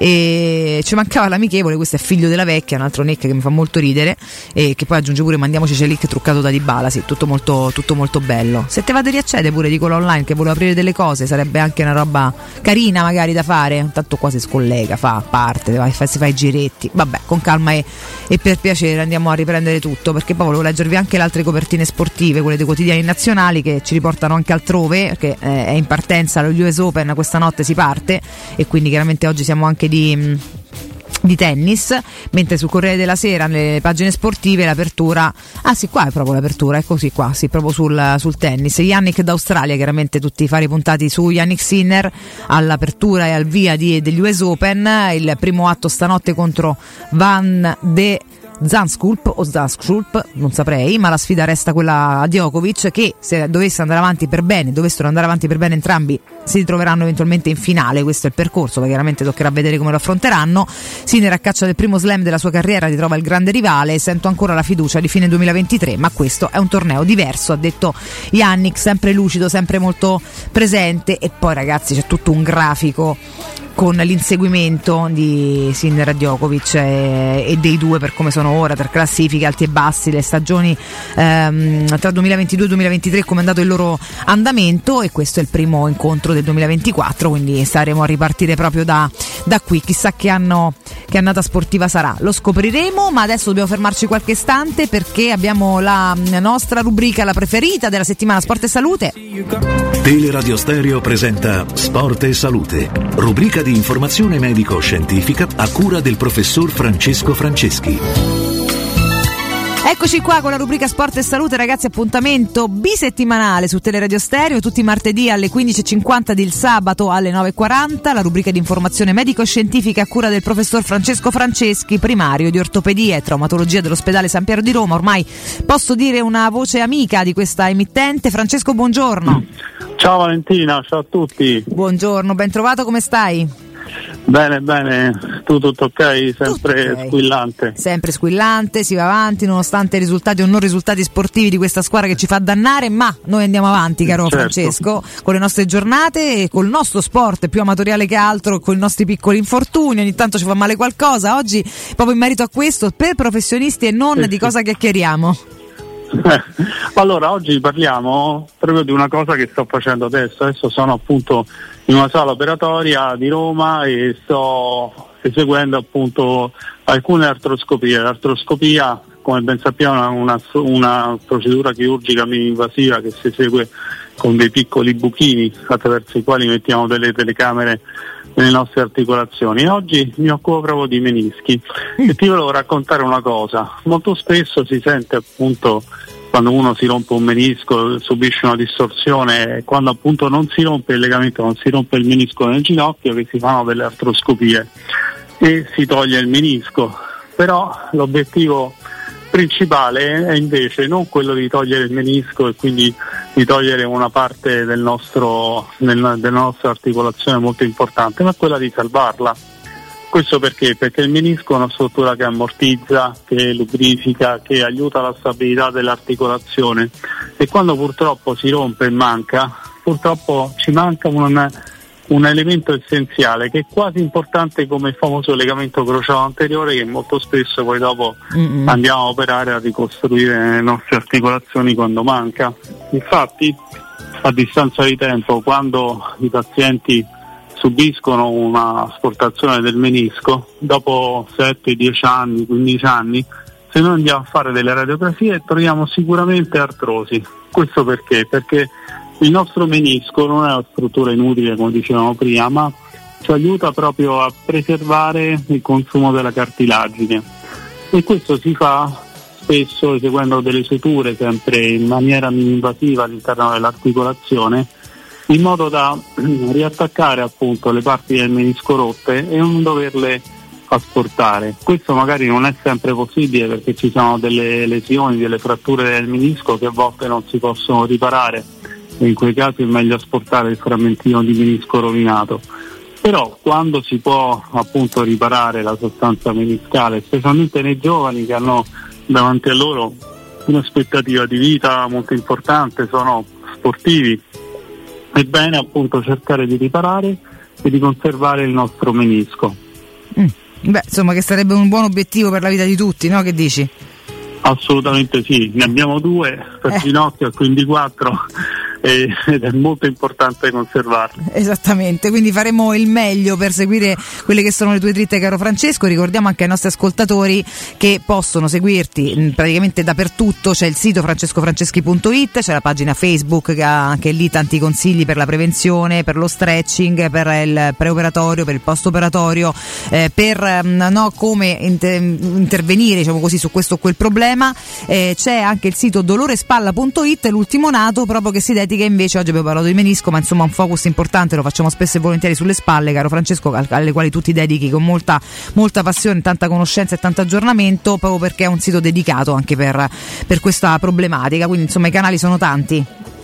Speaker 2: E ci mancava l'amichevole, questo è figlio della vecchia, un altro nick che mi fa molto ridere e che poi aggiunge pure mandiamoci Celic truccato da Dybala, sì, tutto molto, tutto molto bello. Se te va di riaccede pure di quello online che vuole aprire delle cose, sarebbe anche una roba carina magari da fare, tanto qua si scollega, fa parte, si fa i giretti, vabbè, con calma e, e per piacere andiamo a riprendere tutto, perché poi volevo leggervi anche le altre copertine sportive, quelle dei quotidiani nazionali che ci riportano anche altrove, perché eh, è in partenza lo U S Open, questa notte si parte e quindi chiaramente oggi siamo anche di di tennis, mentre sul Corriere della Sera nelle pagine sportive l'apertura, ah sì, qua è proprio l'apertura, è così qua, sì, proprio sul, sul tennis. Yannick d'Australia, chiaramente tutti i fari puntati su Yannick Sinner all'apertura e al via di, degli U S Open, il primo atto stanotte contro Van de Zandschulp o Zandschulp, non saprei, ma la sfida resta quella a Djokovic, che se dovesse andare avanti per bene, dovessero andare avanti per bene entrambi, si ritroveranno eventualmente in finale. Questo è il percorso, poi chiaramente toccherà vedere come lo affronteranno. Sinner a caccia del primo slam della sua carriera ritrova il grande rivale, sento ancora la fiducia di fine duemilaventitré, ma questo è un torneo diverso, ha detto Yannick, sempre lucido, sempre molto presente. E poi ragazzi c'è tutto un grafico con l'inseguimento di Sinner a Djokovic e, e dei due per come sono ora, tra classifiche alti e bassi, le stagioni ehm, tra duemilaventidue e duemilaventitré, come è andato il loro andamento, e questo è il primo incontro del duemilaventiquattro, quindi staremo a ripartire proprio da, da qui. Chissà che anno, che annata sportiva sarà, lo scopriremo, ma adesso dobbiamo fermarci qualche istante perché abbiamo la nostra rubrica, la preferita della settimana, Sport e Salute.
Speaker 3: Teleradio Stereo presenta Sport e Salute, rubrica di informazione medico-scientifica a cura del professor Francesco Franceschi.
Speaker 2: Eccoci qua con la rubrica Sport e Salute, ragazzi, appuntamento bisettimanale su Teleradio Stereo, tutti i martedì alle quindici e cinquanta ed il sabato alle nove e quaranta, la rubrica di informazione medico-scientifica a cura del professor Francesco Franceschi, primario di ortopedia e traumatologia dell'ospedale San Piero di Roma, ormai posso dire una voce amica di questa emittente. Francesco, buongiorno.
Speaker 5: Ciao Valentina, ciao a tutti.
Speaker 2: Buongiorno, ben trovato, come stai?
Speaker 5: Bene, bene, tu tutto ok? Sempre tutto okay. Squillante.
Speaker 2: Sempre squillante, si va avanti nonostante i risultati o non risultati sportivi di questa squadra che ci fa dannare, ma noi andiamo avanti, caro certo. Francesco, con le nostre giornate e col nostro sport più amatoriale che altro, con i nostri piccoli infortuni, ogni tanto ci fa male qualcosa. Oggi, proprio in merito a questo, per professionisti e non, sì, di cosa chiacchieriamo?
Speaker 5: Allora, oggi parliamo proprio di una cosa che sto facendo adesso. Adesso sono appunto in una sala operatoria di Roma e sto eseguendo appunto alcune artroscopie. L'artroscopia, come ben sappiamo, è una, una procedura chirurgica mini-invasiva che si esegue con dei piccoli buchini attraverso i quali mettiamo delle telecamere nelle nostre articolazioni. E oggi mi occupo proprio di menischi e ti volevo raccontare una cosa. Molto spesso si sente appunto quando uno si rompe un menisco, subisce una distorsione, quando appunto non si rompe il legamento, non si rompe il menisco nel ginocchio, che si fanno delle artroscopie e si toglie il menisco. Però l'obiettivo principale è invece non quello di togliere il menisco e quindi di togliere una parte del nostro, del, della nostra articolazione molto importante, ma quella di salvarla. Questo perché? Perché il menisco è una struttura che ammortizza, che lubrifica, che aiuta la stabilità dell'articolazione, e quando purtroppo si rompe e manca, purtroppo ci manca un, un elemento essenziale che è quasi importante come il famoso legamento crociato anteriore, che molto spesso poi dopo Mm-mm. andiamo a operare a ricostruire le nostre articolazioni quando manca. Infatti a distanza di tempo, quando i pazienti subiscono una asportazione del menisco, dopo sette, dieci anni, quindici anni, se noi andiamo a fare delle radiografie troviamo sicuramente artrosi. Questo perché? Perché il nostro menisco non è una struttura inutile, come dicevamo prima, ma ci aiuta proprio a preservare il consumo della cartilagine, e questo si fa spesso eseguendo delle suture sempre in maniera mini-invasiva all'interno dell'articolazione, in modo da riattaccare appunto le parti del menisco rotte e non doverle asportare. Questo magari non è sempre possibile, perché ci sono delle lesioni, delle fratture del menisco che a volte non si possono riparare, e in quei casi è meglio asportare il frammentino di menisco rovinato. Però quando si può appunto riparare la sostanza meniscale, specialmente nei giovani che hanno davanti a loro un'aspettativa di vita molto importante, sono sportivi, è bene appunto cercare di riparare e di conservare il nostro menisco.
Speaker 2: Mm. Beh, insomma, che sarebbe un buon obiettivo per la vita di tutti, no? Che dici?
Speaker 5: Assolutamente sì, ne abbiamo due per
Speaker 2: Eh.
Speaker 5: ginocchio, quindi quattro, e- ed è molto importante conservarli.
Speaker 2: Esattamente, quindi faremo il meglio per seguire quelle che sono le tue dritte, caro Francesco. Ricordiamo anche ai nostri ascoltatori che possono seguirti mh, praticamente dappertutto. C'è il sito francescofranceschi punto it, c'è la pagina Facebook che ha anche lì tanti consigli per la prevenzione, per lo stretching, per il preoperatorio, per il post-operatorio, eh, per mh, no, come inter- intervenire, diciamo così, su questo o quel problema. Eh, c'è anche il sito dolorespalla punto it, l'ultimo nato, proprio che si dedica invece, oggi abbiamo parlato di menisco, ma insomma un focus importante lo facciamo spesso e volentieri sulle spalle, caro Francesco, al- alle quali tu ti dedichi con molta, molta passione, tanta conoscenza e tanto aggiornamento, proprio perché è un sito dedicato anche per, per questa problematica, quindi insomma i canali sono tanti.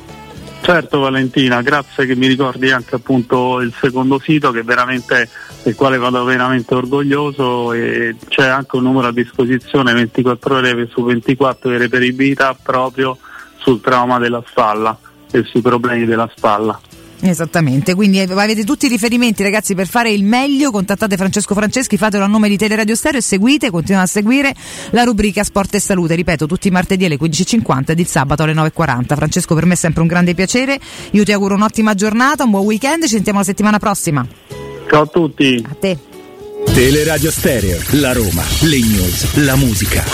Speaker 5: Certo Valentina, grazie che mi ricordi anche appunto il secondo sito, che veramente, del quale vado veramente orgoglioso, e c'è anche un numero a disposizione ventiquattro ore su ventiquattro di reperibilità proprio sul trauma della spalla e sui problemi della spalla.
Speaker 2: Esattamente, quindi eh, avete tutti i riferimenti, ragazzi, per fare il meglio. Contattate Francesco Franceschi, fatelo a nome di Teleradio Stereo e seguite, continuate a seguire la rubrica Sport e Salute, ripeto, tutti i martedì alle quindici e cinquanta ed il sabato alle nove e quaranta. Francesco, per me è sempre un grande piacere, io ti auguro un'ottima giornata, un buon weekend, ci sentiamo la settimana prossima.
Speaker 5: Ciao a tutti.
Speaker 2: A te.
Speaker 11: Teleradio Stereo, la Roma, le news, la musica.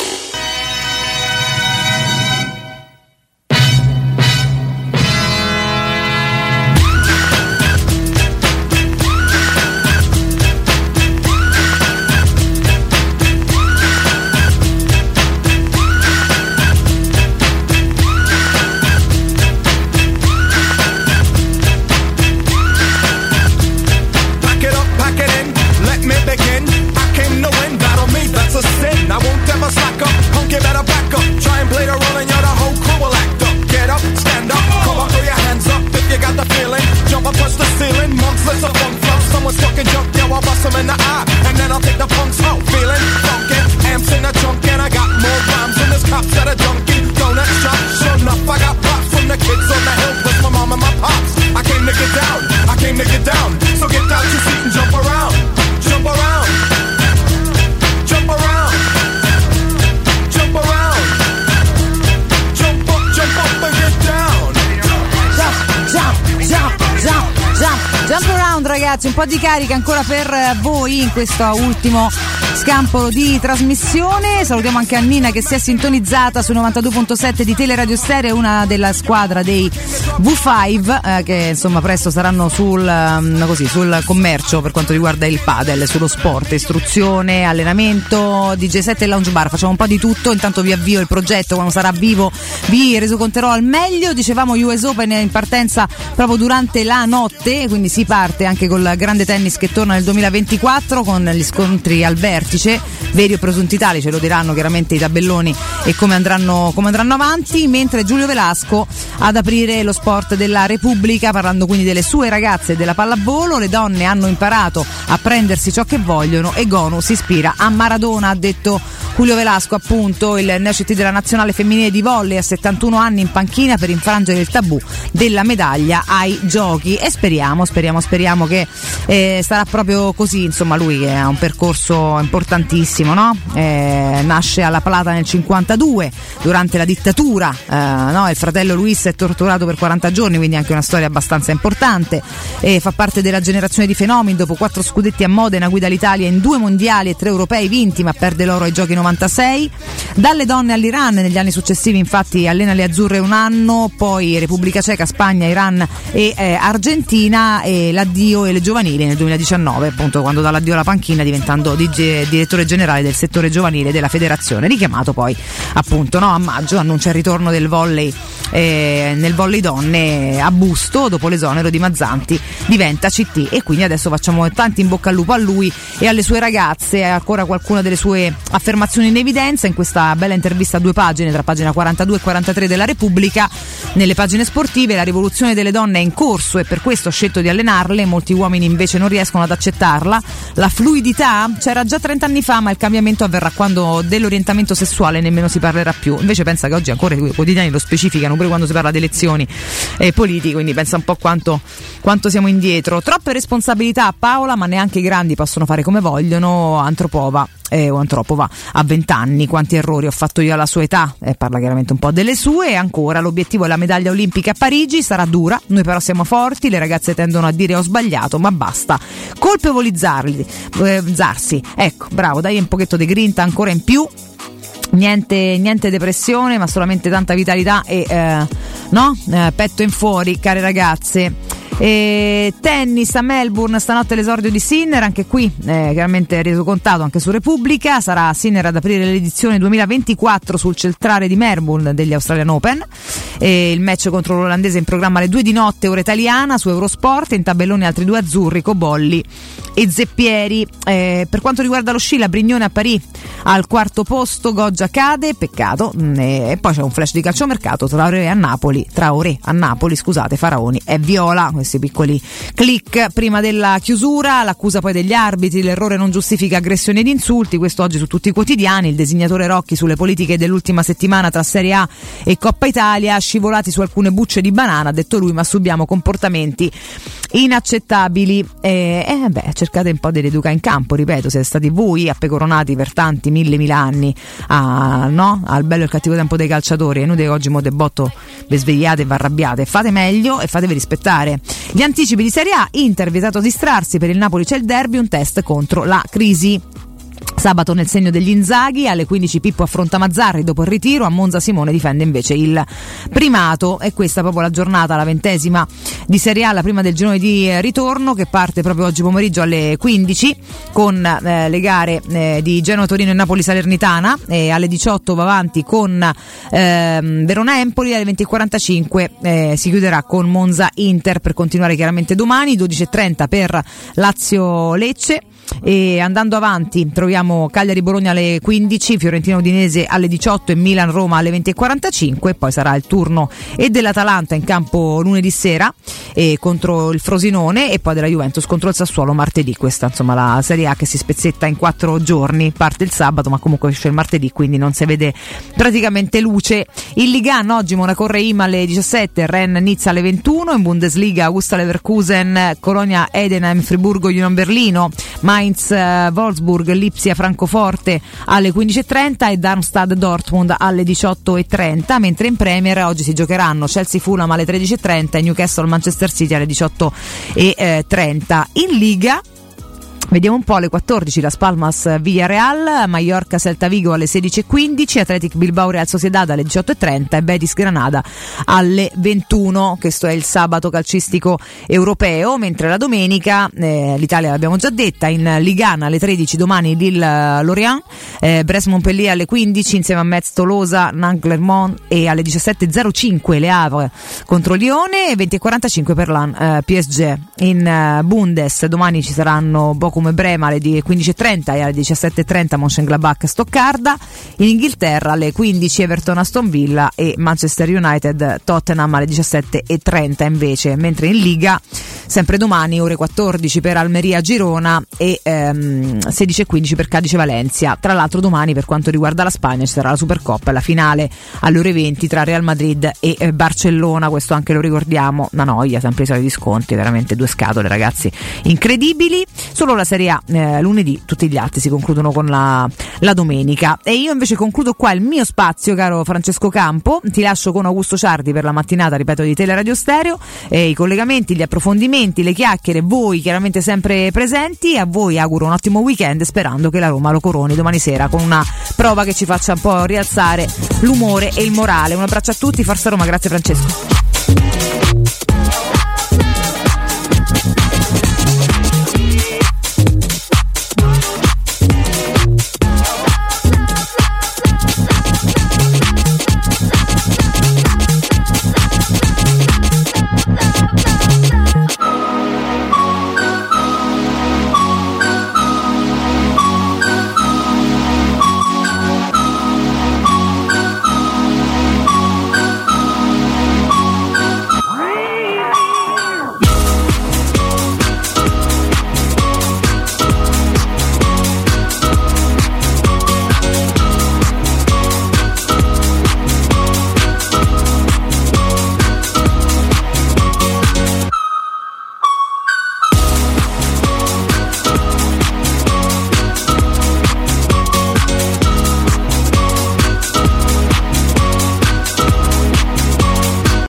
Speaker 8: Pack it up, pack it in, let me begin. I came to win, battle me, that's a sin. I won't ever slack up, punk, you better back up. Try and play the role and you're the whole crew will act up. Get up, stand up, come on, throw your hands up if you got the feeling. Jump up, touch the ceiling, monks, let's a funk flow. Someone's fucking junk, yo, I'll bust them in the eye. And then I'll take the punks out, feeling funky. Amps in the trunk and I got more rhymes than this cops at a Dunkin' Donut shop. Sure enough, I got props from the kids on the hill with my mom and my pops. I came to get down, I came to get down. So get out your seat and jump around, jump around, jump around, jump around, jump up, jump up and get down.
Speaker 2: Jump, jump, jump, jump, jump, jump around, ragazzi, un po' di carica ancora per eh, voi in questo ultimo scampolo di trasmissione. Salutiamo anche Annina che si è sintonizzata su novantadue virgola sette di Teleradio Stereo, una della squadra dei V cinque eh, che insomma presto saranno sul, um, così, sul commercio per quanto riguarda il padel, sullo sport, istruzione, allenamento, D J set e lounge bar, facciamo un po' di tutto. Intanto vi avvio il progetto, quando sarà vivo vi resoconterò al meglio. Dicevamo U S Open in partenza proprio durante la notte, quindi si parte anche col grande tennis che torna nel duemilaventiquattro con gli scontri al vertice, veri o presunti tali, ce lo diranno chiaramente i tabelloni e come andranno, come andranno avanti, mentre Giulio Velasco ad aprire lo sport della Repubblica, parlando quindi delle sue ragazze della pallavolo. Le donne hanno imparato a prendersi ciò che vogliono e Gonu si ispira a Maradona, ha detto Julio Velasco, appunto, il neo C T della nazionale femminile di volley a settantuno anni in panchina per infrangere il tabù della medaglia ai giochi, e speriamo, speriamo, speriamo che eh, sarà proprio così. Insomma, lui che ha un percorso importantissimo, no? Eh, nasce alla Plata nel cinquantadue durante la dittatura, eh, no? Il fratello Luis è torturato per quaranta giorni, quindi anche una storia abbastanza importante, e fa parte della generazione di fenomeni. Dopo quattro scudetti a Modena guida l'Italia in due mondiali e tre europei vinti, ma perde l'oro ai giochi novantasei. Dalle donne all'Iran negli anni successivi, infatti, allena le azzurre un anno, poi Repubblica Ceca, Spagna, Iran e eh, Argentina, e l'addio e le giovanili nel duemiladiciannove, appunto, quando dà l'addio alla panchina diventando D J, direttore generale del settore giovanile della federazione. Richiamato poi, appunto, no, a maggio annuncia il ritorno del volley, eh, nel volley donne a Busto dopo l'esonero di Mazzanti, diventa C T, e quindi adesso facciamo tanti in bocca al lupo a lui e alle sue ragazze. Ancora qualcuna delle sue affermazioni in evidenza in questa bella intervista a due pagine, tra pagina quarantadue e quarantatré della Repubblica. Nelle pagine sportive: la rivoluzione delle donne è in corso e per questo ho scelto di allenarle, molti uomini invece non riescono ad accettarla. La fluidità c'era già trenta anni fa, ma il cambiamento avverrà quando dell'orientamento sessuale nemmeno si parlerà più. Invece pensa che oggi ancora i quotidiani lo specificano pure quando si parla di elezioni eh, politiche, quindi pensa un po' quanto, quanto siamo indietro. Troppe responsabilità a Paola, ma neanche i grandi possono fare come vogliono. Antropova Eh, o Antropova a vent'anni, quanti errori ho fatto io alla sua età, eh, parla chiaramente un po' delle sue. E ancora: l'obiettivo è la medaglia olimpica a Parigi, sarà dura, noi però siamo forti, le ragazze tendono a dire ho sbagliato, ma basta colpevolizzarli, eh, zarsi. Ecco, bravo, dai un pochetto di grinta ancora in più. Niente, niente depressione, ma solamente tanta vitalità e eh, no? Eh, petto in fuori, care ragazze. E tennis a Melbourne, stanotte l'esordio di Sinner, anche qui eh, chiaramente reso contato anche su Repubblica. Sarà Sinner ad aprire l'edizione duemilaventiquattro sul centrale di Melbourne degli Australian Open, e il match contro l'olandese in programma alle due di notte ora italiana su Eurosport. In tabellone altri due azzurri, Cobolli e Zeppieri. Eh, per quanto riguarda lo sci, la Brignone a Parì al quarto posto, Goggia cade, peccato. E poi c'è un flash di calciomercato: Traoré a Napoli, Traoré a Napoli, scusate, Faraoni è viola. Questi piccoli click prima della chiusura. L'accusa poi degli arbitri: l'errore non giustifica aggressioni ed insulti. Questo oggi su tutti i quotidiani. Il disegnatore Rocchi sulle politiche dell'ultima settimana tra Serie A e Coppa Italia: scivolati su alcune bucce di banana, ha detto lui, ma subiamo comportamenti inaccettabili. E eh, beh, cercate un po' di rieducare in campo, ripeto, siete stati voi appecoronati per tanti mille mila anni a, no? al bello e il cattivo tempo dei calciatori. È inutile che oggi mo de botto vi svegliate e vi arrabbiate. Fate meglio e fatevi rispettare. Gli anticipi di Serie A: Inter vietato a distrarsi, per il Napoli c'è il derby, un test contro la crisi. Sabato nel segno degli Inzaghi, alle quindici Pippo affronta Mazzarri dopo il ritiro, a Monza Simone difende invece il primato. E questa è proprio la giornata, la ventesima di Serie A, la prima del girone di ritorno, che parte proprio oggi pomeriggio alle quindici con eh, le gare eh, di Genoa Torino e Napoli Salernitana, e alle diciotto va avanti con eh, Verona Empoli, alle venti e quarantacinque eh, si chiuderà con Monza Inter, per continuare chiaramente domani. Dodici e trenta per Lazio Lecce. E andando avanti troviamo Cagliari Bologna alle quindici, Fiorentina Udinese alle diciotto e Milan Roma alle venti e quarantacinque. Poi sarà il turno e dell'Atalanta in campo lunedì sera e contro il Frosinone, e poi della Juventus contro il Sassuolo martedì. Questa insomma la Serie A che si spezzetta in quattro giorni, parte il sabato ma comunque esce il martedì, quindi non si vede praticamente luce. In Liga uno oggi Monaco Reim alle diciassette, Rennes Nizza alle ventuno. In Bundesliga Augusta Leverkusen Colonia Edenheim Friburgo Union Berlino, Mainz uh, Wolfsburg Lipsia Francoforte alle quindici e trenta e Darmstadt Dortmund alle diciotto e trenta. Mentre in Premier oggi si giocheranno Chelsea Fulham alle tredici e trenta e Newcastle Manchester City alle diciotto e trenta. In Liga vediamo un po' alle quattordici Las Palmas Villarreal, Mallorca Celta Vigo alle sedici e quindici, Athletic Bilbao Real Sociedad alle diciotto e trenta e Betis Granada alle ventuno. Questo è il sabato calcistico europeo. Mentre la domenica eh, l'Italia l'abbiamo già detta, in Ligana alle tredici domani Lille Lorient, eh, Brest Montpellier alle quindici insieme a Metz Tolosa Nantes Clermont, e alle diciassette e zero cinque Le Havre contro Lione e venti e quarantacinque per l'An eh, P S G. In uh, Bundes domani ci saranno Bochum Bochum Brema alle quindici e trenta e alle diciassette e trenta Mönchengladbach Stoccarda. In Inghilterra alle quindici Everton Aston Villa e Manchester United Tottenham alle diciassette e trenta invece, mentre in Liga sempre domani ore quattordici per Almeria Girona e ehm, sedici e quindici per Cadice Valencia. Tra l'altro domani, per quanto riguarda la Spagna, ci sarà la Supercoppa, la finale alle ore venti tra Real Madrid e eh, Barcellona. Questo anche lo ricordiamo, una noia, sempre i soliti sconti, veramente due scatole ragazzi, incredibili. Solo la Serie A eh, lunedì, tutti gli altri si concludono con la, la domenica. E io invece concludo qua il mio spazio, caro Francesco Campo. Ti lascio con Augusto Ciardi per la mattinata, ripeto, di Teleradio Stereo, e i collegamenti, gli approfondimenti, le chiacchiere, voi chiaramente sempre presenti. A voi auguro un ottimo weekend, sperando che la Roma lo coroni domani sera con una prova che ci faccia un po' rialzare l'umore e il morale. Un abbraccio a tutti, Forza Roma, grazie Francesco.